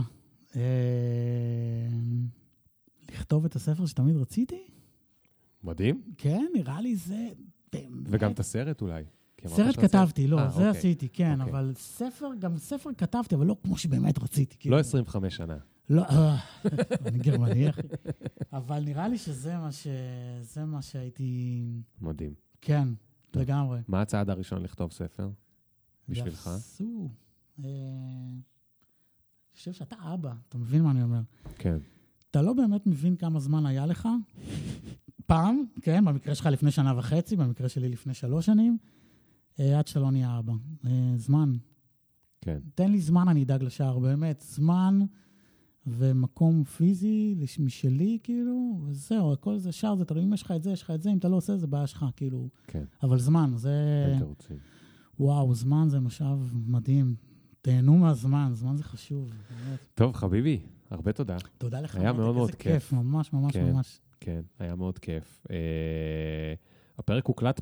S1: לכתוב את הספר שתמיד רציתי?
S2: מדהים.
S1: כן, נראה לי זה באמת.
S2: וגם את הסרט אולי.
S1: סרט כתבתי, לא, זה
S2: אוקיי.
S1: עשיתי, כן,
S2: אוקיי.
S1: אבל גם ספר כתבתי, אבל לא כמו שבאמת רציתי.
S2: לא 25 שנה.
S1: לא, אני גרמני, אחי. אבל נראה לי שזה מה שהייתי...
S2: מדהים.
S1: כן, לגמרי.
S2: מה הצעד הראשון לכתוב ספר? בשבילך?
S1: אני חושב שאתה אבא, אתה מבין מה אני אומר?
S2: כן.
S1: אתה לא באמת מבין כמה זמן היה לך? פעם, כן, במקרה שלך לפני 1.5 שנה, במקרה שלי לפני 3 שנים, עד שלא נהיה אבא. זמן.
S2: כן.
S1: תן לי זמן, אני אדאג לשאר, באמת, זמן ומקום פיזי משלי, כאילו, וזהו, הכל זה שאר, זה תלוי, אם יש לך את זה, יש לך את זה, אם אתה לא עושה, זה בעיה שלך, כאילו.
S2: כן.
S1: אבל זמן, זה...
S2: אין תירוצים.
S1: וואו, זמן זה משאב מדהים. תהנו מהזמן, זמן זה חשוב, באמת.
S2: טוב, חביבי, הרבה תודה.
S1: תודה לך.
S2: היה מאוד מאוד כיף.
S1: ממש, ממש, ממש.
S2: כן, היה מאוד כיף. הפרק הוקלט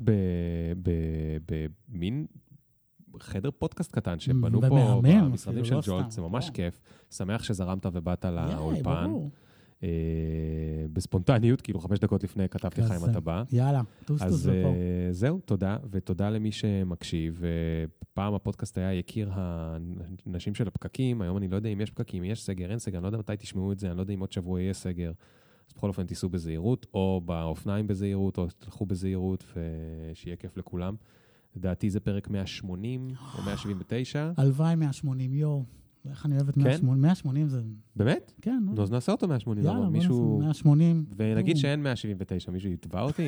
S2: במין חדר פודקאסט קטן, שבנו פה במשרדים של ג'ולט, זה ממש כיף. שמח שזרמת ובאת לאולפן. בספונטניות, כאילו 5 דקות לפני כתבתי לך אם אתה בא.
S1: יאללה, טוס ופה.
S2: אז זהו, תודה, ותודה למי שמקשיב. פעם הפודקאסט היה יקיר הנשים של הפקקים, היום אני לא יודע אם יש פקקים, יש סגר, אין סגר, אני לא יודע מתי תשמעו את זה, אני לא יודע אם עוד שבוע יהיה סגר. אז בכל אופן תיסעו בזהירות, או באופניים בזהירות, או תלכו בזהירות, ושיהיה כיף לכולם. לדעתי זה פרק 180 או 179.
S1: הלוואי 180, יו. איך אני אוהבת 180? 180 זה...
S2: באמת?
S1: כן.
S2: אז נעשה אותו 180.
S1: יאללה, מישהו... 180.
S2: ונגיד שאין 179, מישהו יתבע אותי.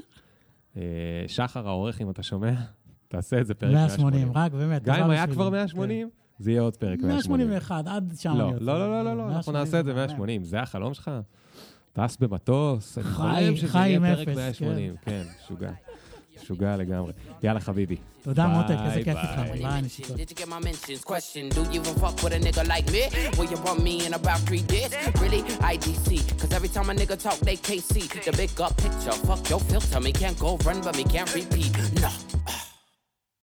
S2: שחר העורך, אם אתה שומע, תעשה את זה פרק 180.
S1: רק באמת.
S2: גם אם היה כבר 180, זה יהיה עוד פרק 180.
S1: 181, עד שם אני יוצא.
S2: לא, אנחנו נעשה את זה 180. זה החלום שלך? טס במטוס.
S1: חי עם אפס.
S2: פרק 180, כן, שוגע. שוגע לגמרי. יאללה חביבי.
S1: תודה מותק, איזה כיף איתך. ביי נשיקות.
S3: Did you get my mentions? Question, do you even fuck with a nigga like me? Will you run me in about 3 days? Really? IDC. Cause every time a nigga talk, they can't see the big up picture. Fuck your filter, me can't go run, but me can't repeat. No.